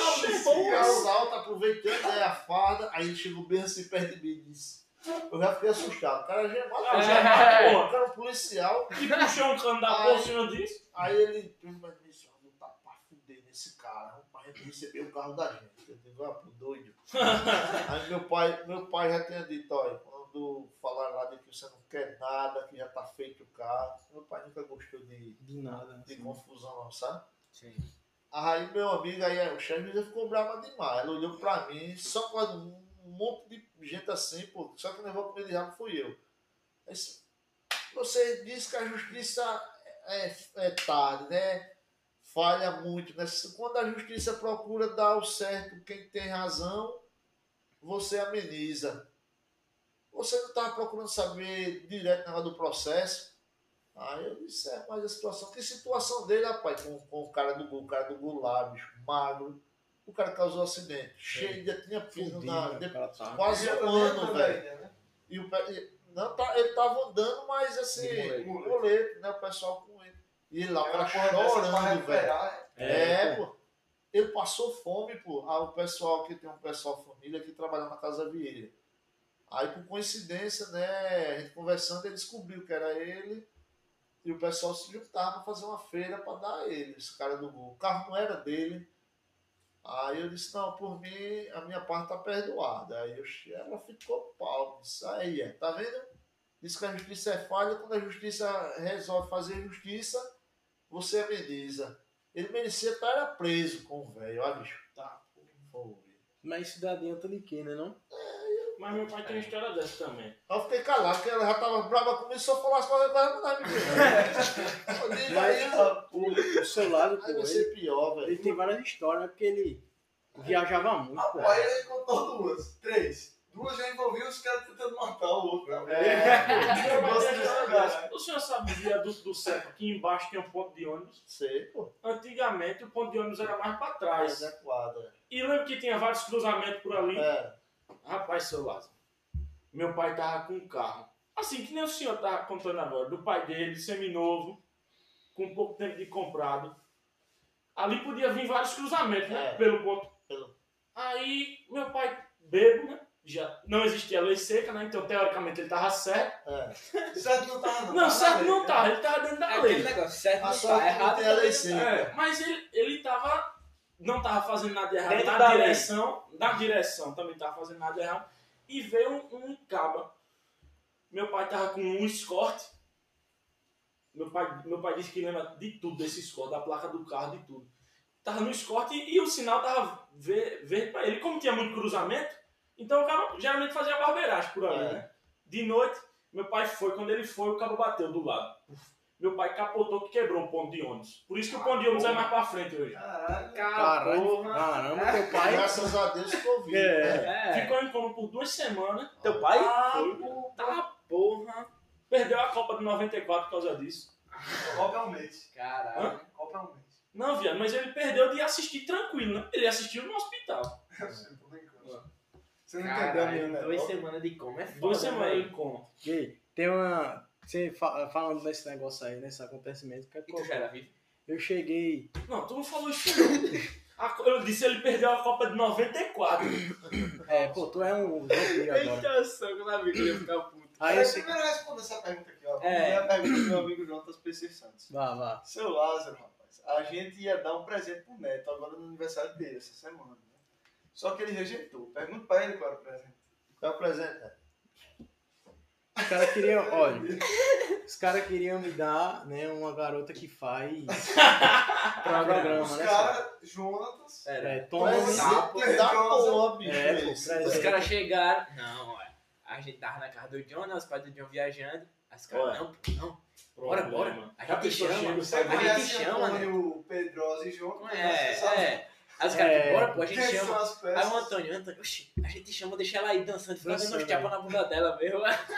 O assalto, aproveitando né, a farda, aí ele chegou bem assim perto de mim e disse. Eu já fiquei assustado. O cara algemado, Ah, já é. porra, o cara é um policial. E puxou um cano da Ai. porra, o senhor disse? Aí ele mas me disse, eu vou tá pra fuder nesse cara, pra gente receber o carro da gente. Eu digo, ah, pô, doido. Aí meu pai, meu pai já tinha dito, olha, quando falar lá de que você não quer nada, que já tá feito o carro, meu pai nunca gostou de, De nada. de assim. confusão não, sabe? Sim. Aí meu amigo, aí o chefe já ficou bravo demais. Ele olhou pra mim, só com um monte de gente assim, pô, só que levou comer de rabo fui eu. Aí, disse, você disse que a justiça é, é tarde, né? Falha muito, né? Quando a justiça procura dar o certo, quem tem razão, você ameniza. Você não estava procurando saber direto o negócio do processo? Aí eu disse, é, mas a situação, que situação dele, rapaz, com, com o cara do gol, o cara do gol lá, bicho, magro, o cara causou um acidente, cheio, já tinha pino Fudido, na, né? de- O cara tá. quase já um tá ano, andando velho. ainda, né? E o pé- e- não, tá, ele tava andando, mas assim, De muleta. muleta, né? O pessoal com ele. E ele lá, o cara Aquela porra dessa pra chorando, velho. recuperar, É, pô. Ele passou fome, pô. Ah, o pessoal que tem um pessoal família que trabalha na Casa Vieira. Aí, por coincidência, né, a gente conversando, ele descobriu que era ele e o pessoal se juntava para fazer uma feira para dar a ele, esse cara do gol. O carro não era dele. Aí eu disse, não, por mim, a minha parte tá perdoada. Aí eu, ela ficou pau. Disse, aí, é, tá vendo? Diz que a justiça é falha, quando a justiça resolve fazer justiça, você ameniza. Ele merecia estar preso com o velho, ó, bicho. Tá. Foi. Mas isso dá adianta de quê, né não? Mas meu pai tem uma história dessa também. Aí eu fiquei calado, porque ela já tava brava comigo, se eu falasse qualquer coisa, não dava me ver. Mas ó, o, o seu lado, pô, Aí vai ele, ser pior, ele velho. tem várias histórias, né? Porque ele viajava muito, pô. Rapaz, ele contou duas, três. Duas já envolviam os caras tentando matar o outro. É, Eu gosto desse lugar. O senhor sabe o viaduto do Cepa, aqui embaixo tem um ponto de ônibus? sei, pô. Antigamente o ponto de ônibus era mais pra trás. Mas é quadra. E lembra que tinha vários cruzamentos por ali? É, Rapaz, seu Lázaro, meu pai tava com um carro. Assim, que nem o senhor tava contando agora, do pai dele, seminovo, com pouco tempo de comprado. Ali podia vir vários cruzamentos, né? É. Pelo ponto. Pelo- Aí, meu pai, bebo, né? Já não existia lei seca, né? Então, teoricamente, ele tava certo. é. Certo não tava, não. Não, certo não tava, ele tava dentro É da aquele lei. negócio, certo A não sorte tá, que errado tem a lei também seca. não tá. É, mas ele, ele tava. Não tava fazendo nada errado Dentro na da lei. direção. Na direção também tava fazendo nada errado. E veio um, um caba. Meu pai tava com um Escort. Meu pai, meu pai disse que lembra de tudo desse Escort, da placa do carro, de tudo. Tava no Escort e, e o sinal tava ver- verde pra ele. Como tinha muito cruzamento, então o cabo geralmente fazia barbeiragem por ali, É. né? De noite, meu pai foi. Quando ele foi, o cabo bateu do lado. Meu pai capotou que quebrou o ponto de ônibus. Por isso que o ponto de ônibus é mais pra frente hoje. Caralho. Caralho, caramba, teu pai. Graças a Deus ficou vivo. É. né? É. Ficou em coma por duas semanas. Teu pai? Foi. Tá porra. Perdeu a Copa de noventa e quatro por causa disso. Copa é um mês. Caralho. Copa é um mês. Não, viado, mas ele perdeu de assistir tranquilo, né? Ele assistiu no hospital. Eu sei, tô brincando. Você não entendeu a minha Caralho, duas negócio? semanas de coma é foda, Duas semanas velho. em coma. E aí, tem uma. Você fa- falando desse negócio aí, nesse acontecimento, que é E tu já era vivo? eu cheguei. Não, tu não falou isso não. A co- Eu disse ele perdeu a Copa de noventa e quatro. É, pô, tu é um vampiro agora. Eita, só que eu sabia que eu ia ficar puto. Aí Aí eu eu sei. primeiro responder essa pergunta aqui, ó. É. É a pergunta do meu amigo Jonas P C Santos. Vá, vá. Seu Lázaro, rapaz, a gente ia dar um presente pro Neto agora no aniversário dele, essa semana. Né? Só que ele rejeitou. Pergunta pra ele qual era o presente. Qual é o presente? Os caras queriam, olha, os caras queriam me dar, né, uma garota que faz programa, Os né? caras, Jonatas, Era. É, toma Presente. sapo. Presente da porra, bicho. É, pô, esse. presente. Os caras chegaram. Não, ué. A gente tava na casa do John, né, os pais do John viajando. As caras, Ué. não, pô, não. Bora, bora. Problema. A Já gente pensou, chama. chega, você sai A gente conhece chama, Antônio, Pedrosa e João, É, você sabe é. Aí os caras, É. bora, pô, a gente quem chama. são as Aí peças. o Antônio, Antônio, oxi, a gente chama, deixa ela aí dançando, fica dando uns Dançando, chapas né? na bunda dela mesmo.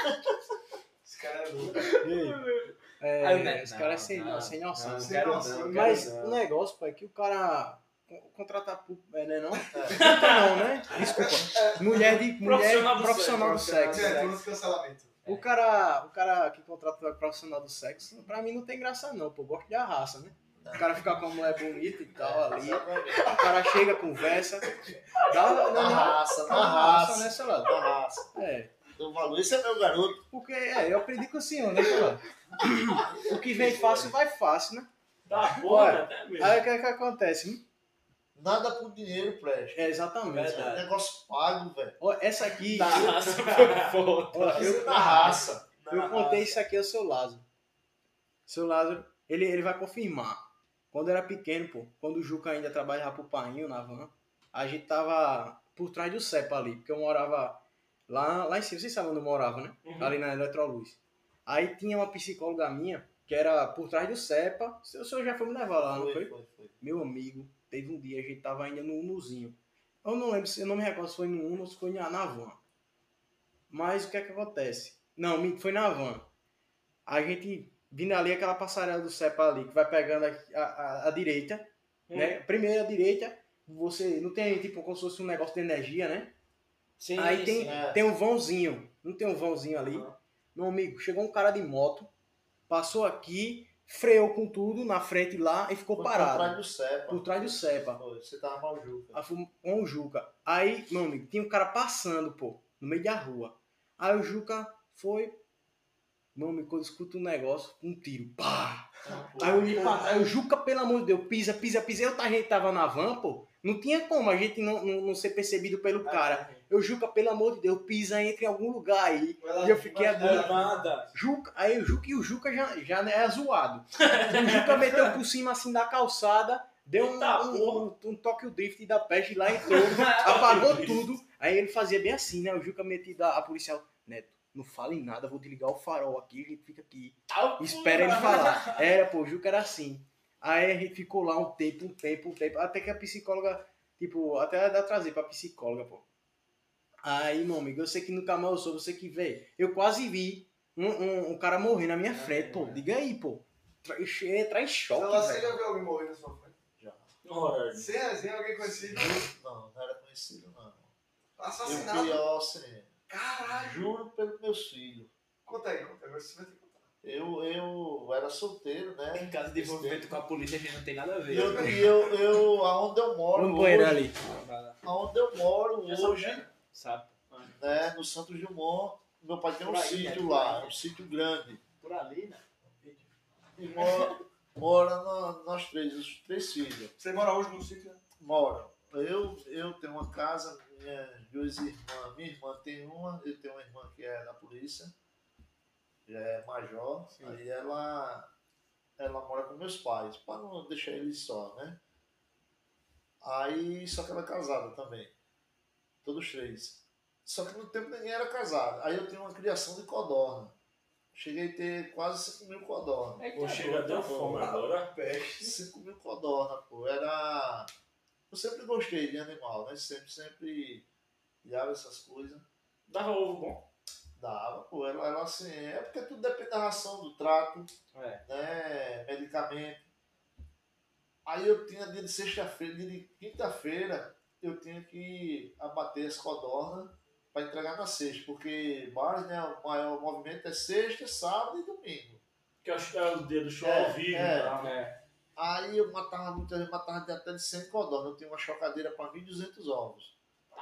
Esse cara é louco. E aí? É, Aí o Neto, os caras não, sem, não, sem noção. não, Sem quero noção, não, Mas quero o não. negócio, pai, é que o cara co- contratar por. É, né, não? Puta não, né? Desculpa. Mulher de. Mulher Profissional do profissional do sexo, sexo. É, todo cancelamento. O cara, o cara que contrata profissional do sexo, pra mim não tem graça não, pô. Eu gosto de arraça, né? O cara ficar com a mulher bonita e tal ali. O cara chega, conversa. Dá, não, Na não, raça, dá na raça. né, sei lá. Na raça. É. Dou valor. Esse é meu garoto. Porque, é, eu aprendi com o senhor, né, sei lá. O que vem fácil, vai fácil, né? Tá porra, Olha, até mesmo. Aí o que, que acontece? hum? Nada por dinheiro presta. É, exatamente. É um negócio pago, velho. Ó, essa aqui, Da raça foi foda. ó, Isso eu, é na raça. eu contei isso aqui ao seu Lázaro. Seu Lázaro, ele, ele vai confirmar. Quando eu era pequeno, pô, quando o Juca ainda trabalhava pro Painho na van, a gente tava por trás do Cepa ali, porque eu morava lá, lá em cima, vocês sabem onde eu morava, né? Uhum. Ali na Eletroluz. Aí tinha uma psicóloga minha, que era por trás do Cepa. O senhor já foi me levar lá, não Foi, foi? foi, foi. Meu amigo, teve um dia, a gente tava ainda no Unozinho. Eu não lembro, se- eu não me recordo se foi no Uno ou se foi na, na van. Mas o que é que acontece? Não, me- foi na van. A gente, vindo ali, aquela passarela do Cepa ali, que vai pegando a, a, a- a direita, Hum. né? Primeira direita, você não tem, tipo, como se fosse um negócio de energia, né? Sim, Aí tem, sim. É. tem um vãozinho. Não tem um vãozinho ali? Uhum. Meu amigo, chegou um cara de moto, passou aqui, freou com tudo na frente lá e ficou Foi por parado. trás do Cepa. Por trás do Cepa. Foi, você tava mal Juca. Aí fui com o Juca. Aí, meu amigo, tinha um cara passando, pô, no meio da rua. Aí o Juca foi. Meu amigo, quando eu escuto um negócio, um tiro. Pá! Aí eu olhei pra trás, o Juca, pelo amor de Deus, pisa, pisa, pisa. Eu, a gente tava na van, pô. Não tinha como a gente não, não, não ser percebido pelo cara. Eu, Juca, pelo amor de Deus, pisa, entra em algum lugar aí. E eu fiquei Não agora. nada. Juca, aí o Juca e o Juca já, já é zoado. O Juca meteu por cima assim da calçada, deu um, Eita, um, um, um toque o drift da peste lá, entrou, apagou tudo. Aí ele fazia bem assim, né? O Juca metido a, a policial. Neto, não fale nada, vou desligar o farol aqui, a gente fica aqui. Espera ele falar. Era, pô, o Juca era assim. Aí a gente ficou lá um tempo, um tempo, um tempo, até que a psicóloga, tipo, até dá trazer pra psicóloga, pô. Aí, meu amigo, eu sei que nunca mais eu sou, você que vê. Eu quase vi um, um, um cara morrer na minha frente, pô. Diga aí, pô. Tra- Entrar em choque, Sei lá, você velho. já viu alguém morrer na sua frente? Já. Ora, Sem resenha, alguém conhecido? Não, não era conhecido, não. E o Assassinado. pior, assim, Caralho. juro pelos meus filhos. Conta aí, conta aí. Agora você vai ter que contar. Eu, eu era solteiro, né? Em caso de envolvimento com a polícia, a gente não tem nada a ver. E eu, e eu, eu, aonde eu moro Vamos banheiro hoje, ali. aonde eu moro Já sabe hoje, Sabe? né, no Santos Dumont, meu pai tem um Por aí, sítio né? lá, um sítio grande. Por ali, né? E mora, mora no- nós três, os três filhos. Você mora hoje no sítio, né? Moram. Eu, eu tenho uma casa, minhas duas irmãs, minha irmã tem uma, eu tenho uma irmã que é da polícia, já é major, aí ela, ela mora com meus pais, para não deixar eles só, né? Aí, só que ela é casada também, todos três. Só que no tempo ninguém era casado. Aí eu tenho uma criação de codorna. Cheguei a ter quase cinco mil codorna. Pô, chega deu fome agora. Peste. cinco mil codorna, pô. Era. Eu sempre gostei de animal, né? Sempre, sempre criava essas coisas. Dava ovo bom. Dava, pô. Ela, ela assim. É porque tudo depende da ração, do trato, É. né? Medicamento. Aí eu tinha dia de sexta-feira, dia de quinta-feira, eu tinha que abater as codornas para entregar na sexta, porque bares, né, o maior movimento é sexta, sábado e domingo. Que acho que é o dia do show É, ao vivo. é. Tá? É. Aí eu matava muitas vezes, matava de até de cem codornas. Eu tinha uma chocadeira para mil e duzentos ovos.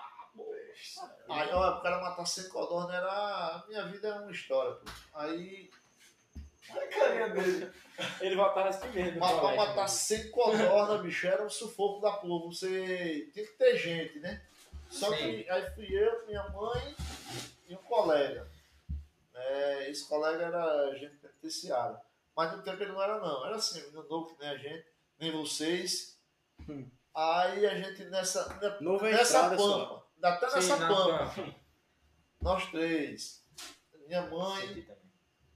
Aí, ó, o cara matar cem codornas era. A minha vida é uma história, pô. Aí, Olha a carinha dele. Ele voltava assim mesmo. mas no pra colégio, matar né? cem codornas, bicho, era um sufoco da porra. Você tinha que ter gente, né? Só Sim. que aí fui eu, minha mãe e um colega. É, esse colega era agente penitenciário. Mas no tempo ele não era não. Era assim, menino novo que nem a gente, nem vocês. Hum. Aí a gente nessa, Novo é nessa estrada pampa, só. até Sim, nessa na pampa, Pampa. nós três. Minha mãe, Senti também.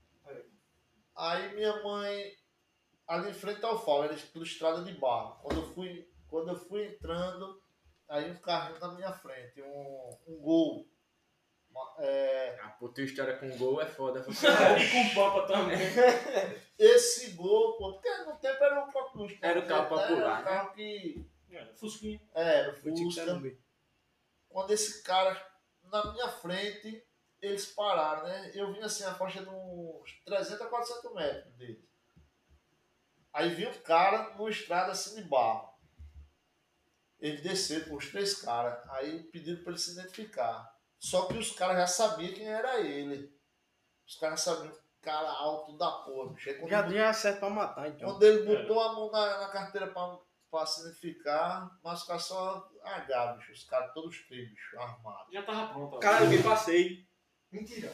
aí minha mãe, ali em frente ao Fal, era tudo estrada de barro. Quando eu fui, quando eu fui entrando, aí um carrinho na minha frente, um, um gol. Uma- é, Ah, pô, tua história com gol é foda. Você E com pampa também. esse gol, pô, porque no tempo era um coqueluche. Era o carro popular, Era um carro que. É, Fusquinha. É, era o Foi Fusca. Tic-Tac. Quando esse cara, na minha frente, eles pararam, né? Eu vim assim, a faixa de uns trezentos a quatrocentos metros dele. Aí vi um cara numa estrada assim de barro. Eles desceram com os três caras. Aí pediram para ele se identificar. Só que os caras já sabiam quem era ele. Os caras sabiam, cara alto da porra, bicho. Aí quando Já, ele- já é certo pra matar, então. Quando ele botou a mão na, na carteira pra, pra se identificar, mas os caras só H, bicho. Os caras todos três, bicho, armados. Já tava pronto. ó. Caralho, eu passei. Mentira.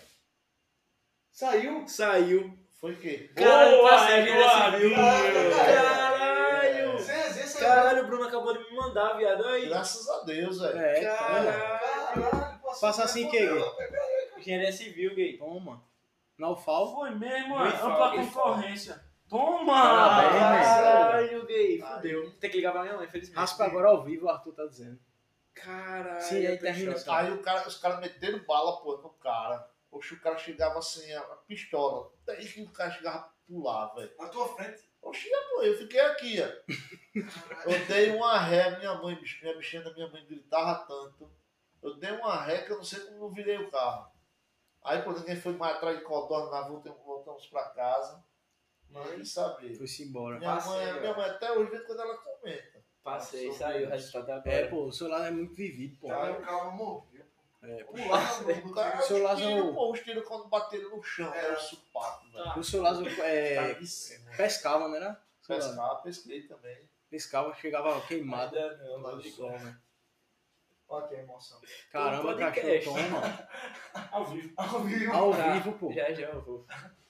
Saiu. Saiu. Foi o quê? Caralho, Boa, passei aqui Eduardinho. nesse vídeo. Caralho. Sem resenha, sem Caralho, o Bruno acabou de me mandar, viado. Aí. Graças a Deus, velho. É, toma. Caralho, passou Faça assim, que gay? Engenharia civil, gay. Toma. Na U F A L. Foi mesmo, Foi mano. foda, Ampla foi concorrência. Toma! Parabéns, Caralho, gay. Ai. Fudeu. Tem que ligar pra minha mãe, infelizmente. Raspa agora ao vivo, o Arthur tá dizendo. Caralho. Sim, aí eu termina tô essa- Aí o cara, os caras meteram bala, pô, no cara. Oxe, o cara chegava assim, a, a pistola. Daí que o cara chegava a pular, velho. Na tua frente. Oxe, pô, eu fiquei aqui, ó. Eu dei uma ré, minha mãe, bicho, minha bichinha da minha mãe gritava tanto. Eu dei uma ré que eu não sei como não virei o carro. Aí, pô, ninguém foi mais atrás de codorna, nós voltamos, voltamos pra casa. Mas saber. Foi-se embora. Minha Passei, mãe, ó. minha mãe até hoje vê quando ela comenta. Passei, saiu o resultado agora. É, pô, o seu lado é muito vivido, pô. Cara, o carro morreu. É, pô. Pular no O cara, Seu os Lázaro- tiros, pô, os tiros quando bateram no chão, É. era o supato, velho. O seu Lázaro é, Caríssimo. pescava, não era? Seu Lázaro. Pescar, pesquei também. piscava, chegava queimado. Nada não, Lá mano. do sol, né? Olha que emoção. Caramba, Um cachorro, podcast. toma. Ao vivo. Ao vivo. Ao Tá, vivo, pô. Já já eu vou.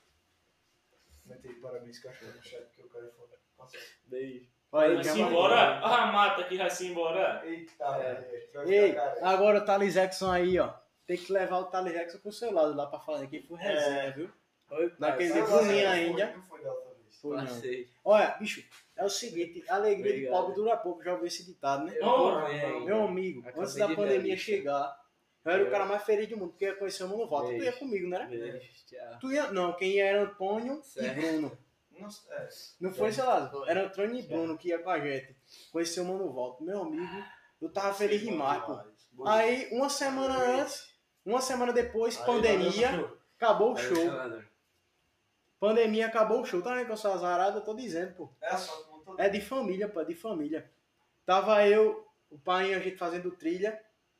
Mete aí, parabéns, cachorro, no chat, porque o cara é foda. Nossa. Beijo. Olha, Vai já se vai- embora? Olha a mata aqui, vai se embora. Eita, É. velho. Vai Ei, ficar careca. agora o Thales Jackson aí, ó. Tem que levar o Thales Jackson pro seu lado lá pra falar que foi É. resenha, viu? Oi, Naquele pai. Não, Bruninho não, ainda. Não foi da outra vez. Foi não. Passei. Olha, bicho, é o seguinte, a alegria Obrigado. de pobre dura pouco, já ouvi esse ditado, né? Eu Oh, vou ver ainda. Meu amigo, Acabei antes da de pandemia ver, chegar, eu era o Eu- cara mais feliz do mundo, porque ia conhecer o Mano Volta. Tu ia Beijo. comigo, né? Beijo, tchau. Tu ia, não, quem ia era Antônio Certo. e Bruno. Nossa, é. Não foi, sei lá, Foi. era Antônio e Bruno que ia com a gente. Conhecer o Mano Volta. Meu amigo, eu tava feliz demais, pô. Aí, uma semana antes, uma semana depois, Aí, pandemia, valeu, acabou o Aí, show. senador. Pandemia, acabou o show. Tá vendo que eu sou azarado? Eu tô dizendo, pô. É a sorte do mundo. É de família, pô, é de família. Tava eu, o pai e a gente fazendo trilha.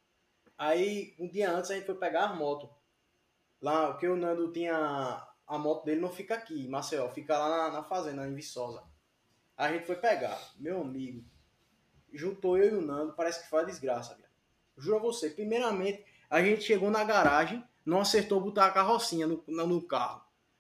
Aí, um dia antes, a gente foi pegar a moto. Lá, porque o Nando tinha... A moto dele não fica aqui, em Maceió. Fica lá na, na fazenda, em Viçosa. Aí a gente foi pegar. Meu amigo. Juntou eu e o Nando. Parece que foi a desgraça, velho. Juro a você. Primeiramente, a gente chegou na garagem. Não acertou botar a carrocinha no, no, no carro.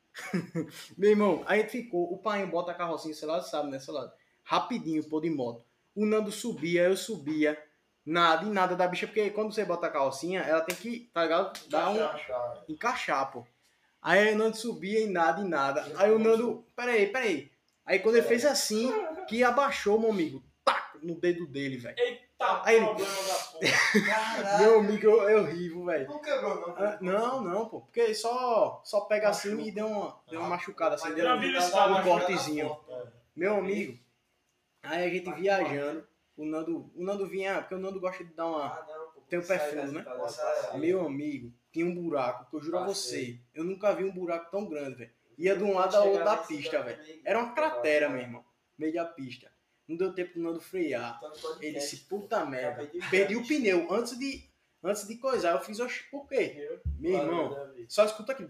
Meu irmão, a gente ficou. O pai bota a carrocinha, sei lá, sabe, né? Sei lá. Rapidinho, pô, de moto. O Nando subia, eu subia. Nada e nada da bicha, porque quando você bota a calcinha, ela tem que, tá ligado? Dar um, Achar. encaixar, pô. Aí o Nando subia e nada e nada. Aí o Nando, peraí, peraí. Aí quando ele fez assim, que abaixou, meu amigo, tac, no dedo dele, velho. Eita, Aí ele- problema da porra. Caralho. Meu amigo, eu, eu rivo, velho. Não quebrou, não. Ah, Não, não, pô. Porque só, só pega assim e deu uma, deu uma machucada assim, deu Já um, viram esse um cara cortezinho. Meu amigo, aí a gente viajando, o Nando, o Nando vinha, porque o Nando gosta de dar uma... Ah, não, pô. Tem um Sai perfume, dessa né? cidade, Nossa, eu passei. Meu amigo, tinha um buraco, que eu juro a Passei. você, eu nunca vi um buraco tão grande, velho. Ia de um lado ao outro da pista, velho. Era uma cratera, meu irmão, meio da pista. Não deu tempo do Nando frear. Ele disse, puta merda, perdi o pneu antes de, antes de coisar. Eu fiz, oxe, por quê? Meu irmão, só escuta aqui.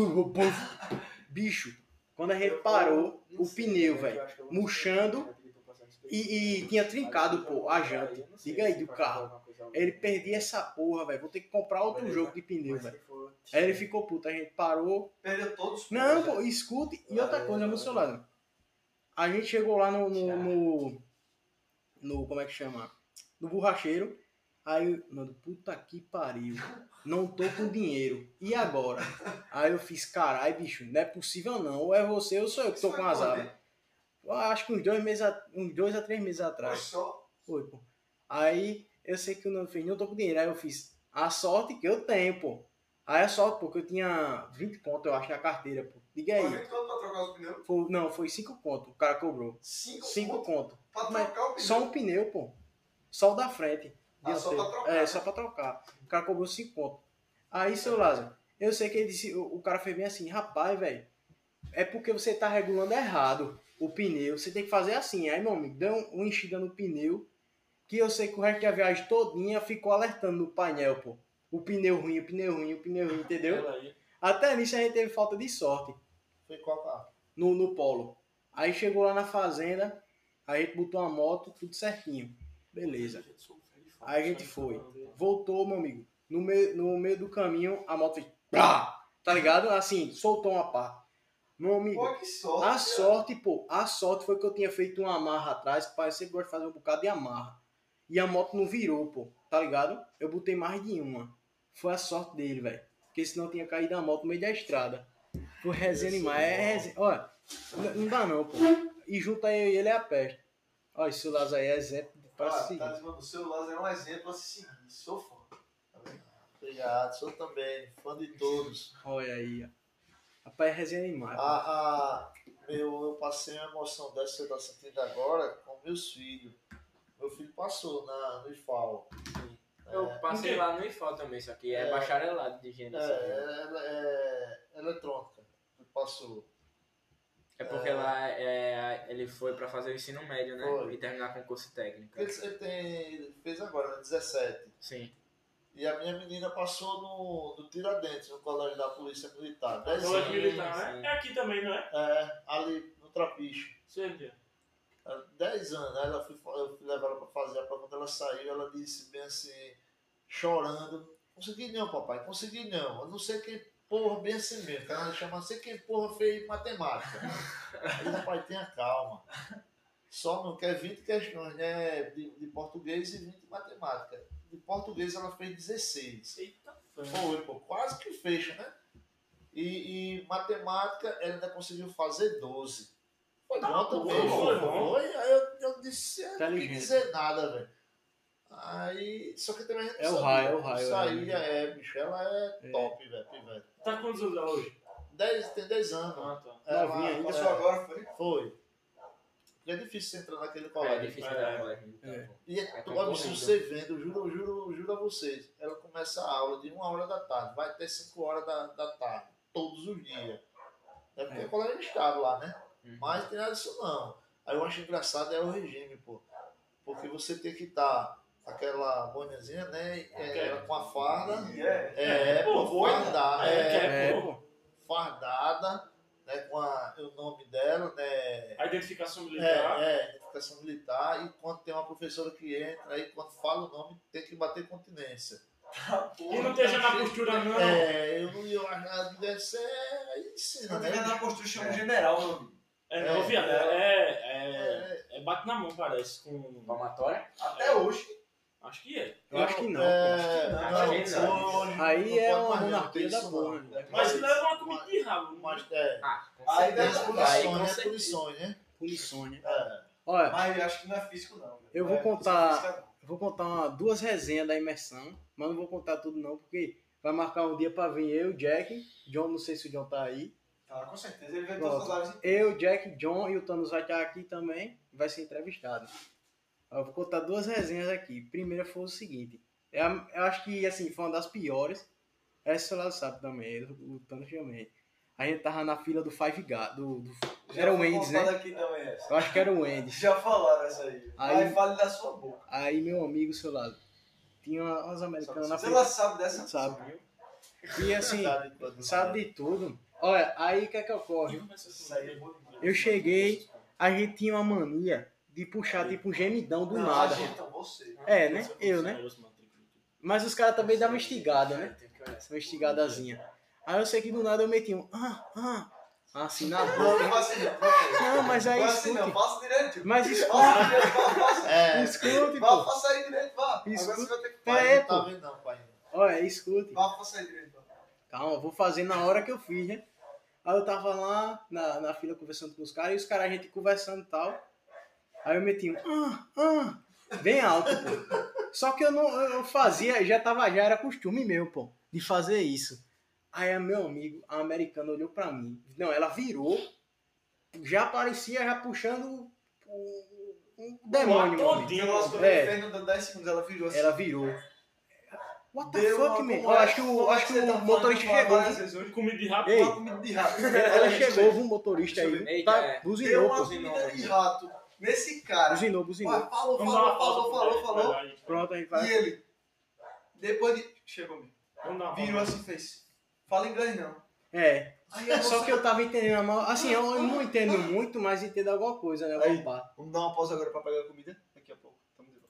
Bicho, quando a gente parou, o pneu, velho, murchando e, e tinha trincado, pô, a janta. Diga aí, do carro. Ele perdia essa porra, velho. Vou ter que comprar outro jogo de pneu, velho. Aí ele ficou puto, a gente parou. Perdeu todos os Não, pontos, pô, escute. E outra coisa, meu celular. A gente chegou lá no, no, no, no- como é que chama? No borracheiro. Aí, mano, puta que pariu. Não tô com dinheiro. E agora? Aí eu fiz, caralho, bicho, não é possível não. Ou é você ou sou eu que tô com azar, velho. Eu acho que uns dois meses, a- uns dois a três meses Foi atrás. só. Foi, pô. Aí eu sei que o Nando fez, não tô com dinheiro. Aí eu fiz, a sorte que eu tenho, pô. Aí a sorte, pô, que eu tinha vinte conto, eu acho, na carteira, pô. Diga Foi aí. vinte conto pra trocar os pneus? Foi, não, foi cinco conto, o cara cobrou. cinco cinco conto conto. pra Mas trocar o pneu. só um pneu, pô. Só o da frente. Ah, só dianteiro. pra trocar. É, só pra trocar. O cara cobrou cinco conto. Aí, seu Lázaro, eu sei que ele disse, o, o cara fez bem assim, rapaz, velho, é porque você tá regulando errado o pneu. Você tem que fazer assim. Aí, meu amigo, deu um, uma enchida no pneu, que eu sei que o resto da viagem todinha ficou alertando no painel, pô. O pneu ruim, o pneu ruim, o pneu ruim, entendeu? Até nisso a gente teve falta de sorte. Foi qual carro? no, no polo. Aí chegou lá na fazenda, aí a gente botou a moto, tudo certinho. Beleza. Aí a gente foi. Voltou, meu amigo. No meio, no meio do caminho, a moto fez... Pá! Tá ligado? Assim, soltou uma pá. Meu amigo, Pô, que sorte. a cara. sorte, pô, a sorte foi que eu tinha feito uma amarra atrás, que parece que gosta de fazer um bocado de amarra. E a moto não virou, pô, tá ligado? Eu botei mais de uma. Foi a sorte dele, velho. Porque senão tinha caído a moto no meio da estrada. Foi resenha demais. É resenha. Olha, n- não dá não, pô. E junto aí eu e ele é a peste. Olha, esse Lázaro aí é exemplo para Ah, seguir. tá dizendo, o seu Lázaro é um exemplo a se seguir. Sou fã. Tá vendo? Obrigado, sou também, fã de todos. Olha aí, ó. Rapaz, é resenha demais. pô. A, a, meu, eu passei uma emoção dessa que você está sentindo agora com meus filhos. Meu filho passou na, no I F A O. Eu passei lá no I F A O também, só que é, É. bacharelado de higiene. É, assim. é, é eletrônica. Passou. É porque É. lá é, ele foi pra fazer o ensino médio, né? Foi. E terminar com o curso técnico. Ele, ele tem, ele fez agora, né, dezessete. Sim. E a minha menina passou no, no Tiradentes, no colégio da Polícia Militar. dez Colégio anos. militar, sim. né? É aqui também, não é? É, ali no Trapiche. Sei que é. Ela- dez anos. Aí ela fui, eu fui levar ela para fazer a prova. Quando ela saiu, ela disse bem assim, chorando: consegui não, papai, consegui não. Eu não sei quem porra, bem assim mesmo. Que ela chama, não sei quem porra fez matemática. Aí, rapaz, tenha calma. Só não quer vinte questões, né? De, de português e vinte de matemática. De português ela fez dezesseis. Eita, Foi, pô, quase que fecha, né? E, e matemática ela ainda conseguiu fazer doze. Foi Tá bom bom, também, foi pô. bom. Foi. Aí eu, eu disse, eu não quis Inteligente. dizer nada, velho. Aí, só que também a gente É o sabia. raio, é o raio, Isso é o aí raio. é, bicho, ela é, É. top, velho, pivete. Tá quantos anos ela hoje? Dez, tem dez anos. Ah, tá. Ela- Novinha ainda. Passou é, agora, foi? Foi. Porque é difícil você entrar naquele É colégio. difícil É. entrar no colégio. É. Então, E é, É tu, olha, se concorrido. você vendo, eu juro, eu juro, eu juro a vocês, ela começa a aula de uma hora da tarde, vai até cinco horas da, da tarde, todos os dias. É porque É. o colégio estava lá, né? Uhum. Mas tem nada disso não. Aí eu acho engraçado é o regime, pô. Porque você tem que estar com aquela boinazinha, né? É, ela com a farda. É. É, Pô, pô, boina. fardada. É, É, que é, É, pô. pô. fardada, né? Com a, o nome dela, né? A identificação É, militar. é, identificação militar, e quando tem uma professora que entra, aí quando fala o nome, tem que bater continência. E não esteja na postura, não. É, eu não ia achar que deve ser, aí Se ensina, não né? tiver na postura, chama o general, meu amigo. É, não, É. viado. É, é, É, é bate na mão, parece. Com... Palmatória? Até hoje. Acho que é. Eu acho que não, é, pô. não, Acho que não. hoje Aí não é pode uma mais não, monarquia tem da isso porra, não. né? Mas Mas, leva uma comida de rabo. mas é, Ah, com Aí tem deve as ser punições, com né? certeza. Punições, né? Punições, né? É. Olha, Mas eu acho que não é físico, não. velho. Eu Não vou é contar- física, não. eu vou contar uma- duas resenhas da imersão, mas não vou contar tudo não, porque vai marcar um dia pra vir eu, Jack, John, não sei se o John tá aí. Ah, com certeza. Ele vê Pronto. todas as lives. Eu, Jack, John e o Thanos vai estar aqui também, vai ser entrevistado. Eu vou contar duas resenhas aqui. Primeira foi o seguinte, eu, eu acho que assim, foi uma das piores, essa lá sabe também, o, o Thanos também. A gente tava na fila do Five Guys, do, do- Já era o foi Wendy's, contada né? aqui também essa. Eu acho que era o Wendy's. Já falaram essa aí. Aí- Aí fale da sua boca. Aí meu amigo, seu lado, tinha umas americanas na Você frente. ela sabe dessa? Sabe. E assim, Sabe quando- sabe de tudo. Olha, aí o que é que ocorre? Isso aí é bom demais. Eu cheguei, a gente tinha uma mania de puxar tipo um gemidão do Não, nada. a gente, você. É, né? Eu, né? Mas os caras também davam uma instigada, né? Tem que olhar. Uma instigadazinha. Aí eu sei que do nada eu meti um ah, ah, assim na Não, boca. não faça assim, não. Não Não, mas aí é assim, não. escute. Faça direito. Mas escute, Faça direito, vá, faça. É, escute, Vá, pô. faça aí direito, vá. Agora Escuta. você vai ter que Pera pai aí, não tá pô. vendo não, pai. Olha, escute. Vá, faça aí direito, vá. Calma, vou fazer na hora que eu fiz, né? Aí eu tava lá na, na fila conversando com os caras, e os caras, a gente conversando e tal. Aí eu meti um ah, ah, bem alto, pô. Só que eu não eu fazia, já tava, já era costume meu, pô, de fazer isso. Aí a meu amigo, a americana, olhou pra mim. Não, ela virou, já parecia já puxando um, um demônio, meu amigo. Porque o nosso É. fez no dez segundos, ela virou assim. Ela virou. What the Deu fuck, uma- man? como Eu é- acho que o, como é acho que você o tá motorista falando chegou. várias vezes hoje? Comida de rabo. Ei, Uma comida de rato. ela chegou, viu, um motorista Deixa eu aí. ver. Eita, Tá, é. Deu buzinou, uma pô. comida de rato nesse cara. Buzinou, buzinou. Olha, falou, Vamos dar falou, uma pausa. falou, falou, falou. Vai, vai. Pronto, a gente vai. E ele, depois de... Chegou mesmo. Vamos dar uma Virou pausa. assim, fez. Fala inglês não. É. Aí eu Só que eu tava entendendo a mão. Assim, eu não entendo muito, mas entendo alguma coisa, né? Aí. Alguma parte. Vamos dar uma pausa agora pra pegar a comida. Daqui a pouco. Tamo de volta.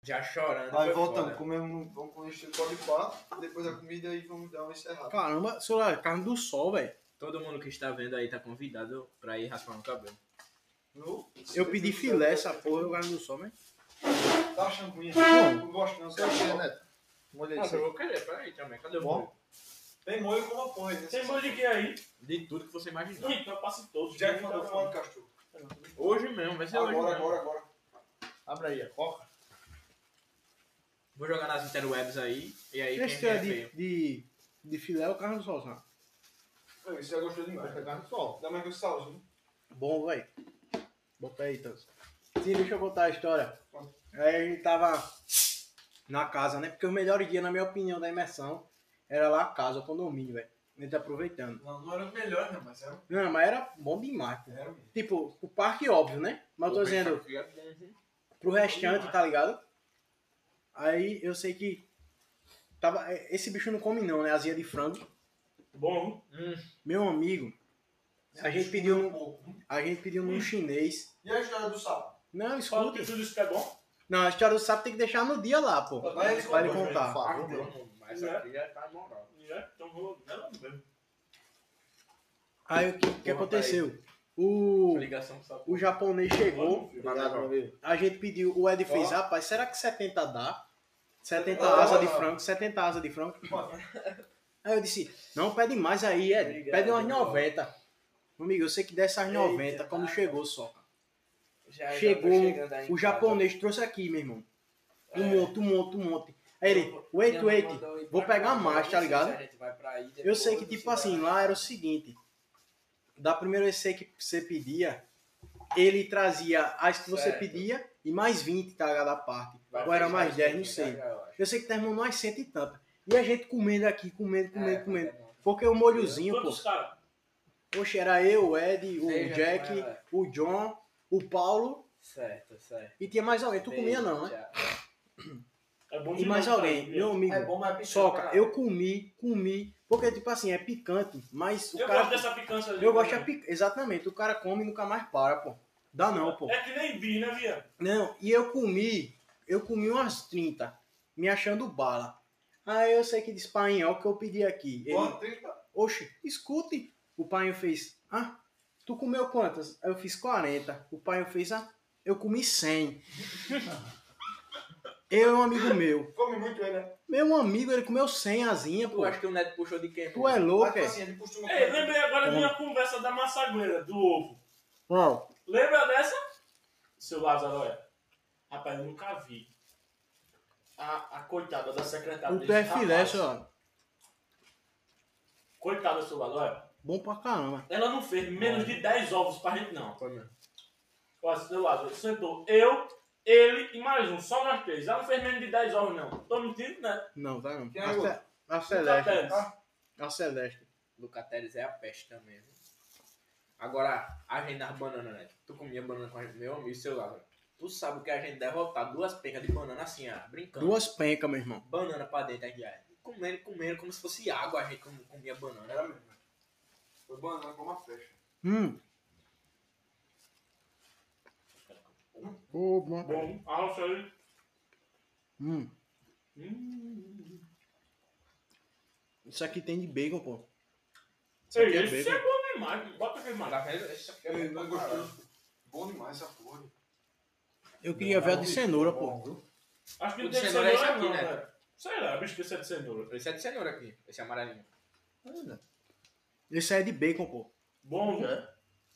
Já chorando. Aí foi voltamos, foda. comemos, vamos comer estilo pode pá, depois da comida e vamos dar uma encerrada. Caramba, celular, carne do sol, velho. Todo mundo que está vendo aí tá convidado pra ir raspar no cabelo. No- Eu pedi filé, essa porra, eu carne do sol, mas. Tá achando ruim? Bom. Não gosto não. Você acha, Neto? Molha Ah, isso eu aí. vou querer, peraí também. Cadê o Bom. molho? Tem molho como a porra aí. né? Tem molho de que aí? De tudo que você imaginar. Então eu passo todos. Jack mandou fumar no cachorro. Hoje mesmo, vai ser hoje Agora, mesmo. agora, agora. Abre aí, a coca. Vou jogar nas interwebs aí, e aí Esse quem é é de, feio. de, de filé ou carne do sol, sabe? Não, isso já gostou demais. Vai pegar no sol. Dá mais com salzinho. Bom, velho. Bota aí, Tans. Sim, deixa eu contar a história. Aí a gente tava na casa, né? Porque os melhores dias, na minha opinião, da imersão, era lá a casa, o condomínio, velho. A gente aproveitando. Não, não era os melhores, não, mas era, Não, mas era bom demais, pô. era mesmo. Tipo, o parque, óbvio, né? Mas eu tô dizendo pro restante, tá ligado? Aí eu sei que tava, esse bicho não come não, né? Azia de frango. Bom. Meu amigo, a gente pediu um num, pouco. a gente pediu num chinês. E a história do sapo? Não, Fala escuta. que tudo isso que é bom. Não, a história do sapo tem que deixar no dia lá, pô. Mas ele Pra ele contou, contar. Por favor. Mas essa aqui já tá moral. É, então vou. Ela mesmo. Aí o que, que Porra, aconteceu? O, Ligação só. o japonês chegou, Obrigado, meu amigo. a gente pediu, o Ed fez, Ó. rapaz, será que setenta dá? setenta Ó. asas de frango, setenta asas de frango. Aí eu disse, não, pede mais aí, Ed. Obrigado, Pede umas meu noventa. Meu amigo, eu sei que dessas Eita, noventa, quando tá. chegou só. Já, já Chegou, tô chegando aí em o casa. japonês trouxe aqui, meu irmão. Um É. monte, um monte, um monte. Aí ele, wait, Minha mãe wait, mandou ir vou pra pegar cá, mais, não tá sei ligado? se a gente vai pra aí Eu depois, sei que, ou tipo se vai- assim, lá era o seguinte. Da primeira vez que você pedia, ele trazia as que você Certo. pedia e mais vinte, tá ligado? A parte. vai Ou era fechar mais isso dez, aqui, não sei. já, já, eu acho. Eu sei que terminou nós cento e tanto. E a gente comendo aqui, comendo, comendo, É, comendo. é bom. Porque o molhozinho, pô. Quantos caras? Oxe, era eu, o Ed, o Seja Jack, com ela. o John, o Paulo Certo, certo. e tinha mais alguém. Tu comia não, né? Já. É bom E mais demais, alguém, cara. meu amigo. É bom, mas é picante. Soca, eu comi, comi. Porque, tipo assim, é picante, mas o Eu cara. gosto dessa picância ali. Eu gosto de também. pic... Exatamente, o cara come e nunca mais para, pô. Dá não, pô. É que nem bi, né, Via? Não, e eu comi, eu comi umas trinta, me achando bala. Aí eu sei que de espanhol que eu pedi aqui. Ele, Ó, trinta. oxe, escute. O pai fez, ah, tu comeu quantas? Aí eu fiz quarenta. O pai fez, ah, eu comi cem. Eu e um amigo meu. Come muito ele, né? Meu amigo, ele comeu cem asinha, Tu pô. acha que o Neto puxou de quem? Tu é Mas, louco, tipo é? assim, ele costuma Ei, lembrei agora da minha conversa da maçagueira, do ovo. Qual? Lembra dessa? Seu Lázaro, olha. Rapaz, eu nunca vi. A, a coitada da secretária O desse teu é filé, rapaz. senhor. Coitada, seu Lázaro, olha. Bom pra caramba. Ela não fez menos de dez ovos pra gente, não. Foi mesmo. Olha, seu Lázaro, sentou eu, ele e mais um, só nós três. Ela não fez menos de dez ovos, não. Tô mentindo, né? Não, tá não. Quem é A, o Ce- a Celeste. Celeste. A Celeste. Lucateles é a peste também, viu? Agora, a gente das bananas, né? Tu comia banana com a gente, meu amigo, seu Lázaro. Tu sabe que a gente derrotar duas pencas de banana assim, ó, brincando. Duas pencas, meu irmão. Banana pra dentro, aí, aí. Comendo, comendo, como se fosse água, a gente com- comia banana. Era mesmo. Foi banana como a flecha. Hum. Ô, bom. Bom, alça aí. Hum. Hum. Isso aqui tem de bacon, pô. Isso Ei, aqui é esse bacon. é bom demais. Bota aqui mais. Tá vendo? Esse aqui é Ei, bom não é pra caralho. gostoso. Bom demais essa porra. Eu queria ver a de cenoura, pô. Acho que O não de tem cenoura é esse cenoura, aqui, não, né? né? Sei lá, bicho que esse é de cenoura. Esse é de cenoura aqui, esse amarelinho. Esse aí é de bacon, pô. Bom, né?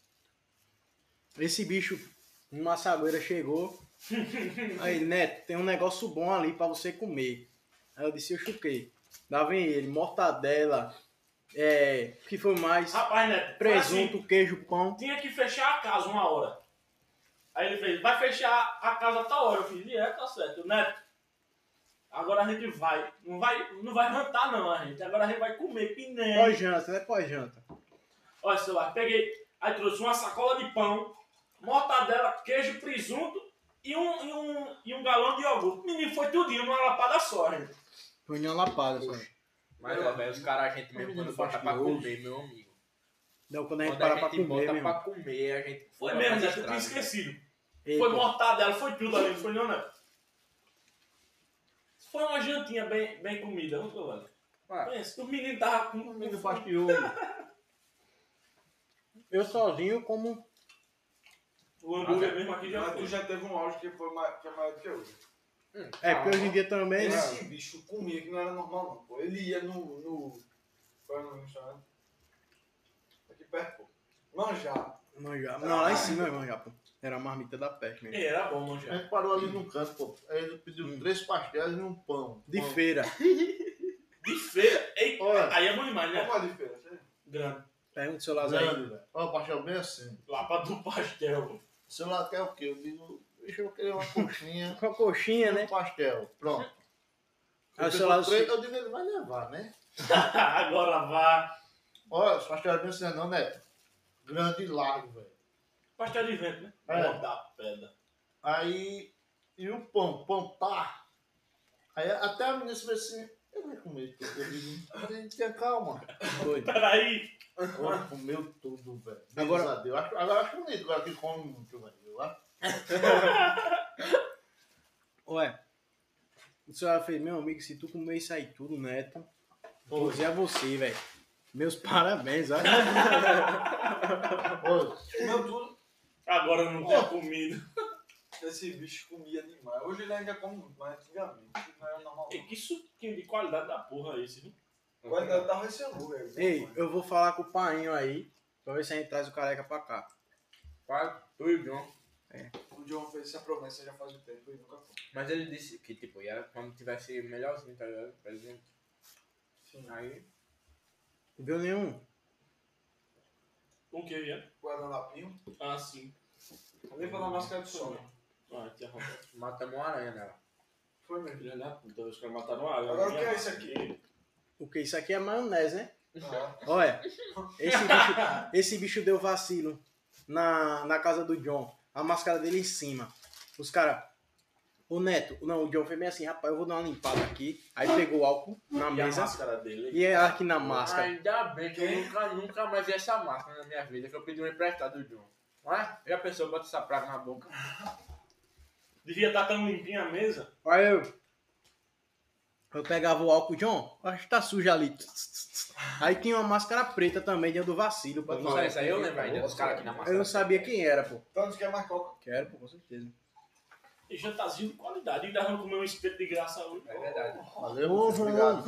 Esse bicho, um maçagueira chegou. Aí, Neto, tem um negócio bom ali pra você comer. Aí eu disse, eu chuquei. Lá vem ele, mortadela, é, o que foi mais? Rapaz, Neto, foi assim, Presunto, queijo, pão. tinha que fechar a casa uma hora. Aí ele fez, vai fechar a casa a tal hora. Eu fiz, é, tá certo. Neto, agora a gente vai. Não vai, não vai jantar não, a gente. Agora a gente vai comer piné. Pós-janta, né? Pós-janta. Olha, sei lá, peguei, aí trouxe uma sacola de pão, mortadela, queijo, presunto e um, e um, e um galão de iogurte. Menino, foi tudinho numa lapada só, gente. Foi uma lapada, só. Mas, ó, velho, os caras, a gente mesmo, Menino quando bota faz pra que hoje. comer, meu amigo. Não, quando a gente Quando para a pra gente comer, bota meu pra irmão. comer, a gente... Foi fora mesmo, das Neto, eu tinha estradas, velho. esquecido. Eita. Foi mortadela, foi tudo ali, não foi não, Neto? Foi uma jantinha bem, bem comida, não foi, velho? Ué. Pensa, o menino tava com Comendo pastilho. Eu sozinho como... o hambúrguer mesmo aqui já Mas tu foi. já teve um auge que foi mais, que é maior do que hoje. Hum, É, porque hoje em dia também, né? Esse bicho comia que não era normal, não, pô. Ele ia no. no qual é o nome do restaurante? Aqui perto, pô. Manjar. Manjar. Não, lá em cima é manjar, pô. Era a marmita da peste mesmo. Era bom A manjar. gente parou ali num canto, pô. Aí ele pediu Hum. três pastéis e um pão. De Pão. feira. De feira. Eita, Olha. aí é bom demais, né? Qual a diferença? Grande. Pergunta o seu Lázaro aí. Grande, velho. Olha o pastel bem assim. Lapa do pastel. O seu lado quer o quê? Eu digo, deixa eu querer uma coxinha Com a coxinha, e um né? pastel. Pronto. Aí o Eu, seu pegou Lázaro... três, eu digo, ele vai levar, né? Agora vá. Olha, os pastéis bem assim, não, né? Grande e largo, velho. Pastel de vento, né? É. Bom da pedra. Aí, e o pão, pão tá. Aí até a menina se vê assim, eu vou comer tudo. Eu digo, a gente tenha calma. Doido. Peraí. Olha, comeu tudo, velho. Agora- Agora, Deus. Acho, agora acho bonito, agora que come muito, velho. Eu acho. Ué. O senhor fez, meu amigo, se tu comer isso aí tudo, Neto, vou dizer a você, velho. Meus parabéns, olha. Olha, Comeu tudo. Agora eu não tenho comida. Esse bicho comia demais. Hoje ele ainda come muito, mas antigamente não era normal. E que suquinho de qualidade da porra é esse, viu? O qualidade tava esse hambúrguer. Ei, eu vou falar com o painho aí, pra ver se a gente traz o careca pra cá. Quase, tu e o John. O John fez essa promessa já faz um tempo e nunca foi. Mas ele disse que, tipo, ia quando tivesse melhorzinho, tá ligado? Por exemplo. Sim. Aí, Viu nenhum? Com o que, é? Guardanapinho. Ah, sim. Ali foi na máscara do sol. Ah, tinha roubado. matamos uma aranha nela. Foi mesmo. Filha da puta, os caras mataram a área. Agora o que é isso aqui? O que? Isso aqui é maionese, né? Ah, Olha, esse bicho, esse bicho deu vacilo na, na casa do John. A máscara dele em cima. Os caras... O Neto... Não, o John foi bem assim, rapaz, eu vou dar uma limpada aqui. Aí pegou o álcool na E a mesa máscara dele? e é aqui na máscara. Ainda bem que eu nunca, nunca mais vi essa máscara na minha vida, que eu pedi um emprestado do John. Ué, já pensou, bota essa praga na boca. Devia estar tão limpinha a mesa. Aí eu... Eu pegava o álcool, John, acho que tá sujo ali. Aí tinha uma máscara preta também, dentro do vacilo. Pô. Não sei, isso aí eu lembro ainda dos caras aqui na máscara. Eu não sabia quem era, pô. então tu quer mais coca? Quero, pô, com certeza. E jantarzinho de qualidade. Ainda vamos comer um espeto de graça hoje. É verdade. valeu, Ô, obrigado.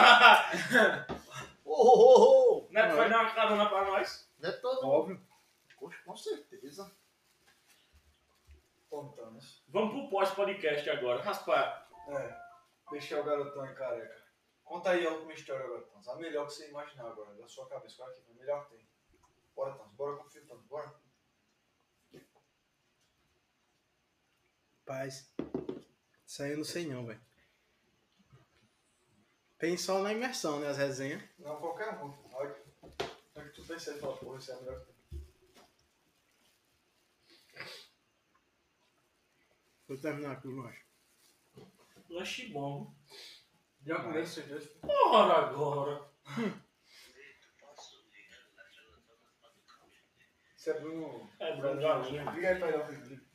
Ô, ô, ô. Neto vai dar uma carona pra nós. Não é todo. Óbvio. Poxa, com certeza. Contamos. Vamos pro pós-podcast agora. Raspar. É. Deixar o garotão aí careca. Conta aí a última história agora, Tans. A melhor que você imaginar agora, da sua cabeça. Qual é que foi a melhor que tem? Bora, Tans. Bora com o fio, Tans. Bora. Paz. Isso aí eu não sei não, velho. Tem só na imersão, né? As resenhas. Não, qualquer um. Olha o que tu pensa e fala, porra, isso é a melhor que tem. Vou terminar aqui, eu acho. Lanche bom. Já comeu esses dois? Ora agora. Isso é Bruno. É Bruno Galinha. Liga aí pra ele, ó, Felipe.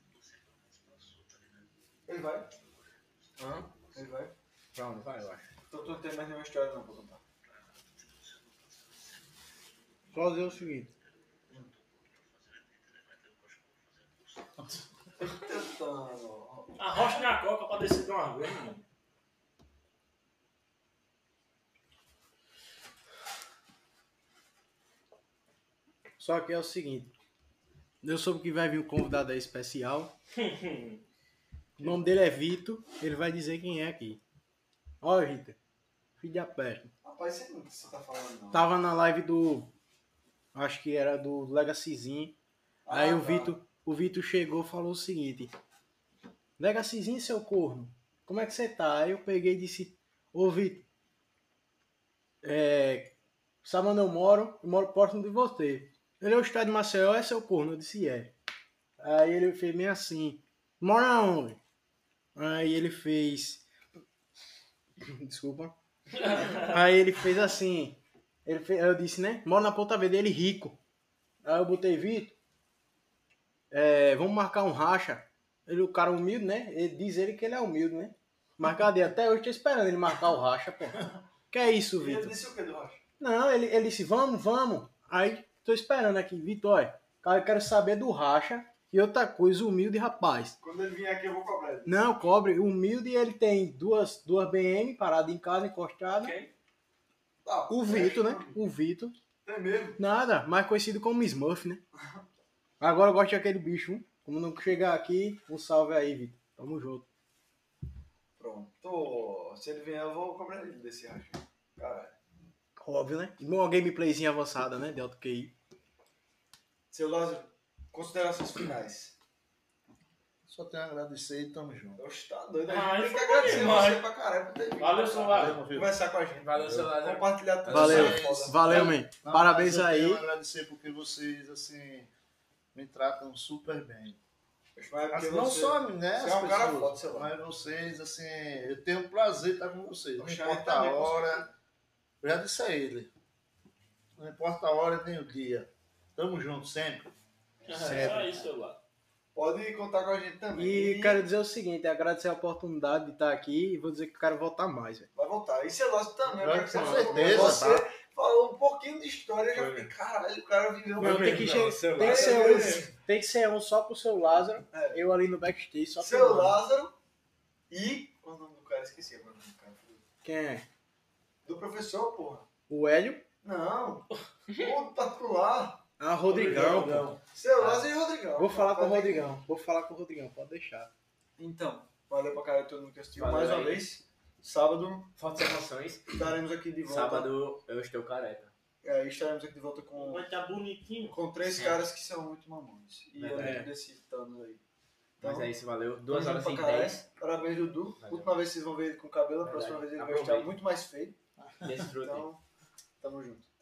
Ele vai? Hã? Ele vai? Pra onde vai, eu acho. Então tu não tem mais nenhuma história não pra contar. Só dizer o seguinte. Tentando. Arrocha na coca pra descer de uma vez, mano. Só que é o seguinte. Eu soube que vai vir um convidado aí especial. O nome dele é Vitor. Ele vai dizer quem é aqui. Olha, Vitor. Filho da peste. Rapaz, sei não o que você tá falando não. Tava na live do... Acho que era do Legacyzinho. Aí Ah, o tá. Vitor o Vitor chegou e falou o seguinte. Legacyzinho, seu corno. Como é que você tá? Aí eu peguei e disse... Ô, Vitor. É... Sabe onde eu moro? Eu moro próximo de você. Ele é o estado de Maceió, é seu corno? Eu disse, é. Aí ele fez meio assim. Mora onde? Aí ele fez... Desculpa. Aí ele fez assim. Ele fez, eu disse, né? Moro na Ponta Verde, ele rico. Aí eu botei Vitor. É, vamos marcar um racha. Ele, o cara humilde, né? Ele diz ele que ele é humilde, né? Mas cadê? Até hoje tô esperando ele marcar o racha, pô. Que é isso, E ele Vitor? disse o que do Rocha? Não, ele, ele disse, vamos, vamos. Aí, tô esperando aqui, Vitor, olha, cara, eu quero saber do racha. E outra coisa, humilde, rapaz. Quando ele vier aqui eu vou cobrar ele. Não, cobre, humilde, ele tem duas, duas B M parado em casa, encostado. Quem? Ah, O Vitor, né? O Vitor. É mesmo? Nada, mais conhecido como Smurf, né? Agora eu gosto daquele bicho, hein? Como não chegar aqui, um salve aí, Vitor. Tamo junto. Pronto. Se ele vier eu vou cobrar ele desse racha. Caralho. Óbvio, né? E uma gameplayzinha avançada, né? De alto Q I. Seu Lázaro, considerações finais. Só tenho a agradecer e tamo junto. Oxe, tá doido. Ah, A gente tem que foi agradecer demais. você pra caralho por ter vindo. Valeu, seu Lázaro. Valeu, Conversar com a gente. Valeu, seu Lázaro. Compartilhar tudo. Valeu, isso aí é foda. valeu, man. Não, Parabéns mas eu aí. tenho a agradecer porque vocês, assim, me tratam super bem. Mas é porque Assim, não você- só a mim, né? você as é um cara pessoas, foda, sei lá. mas vocês, assim, eu tenho um prazer estar com vocês. Não Oxe, importa também, a com hora. Eu já disse a ele. Não importa a hora nem o dia. Tamo junto sempre. É só isso, seu Lázaro. Pode contar com a gente também. E quero dizer o seguinte, agradecer a oportunidade de estar aqui e vou dizer que eu quero voltar mais, velho. Vai voltar. E seu Lázaro também. Vai, eu quero que com você- certeza, Você tá? falou um pouquinho de história, eu já fiquei, caralho, o cara viveu Não, muito. tem que, Não, che- seu tem, que ser Lázaro. um, tem que ser um só pro seu Lázaro, É. eu ali no backstage só Seu filmando. Lázaro e... Qual é o nome do cara? Esqueci agora o nome do cara. Quem é? Do professor, porra. O Hélio? Não. O particular. Ah, Rodrigão, pô. Seu Lázaro e Rodrigão. Vou falar com o Pode- Rodrigão. Vou falar com o Rodrigão, pode deixar. Então, valeu pra caralho todo mundo que assistiu. Valeu Mais uma aí. vez, sábado, Fortes emoções. estaremos aqui de volta. Sábado eu estou careca. É, estaremos aqui de volta com, Vai estar bonitinho. com três É. caras que são muito mamões. E eu É. lembro desse Thanos aí. Mas é isso, valeu. Duas tamo horas junto e pra caralho. dez. Parabéns, Dudu. Valeu. Última vez que vocês vão ver ele com cabelo, a próxima Verdade. vez ele vai estar Aproveita. muito mais feio. Desfrutem. Então, tamo junto.